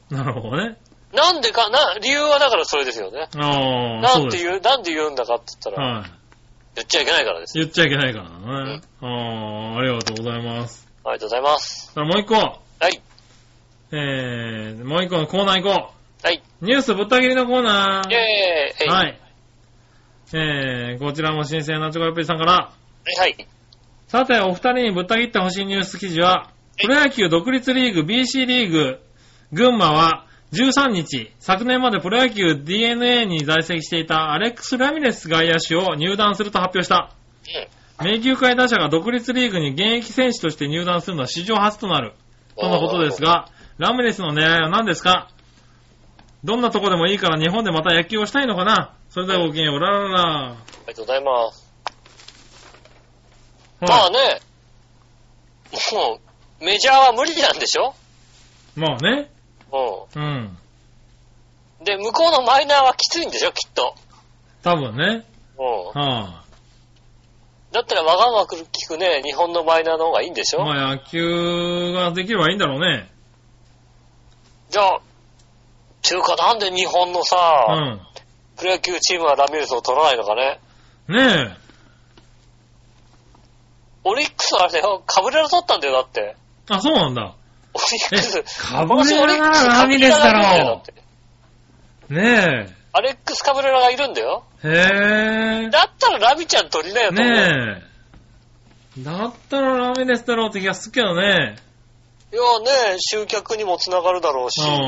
[SPEAKER 3] なるほどね。
[SPEAKER 2] なんでか、な、理由はだからそれですよね。
[SPEAKER 3] ああ、
[SPEAKER 2] なんて言う、なんで言うんだかって言ったら、
[SPEAKER 3] はい。
[SPEAKER 2] 言っちゃいけないからです。
[SPEAKER 3] 言っちゃいけないからね。うん、ああ、ありがとうございます。
[SPEAKER 2] ありがとうございます。
[SPEAKER 3] もう一個。は
[SPEAKER 2] い。
[SPEAKER 3] えー、もう一個のコーナー行こう。
[SPEAKER 2] はい。
[SPEAKER 3] ニュースぶった切りのコーナー。
[SPEAKER 2] イェーイ。
[SPEAKER 3] はい。えー、こちらも新鮮なチョコヨッピーさんから。
[SPEAKER 2] はいはい。
[SPEAKER 3] さて、お二人にぶった切ってほしいニュース記事は、プロ野球独立リーグ ビーシー リーグ群馬はじゅうさんにち、昨年までプロ野球 ディーエヌエー に在籍していたアレックス・ラミレス外野手を入団すると発表した。うん、名球会打者が独立リーグに現役選手として入団するのは史上初となる。とのことですが、ラミレスの狙いは何ですか？ どんなとこでもいいから日本でまた野球をしたいのかな。それではごきげんよう、ラララ。
[SPEAKER 2] ありがとうございます。はい、まあね、もう、メジャーは無理なんでしょ？
[SPEAKER 3] まあね。
[SPEAKER 2] うん。
[SPEAKER 3] うん。
[SPEAKER 2] で、向こうのマイナーはきついんでしょ、きっと。
[SPEAKER 3] 多分ね。
[SPEAKER 2] うん。
[SPEAKER 3] はあ。
[SPEAKER 2] だったらわがまく聞くね、日本のマイナーの方がいいんでしょ？
[SPEAKER 3] まあ野球ができればいいんだろうね。
[SPEAKER 2] じゃあ、ちゅうかなんで日本のさ、うん、プロ野球チームはラミレスを取らないのかね。
[SPEAKER 3] ねえ。
[SPEAKER 2] オリックスはあれだよ、カブレラ取ったんだよ、だって。
[SPEAKER 3] あ、そうなんだ。
[SPEAKER 2] オリックス。
[SPEAKER 3] カブレラならラミレスだろう。ねえ。
[SPEAKER 2] アレックス・カブレラがいるんだよ。
[SPEAKER 3] へえ。
[SPEAKER 2] だったらラミちゃん取りなよと思う。
[SPEAKER 3] ねえ。だったらラミレスだろうって気がするけどね。
[SPEAKER 2] いやね、集客にもつながるだろうし。うん。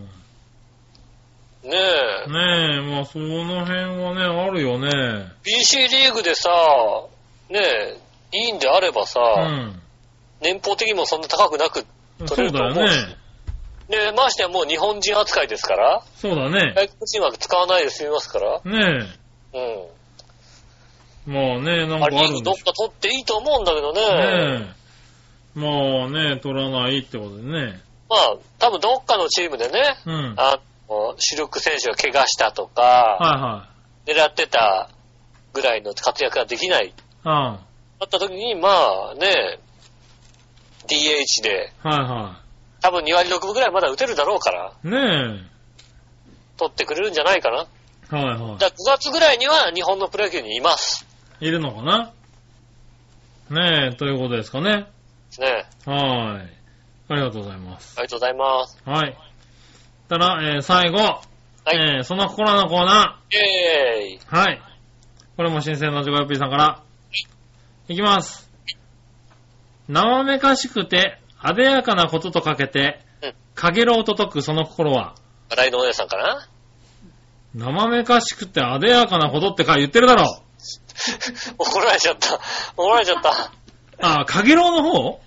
[SPEAKER 2] ねえ。
[SPEAKER 3] ねえ、まあその辺はね、あるよね。
[SPEAKER 2] ビーシー リーグでさ、ねえ、いいんであればさ、うん、年俸的にもそんな高くなく取れると思うし。そうだよね。で、ましてはもう日本人扱いですから。
[SPEAKER 3] そうだね。
[SPEAKER 2] 外国人は使わないで済みますから。
[SPEAKER 3] ね
[SPEAKER 2] え。
[SPEAKER 3] うん。まあね、なんかあるんでしょ。
[SPEAKER 2] リーグどっか取っていいと思うんだけどね。
[SPEAKER 3] ねえ。まあね、取らないってことでね。
[SPEAKER 2] まあ、多分どっかのチームでね、うん、あの、主力選手が怪我したとか、
[SPEAKER 3] はいはい、
[SPEAKER 2] 狙ってたぐらいの活躍ができない。
[SPEAKER 3] うん。だ
[SPEAKER 2] った時に、まあね、ディーエイチ で、
[SPEAKER 3] はいはい。
[SPEAKER 2] 多分にわりろくぶぐらいまだ打てるだろうから。
[SPEAKER 3] ねえ。
[SPEAKER 2] 取ってくれるんじゃないかな。
[SPEAKER 3] はいはい。
[SPEAKER 2] じゃあくがつぐらいには日本のプロ野球にいます。
[SPEAKER 3] いるのかな？ねえ、ということですかね。
[SPEAKER 2] ね
[SPEAKER 3] え。はい。ありがとうございます。
[SPEAKER 2] ありがとうございます。
[SPEAKER 3] はい。たら、えー、最後。はい。えー、その心のコーナ
[SPEAKER 2] ー。イェーイ。
[SPEAKER 3] はい。これも新鮮なジョコヨッピーさんから。いきます。生めかしくて、あでやかなこととかけて、うん、かげろうと解くその心は。
[SPEAKER 2] 笑いのお姉さんかな。
[SPEAKER 3] 生めかしくてあでやかなことってか言ってるだろ。
[SPEAKER 2] 怒られちゃった。怒られちゃった。
[SPEAKER 3] あ、かげろうの方？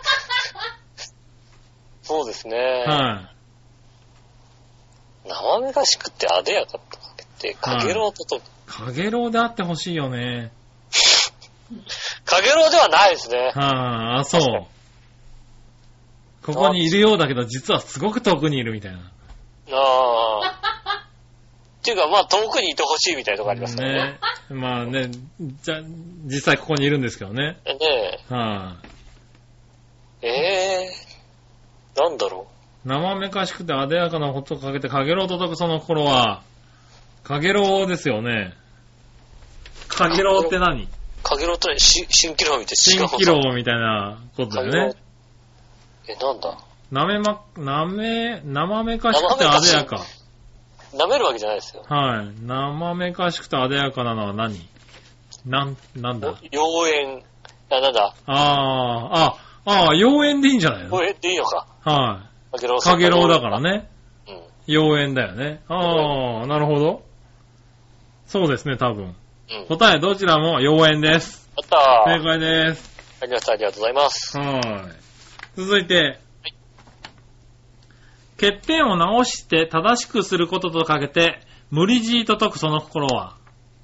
[SPEAKER 2] そうですね。
[SPEAKER 3] はい。
[SPEAKER 2] 生めかしくてあでやかとかけて、かげろうと解く。
[SPEAKER 3] かげろうであってほしいよね。
[SPEAKER 2] かげろうではないですね。
[SPEAKER 3] はあ、あ、そう。ここにいるようだけど、実はすごく遠くにいるみたいな。
[SPEAKER 2] ああ。っていうか、まあ、遠くにいてほしいみたいなとこありますからね。
[SPEAKER 3] ね。まあね、じゃ、実際ここにいるんですけどね。
[SPEAKER 2] ね
[SPEAKER 3] え。はあ。
[SPEAKER 2] ええー、なんだろ
[SPEAKER 3] う。生めかしくてあでやかなことをかけて、かげろうと解くその頃は、かげろうですよね。かげろうって何？
[SPEAKER 2] かげろうって何？し、蜃気楼みたい
[SPEAKER 3] な。蜃気楼みたいなことだよね。
[SPEAKER 2] え、なんだ？
[SPEAKER 3] なめま、なめ、生めかしくてあでやか。
[SPEAKER 2] 舐めるわけじゃないですよ。
[SPEAKER 3] はい。生めかしくてあでやかなのは何？なん、なんだ？
[SPEAKER 2] 妖艶。あ、なんだ？
[SPEAKER 3] ああ、あ、ああ、妖艶でいいんじゃないの？
[SPEAKER 2] 妖艶でいいのか。
[SPEAKER 3] はい。
[SPEAKER 2] かげろう。
[SPEAKER 3] かげろうだからね。
[SPEAKER 2] うん。
[SPEAKER 3] 妖艶だよね。ああ、なるほど。そうですね、多分。
[SPEAKER 2] うん、
[SPEAKER 3] 答えどちらも妖艶です。
[SPEAKER 2] やったー。
[SPEAKER 3] 正解です。
[SPEAKER 2] ありがとうございます。
[SPEAKER 3] はい。続いて、はい、欠点を直して正しくすることとかけて、無理強いと解くその心は。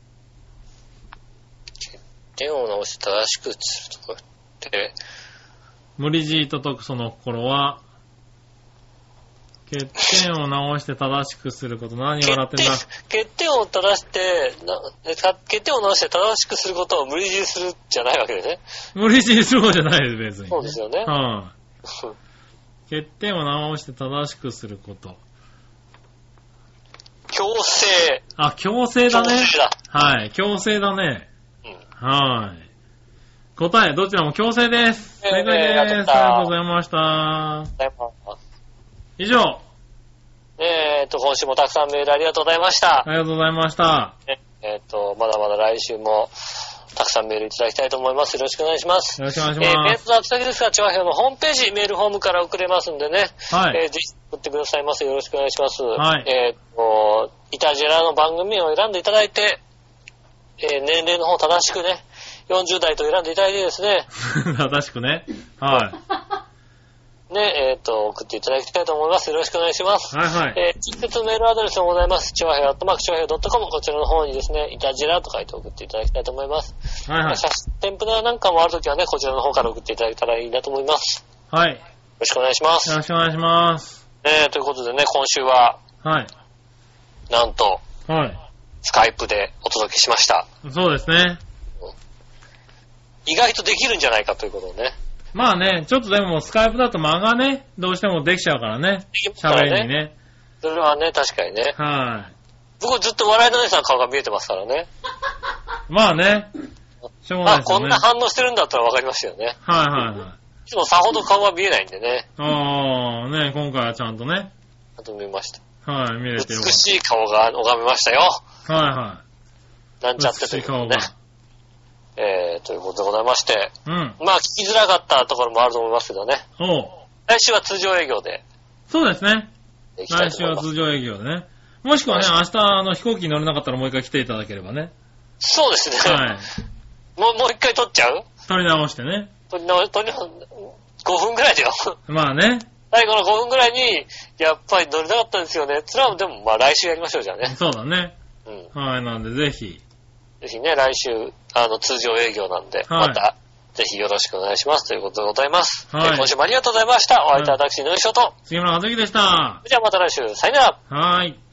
[SPEAKER 2] 欠点を直して正しくするとかって、
[SPEAKER 3] 無理強いと解くその心は、欠点を直して正しくすること。何笑ってんだ。
[SPEAKER 2] 欠点を正してな、欠点を直して正しくすることを無理強いするじゃないわけでね。
[SPEAKER 3] 無理強いすることじゃないです、別に。
[SPEAKER 2] そうですよね。
[SPEAKER 3] はい、欠点を直して正しくすること。
[SPEAKER 2] 強制。
[SPEAKER 3] あ、強制だね。
[SPEAKER 2] 強制だ。
[SPEAKER 3] はい、強制だね。うん、はい。答え、どちらも強制です。正解です。ありがとうございました。ありがとうございます。以上。
[SPEAKER 2] えっと、今週もたくさんメールありがとうございました。
[SPEAKER 3] ありがとうございました。
[SPEAKER 2] えっと、まだまだ来週もたくさんメールいただきたいと思います。よろしくお願いします。
[SPEAKER 3] よろしくお願いします。
[SPEAKER 2] えー、メールの宛先ですが、調和表のホームページ、メールフォームから送れますんでね。
[SPEAKER 3] はい。
[SPEAKER 2] えー、ぜひ送ってくださいませ。よろしくお願いします。
[SPEAKER 3] はい。
[SPEAKER 2] えっと、イタジェラの番組を選んでいただいて、えー、年齢の方正しくね、よんじゅう代と選んでいただいてですね。
[SPEAKER 3] 正しくね。はい。
[SPEAKER 2] ね、えっ、ー、と、送っていただきたいと思います。よろしくお願いします。
[SPEAKER 3] はいはい。
[SPEAKER 2] えー、直接メールアドレスもございます。ちょわへいアットマークちょわへい .com こちらの方にですね、いたじらと書いて送っていただきたいと思います。はいはい。添付なんかもあるときはね、こちらの方から送っていただけたらいいなと思います。
[SPEAKER 3] はい。よ
[SPEAKER 2] ろしくお願いします。
[SPEAKER 3] よろしくお願いします。
[SPEAKER 2] えー、ということでね、今週は、
[SPEAKER 3] はい。
[SPEAKER 2] なんと、
[SPEAKER 3] はい。
[SPEAKER 2] スカイプでお届けしました。
[SPEAKER 3] そうですね。
[SPEAKER 2] 意外とできるんじゃないかということをね。
[SPEAKER 3] まあね、ちょっとでもスカイプだと間がね、どうしてもできちゃうからね。喋りにね。
[SPEAKER 2] それはね、確かにね。
[SPEAKER 3] はい。
[SPEAKER 2] 僕ずっと笑いの姉さんの顔が見えてますからね。ま
[SPEAKER 3] あね。しょうがないですよね。
[SPEAKER 2] まあこんな反応してるんだったらわかりますよね。
[SPEAKER 3] はいはいはい。
[SPEAKER 2] いつもさほど顔は見えないんでね。
[SPEAKER 3] ああ、ね、今回はちゃんとね。
[SPEAKER 2] ちゃんと見ました。
[SPEAKER 3] はい、見れてよかった。
[SPEAKER 2] 美しい顔が拝めましたよ。
[SPEAKER 3] はいはい。
[SPEAKER 2] なんちゃってということでね。えー、ということでございまして。うん。まあ聞きづらかったところもあると思いますけどね。おう。来週は通常営業で。
[SPEAKER 3] そうですね。来週は通常営業でね。もしくはね、明日あの飛行機に乗れなかったらもう一回来ていただければね。そうですね。はい。もう、もう一回撮っちゃう？撮り直してね。撮り直、撮り直、ごふんぐらいだよ。まあね。最後のごふんぐらいに、やっぱり乗れなかったんですよね。それはでもまあ来週やりましょうじゃあね。そうだね。うん。はい、なんでぜひ。ぜひね、来週、あの、通常営業なんで、はい、また、ぜひよろしくお願いします。ということでございます。はい。今週もありがとうございました。お会いいたい私、井上翔と。杉村和之でした。じゃあまた来週、さよなら。はい。